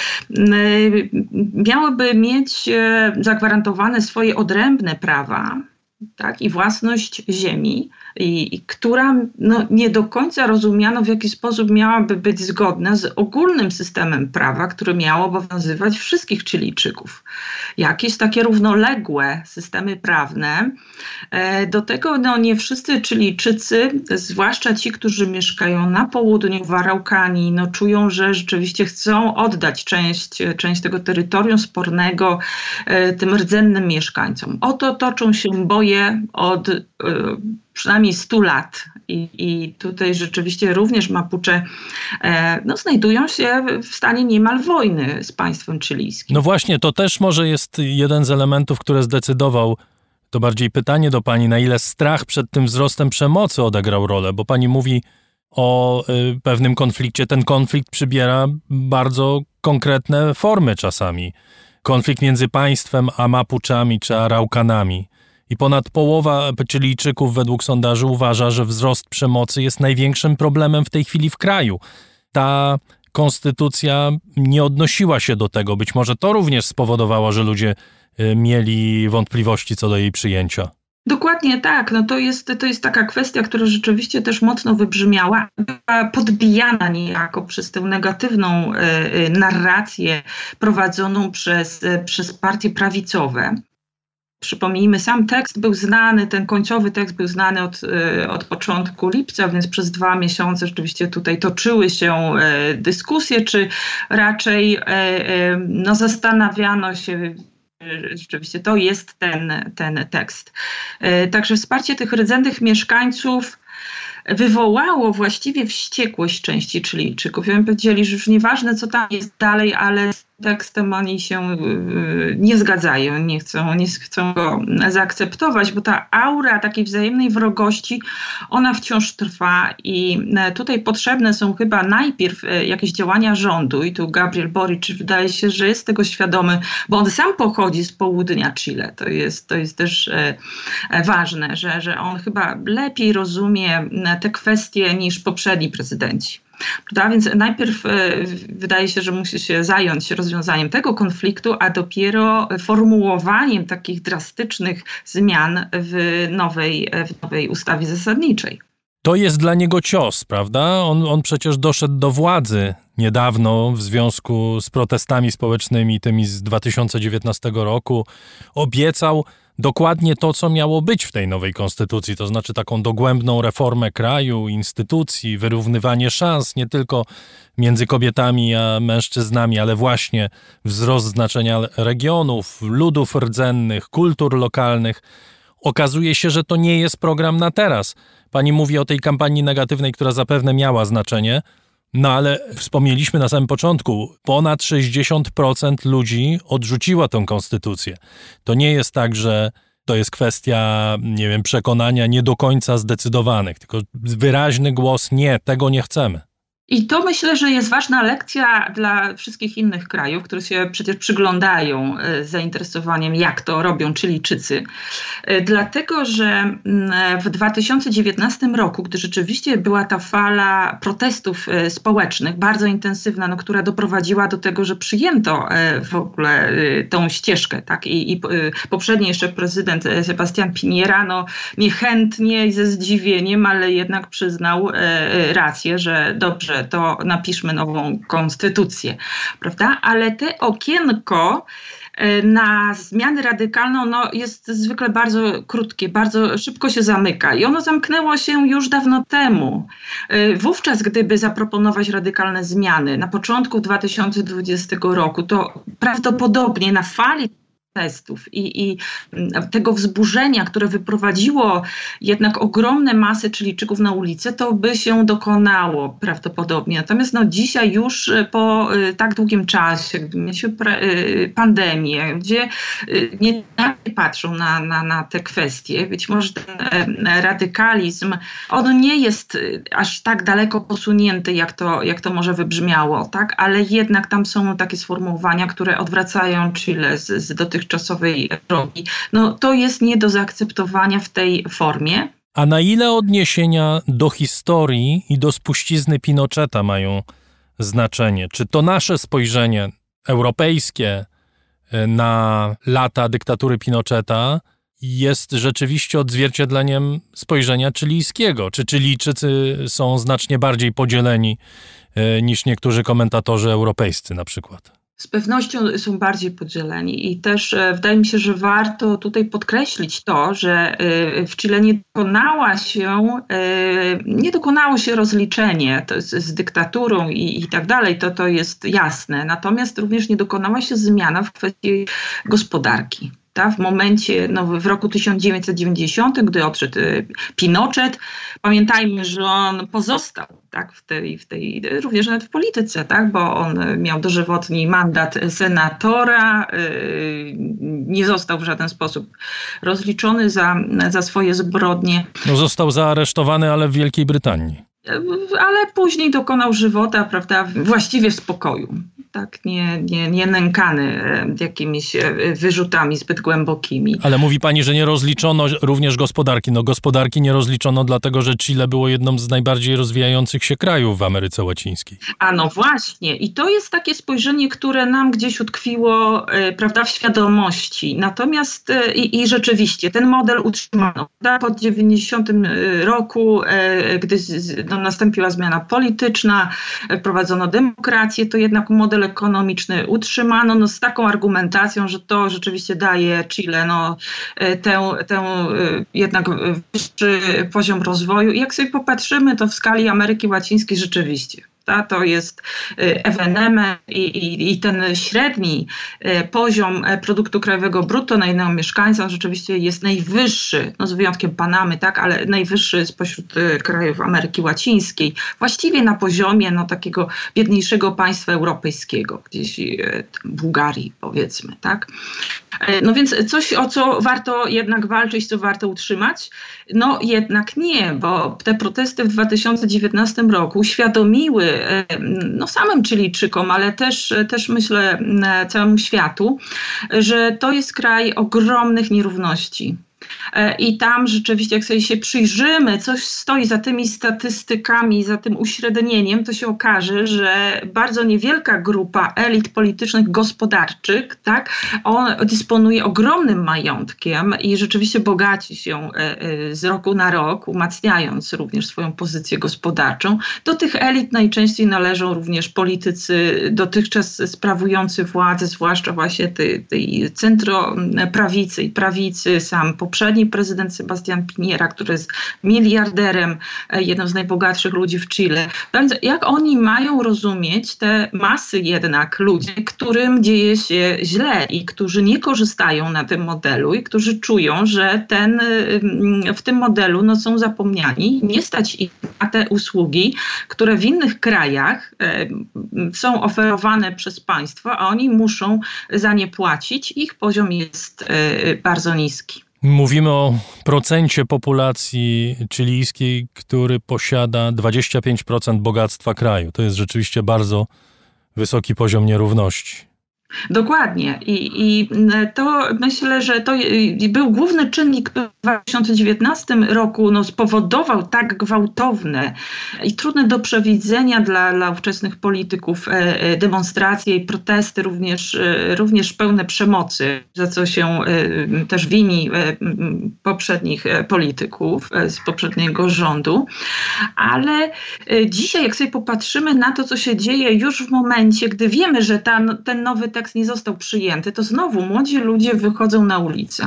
Speaker 16: miałyby mieć zagwarantowane swoje odrębne prawa, tak, i własność ziemi, i, i która no, nie do końca rozumiano, w jaki sposób miałaby być zgodna z ogólnym systemem prawa, który miał obowiązywać wszystkich Chilijczyków. Jakieś takie równoległe systemy prawne. E, do tego no, nie wszyscy Chilijczycy, zwłaszcza ci, którzy mieszkają na południu, w Araukanii, no, czują, że rzeczywiście chcą oddać część, część tego terytorium spornego e, tym rdzennym mieszkańcom. Oto toczą się boje od y, przynajmniej stu lat I, i tutaj rzeczywiście również Mapuche e, no, znajdują się w stanie niemal wojny z państwem chilijskim.
Speaker 1: No właśnie, to też może jest jeden z elementów, który zdecydował, to bardziej pytanie do pani, na ile strach przed tym wzrostem przemocy odegrał rolę, bo pani mówi o y, pewnym konflikcie. Ten konflikt przybiera bardzo konkretne formy czasami. Konflikt między państwem a Mapuchami czy Araukanami. I ponad połowa Chilijczyków według sondaży uważa, że wzrost przemocy jest największym problemem w tej chwili w kraju. Ta konstytucja nie odnosiła się do tego. Być może to również spowodowało, że ludzie mieli wątpliwości co do jej przyjęcia.
Speaker 16: Dokładnie tak. No to jest, to jest taka kwestia, która rzeczywiście też mocno wybrzmiała, była podbijana niejako przez tę negatywną y, narrację prowadzoną przez, y, przez partie prawicowe. Przypomnijmy, sam tekst był znany, ten końcowy tekst był znany od, od początku lipca, więc przez dwa miesiące rzeczywiście tutaj toczyły się dyskusje, czy raczej no, zastanawiano się, rzeczywiście to jest ten, ten tekst. Także wsparcie tych rdzennych mieszkańców wywołało właściwie wściekłość części Chilijczyków. Ja bym powiedzieli, że już nieważne, co tam jest dalej, ale z tekstem oni się nie zgadzają, nie chcą, nie chcą go zaakceptować, bo ta aura takiej wzajemnej wrogości, ona wciąż trwa i tutaj potrzebne są chyba najpierw jakieś działania rządu i tu Gabriel Boric wydaje się, że jest tego świadomy, bo on sam pochodzi z południa Chile. To jest, to jest też ważne, że, że on chyba lepiej rozumie te kwestie niż poprzedni prezydenci. Prawda? Więc najpierw e, wydaje się, że musi się zająć rozwiązaniem tego konfliktu, a dopiero formułowaniem takich drastycznych zmian w nowej, w nowej ustawie zasadniczej.
Speaker 1: To jest dla niego cios, prawda? On, on przecież doszedł do władzy niedawno w związku z protestami społecznymi tymi z dwa tysiące dziewiętnastego roku. Obiecał dokładnie to, co miało być w tej nowej konstytucji, to znaczy taką dogłębną reformę kraju, instytucji, wyrównywanie szans nie tylko między kobietami a mężczyznami, ale właśnie wzrost znaczenia regionów, ludów rdzennych, kultur lokalnych. Okazuje się, że to nie jest program na teraz. Pani mówi o tej kampanii negatywnej, która zapewne miała znaczenie, no ale wspomnieliśmy na samym początku, ponad sześćdziesiąt procent ludzi odrzuciła tę konstytucję. To nie jest tak, że to jest kwestia, nie wiem, przekonania nie do końca zdecydowanych, tylko wyraźny głos nie, tego nie chcemy.
Speaker 16: I to myślę, że jest ważna lekcja dla wszystkich innych krajów, które się przecież przyglądają z zainteresowaniem, jak to robią Chilijczycy. Dlatego, że w dwa tysiące dziewiętnastym roku, gdy rzeczywiście była ta fala protestów społecznych, bardzo intensywna, no, która doprowadziła do tego, że przyjęto w ogóle tą ścieżkę, tak? I, i poprzedni jeszcze prezydent Sebastián Piñera, no, niechętnie i ze zdziwieniem, ale jednak przyznał rację, że dobrze, to napiszmy nową konstytucję, prawda? Ale te okienko na zmiany radykalne ono jest zwykle bardzo krótkie, bardzo szybko się zamyka i ono zamknęło się już dawno temu. Wówczas, gdyby zaproponować radykalne zmiany na początku dwa tysiące dwudziestego roku, to prawdopodobnie na fali testów i, i tego wzburzenia, które wyprowadziło jednak ogromne masy Chilijczyków na ulicę, to by się dokonało prawdopodobnie. Natomiast no, dzisiaj już po y, tak długim czasie, gdy mieliśmy pre, y, pandemię, gdzie y, nie patrzą na, na, na te kwestie, być może ten y, radykalizm, on nie jest y, aż tak daleko posunięty, jak to, jak to może wybrzmiało, tak? Ale jednak tam są takie sformułowania, które odwracają Chile z, z dotychczasowej czasowej drogi. No to jest nie do zaakceptowania w tej formie.
Speaker 1: A na ile odniesienia do historii i do spuścizny Pinocheta mają znaczenie? Czy to nasze spojrzenie europejskie na lata dyktatury Pinocheta jest rzeczywiście odzwierciedleniem spojrzenia chilijskiego? Czy Chilijczycy są znacznie bardziej podzieleni niż niektórzy komentatorzy europejscy na przykład?
Speaker 16: Z pewnością są bardziej podzieleni i też e, wydaje mi się, że warto tutaj podkreślić to, że e, w Chile nie dokonała się, e, nie dokonało się rozliczenie to z, z dyktaturą i, i tak dalej, to, to jest jasne. Natomiast również nie dokonała się zmiana w kwestii gospodarki. Ta, w momencie, no, w roku tysiąc dziewięćset dziewięćdziesiątym, gdy odszedł Pinochet, pamiętajmy, że on pozostał tak, w tej, w tej, również nawet w polityce, tak, bo on miał dożywotni mandat senatora, yy, nie został w żaden sposób rozliczony za, za swoje zbrodnie.
Speaker 1: No, został zaaresztowany, ale w Wielkiej Brytanii.
Speaker 16: Ale później dokonał żywota, prawda, właściwie w spokoju. Tak, nie, nie, nie nękany jakimiś wyrzutami zbyt głębokimi.
Speaker 1: Ale mówi pani, że nie rozliczono również gospodarki. No gospodarki nie rozliczono dlatego, że Chile było jedną z najbardziej rozwijających się krajów w Ameryce Łacińskiej.
Speaker 16: A no właśnie. I to jest takie spojrzenie, które nam gdzieś utkwiło, prawda, w świadomości. Natomiast i, i rzeczywiście ten model utrzymano. Po dziewięćdziesiątym roku, gdy no, nastąpiła zmiana polityczna, wprowadzono demokrację, to jednak model ekonomiczny utrzymano, no, z taką argumentacją, że to rzeczywiście daje Chile no, tę, tę jednak wyższy poziom rozwoju. I jak sobie popatrzymy, to w skali Ameryki Łacińskiej rzeczywiście. Ta, to jest ewenement i, i, i ten średni poziom produktu krajowego brutto na jednego mieszkańca rzeczywiście jest najwyższy, no z wyjątkiem Panamy, tak, ale najwyższy spośród krajów Ameryki Łacińskiej. Właściwie na poziomie no, takiego biedniejszego państwa europejskiego, gdzieś Bułgarii powiedzmy, tak. No więc coś, o co warto jednak walczyć, co warto utrzymać? No jednak nie, bo te protesty w dwa tysiące dziewiętnastym roku uświadomiły no samym Chilijczykom, ale też, też myślę całemu światu, że to jest kraj ogromnych nierówności. I tam rzeczywiście, jak sobie się przyjrzymy, coś stoi za tymi statystykami, za tym uśrednieniem, to się okaże, że bardzo niewielka grupa elit politycznych, gospodarczych, tak, on dysponuje ogromnym majątkiem i rzeczywiście bogaci się z roku na rok, umacniając również swoją pozycję gospodarczą. Do tych elit najczęściej należą również politycy dotychczas sprawujący władzę, zwłaszcza właśnie tej, tej centroprawicy i prawicy, sam poprzedni prezydent Sebastián Piñera, który jest miliarderem, jednym z najbogatszych ludzi w Chile. Więc jak oni mają rozumieć te masy jednak ludzi, którym dzieje się źle i którzy nie korzystają na tym modelu i którzy czują, że ten, w tym modelu no, są zapomniani, nie stać ich na te usługi, które w innych krajach e, są oferowane przez państwo, a oni muszą za nie płacić. Ich poziom jest e, bardzo niski.
Speaker 1: Mówimy o procencie populacji chilijskiej, który posiada dwadzieścia pięć procent bogactwa kraju. To jest rzeczywiście bardzo wysoki poziom nierówności.
Speaker 16: Dokładnie. I, I to myślę, że to był główny czynnik, który w dwa tysiące dziewiętnastym roku no, spowodował tak gwałtowne i trudne do przewidzenia dla, dla ówczesnych polityków e, demonstracje i protesty, również, e, również pełne przemocy, za co się e, też wini e, poprzednich polityków e, z poprzedniego rządu. Ale e, dzisiaj, jak sobie popatrzymy na to, co się dzieje już w momencie, gdy wiemy, że ta, ten nowy tekst tekst nie został przyjęty, to znowu młodzi ludzie wychodzą na ulicę.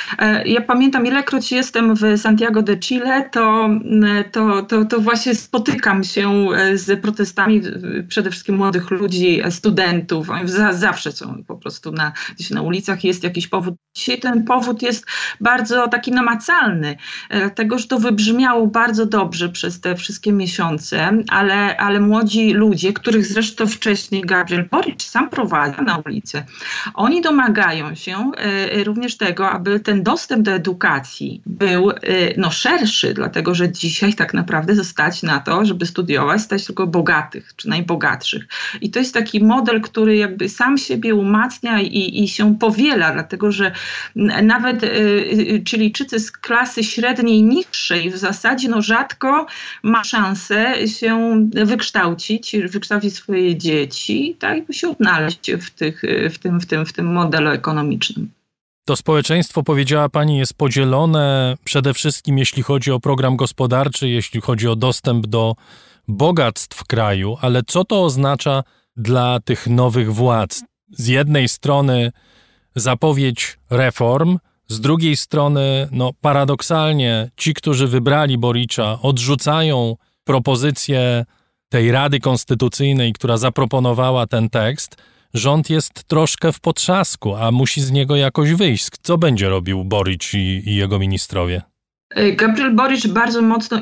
Speaker 16: Ja pamiętam, ilekroć jestem w Santiago de Chile, to, to, to, to właśnie spotykam się z protestami przede wszystkim młodych ludzi, studentów. Oni zawsze są po prostu na, gdzieś na ulicach, jest jakiś powód. Dzisiaj ten powód jest bardzo taki namacalny, dlatego że to wybrzmiało bardzo dobrze przez te wszystkie miesiące, ale, ale młodzi ludzie, których zresztą wcześniej Gabriel Boric sam prowadził na ulicę, oni domagają się y, również tego, aby ten dostęp do edukacji był y, no, szerszy, dlatego że dzisiaj tak naprawdę stać na to, żeby studiować, stać tylko bogatych czy najbogatszych. I to jest taki model, który jakby sam siebie umacnia i, i się powiela, dlatego że nawet y, Chilijczycy z klasy średniej niższej w zasadzie no, rzadko ma szansę się wykształcić, wykształcić swoje dzieci, tak, by się odnaleźć w, tych, w, tym, w, tym, w tym modelu ekonomicznym.
Speaker 1: To społeczeństwo, powiedziała pani, jest podzielone przede wszystkim, jeśli chodzi o program gospodarczy, jeśli chodzi o dostęp do bogactw kraju, ale co to oznacza dla tych nowych władz? Z jednej strony zapowiedź reform, z drugiej strony, no paradoksalnie, ci, którzy wybrali Boricza, odrzucają propozycję tej Rady Konstytucyjnej, która zaproponowała ten tekst. Rząd jest troszkę w potrzasku, a musi z niego jakoś wyjść. Co będzie robił Boric i, i jego ministrowie?
Speaker 16: Gabriel Boric bardzo mocno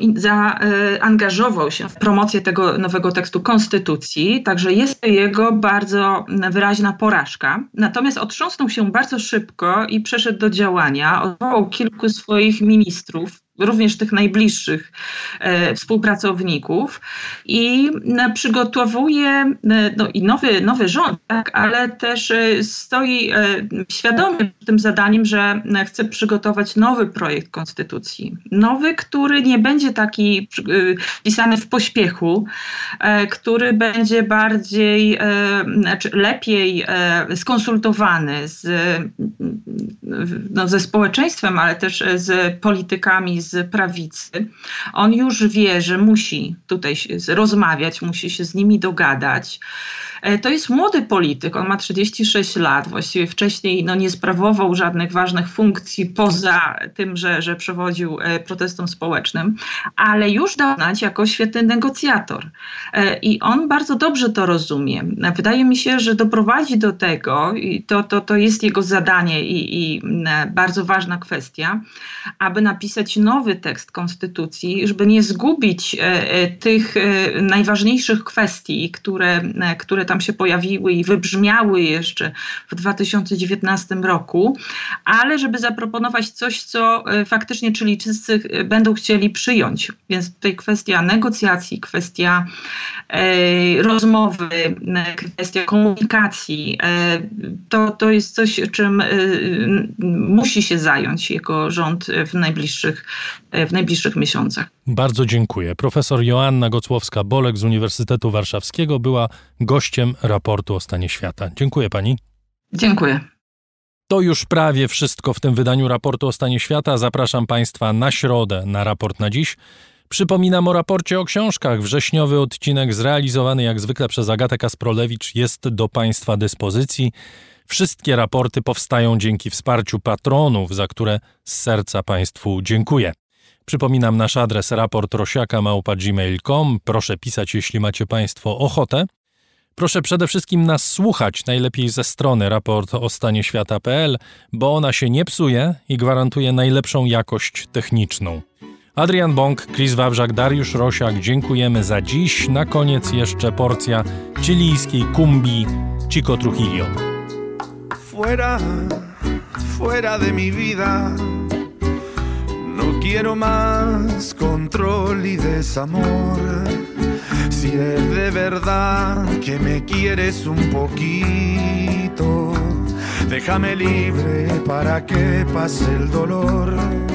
Speaker 16: zaangażował się w promocję tego nowego tekstu konstytucji, także jest to jego bardzo wyraźna porażka. Natomiast otrząsnął się bardzo szybko i przeszedł do działania. Odwołał kilku swoich ministrów, również tych najbliższych e, współpracowników i e, przygotowuje e, no, i nowy, nowy rząd, tak, ale też e, stoi e, świadomy tym zadaniem, że e, chce przygotować nowy projekt konstytucji. Nowy, który nie będzie taki e, pisany w pośpiechu, e, który będzie bardziej, e, znaczy lepiej e, skonsultowany z, no, ze społeczeństwem, ale też z politykami, z prawicy. On już wie, że musi tutaj rozmawiać, musi się z nimi dogadać. To jest młody polityk, on ma trzydzieści sześć lat, właściwie wcześniej no, nie sprawował żadnych ważnych funkcji poza tym, że, że przewodził protestom społecznym, ale już dał znać jako świetny negocjator. I on bardzo dobrze to rozumie. Wydaje mi się, że doprowadzi do tego, i to, to, to jest jego zadanie i, i bardzo ważna kwestia, aby napisać nowy tekst konstytucji, żeby nie zgubić tych najważniejszych kwestii, które, które tam się pojawiły i wybrzmiały jeszcze w dwa tysiące dziewiętnastym roku, ale żeby zaproponować coś, co faktycznie Chilijczycy będą chcieli przyjąć. Więc tutaj kwestia negocjacji, kwestia e, rozmowy, kwestia komunikacji, e, to, to jest coś, czym e, musi się zająć jego rząd w najbliższych, w najbliższych miesiącach.
Speaker 1: Bardzo dziękuję. Profesor Joanna Gocłowska-Bolek z Uniwersytetu Warszawskiego była gościem raportu o stanie świata. Dziękuję pani.
Speaker 16: Dziękuję.
Speaker 1: To już prawie wszystko w tym wydaniu raportu o stanie świata. Zapraszam państwa na środę na raport na dziś. Przypominam o raporcie o książkach. Wrześniowy odcinek zrealizowany jak zwykle przez Agatę Kasprolewicz jest do państwa dyspozycji. Wszystkie raporty powstają dzięki wsparciu patronów, za które z serca państwu dziękuję. Przypominam nasz adres raport rosiaka małpa gmail kropka com. Proszę pisać, jeśli macie państwo ochotę. Proszę przede wszystkim nas słuchać, najlepiej ze strony raport o stanie świata kropka p l, bo ona się nie psuje i gwarantuje najlepszą jakość techniczną. Adrian Bąk, Chris Wawrzak, Dariusz Rosiak, dziękujemy za dziś. Na koniec jeszcze porcja chilijskiej kumbii Chico Trujillo.
Speaker 17: Fuera, fuera de mi vida. No quiero más control y desamor. Si es de verdad que me quieres un poquito, déjame libre para que pase el dolor.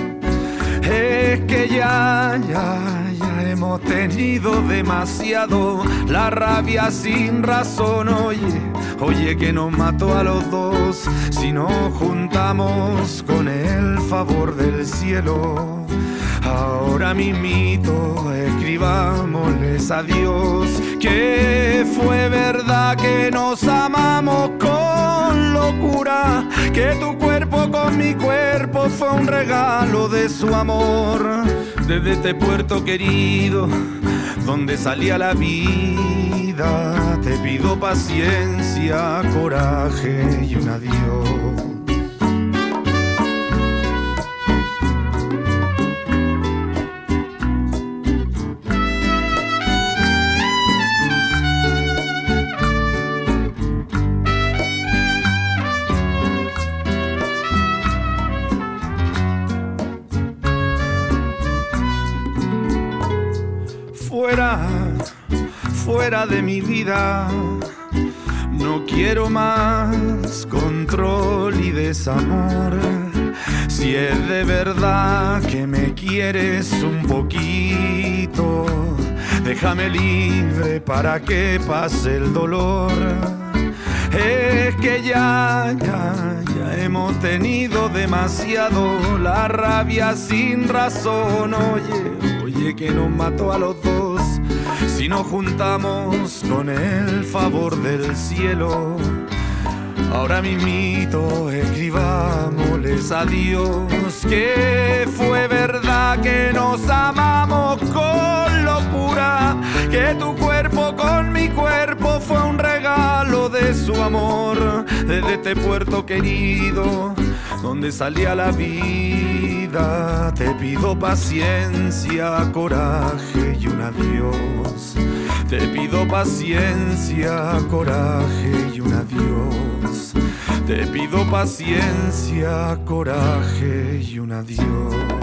Speaker 17: Es que ya, ya, ya hemos tenido demasiado, la rabia sin razón, oye, oye que nos mató a los dos, si nos juntamos con el favor del cielo. Ahora mismito escribámosles adiós, que fue fue verdad que nos amamos con locura, que tu cuerpo con mi cuerpo fue un regalo de su amor. Desde este puerto querido, donde salía la vida, te pido paciencia, coraje y un adiós. Fuera, fuera de mi vida, no quiero más control y desamor. Si es de verdad que me quieres un poquito, déjame libre para que pase el dolor. Es que ya, ya, ya hemos tenido demasiado, la rabia sin razón. Oye, oye, que nos mató a los dos. Si nos juntamos con el favor del cielo, ahora mismito escribámosles a Dios que fue verdad que nos amamos con locura, que tu cuerpo con mi cuerpo fue un regalo de su amor. Desde este puerto querido, donde salía la vida, te pido paciencia, coraje y un adiós. Te pido paciencia, coraje y un adiós. Te pido paciencia, coraje y un adiós.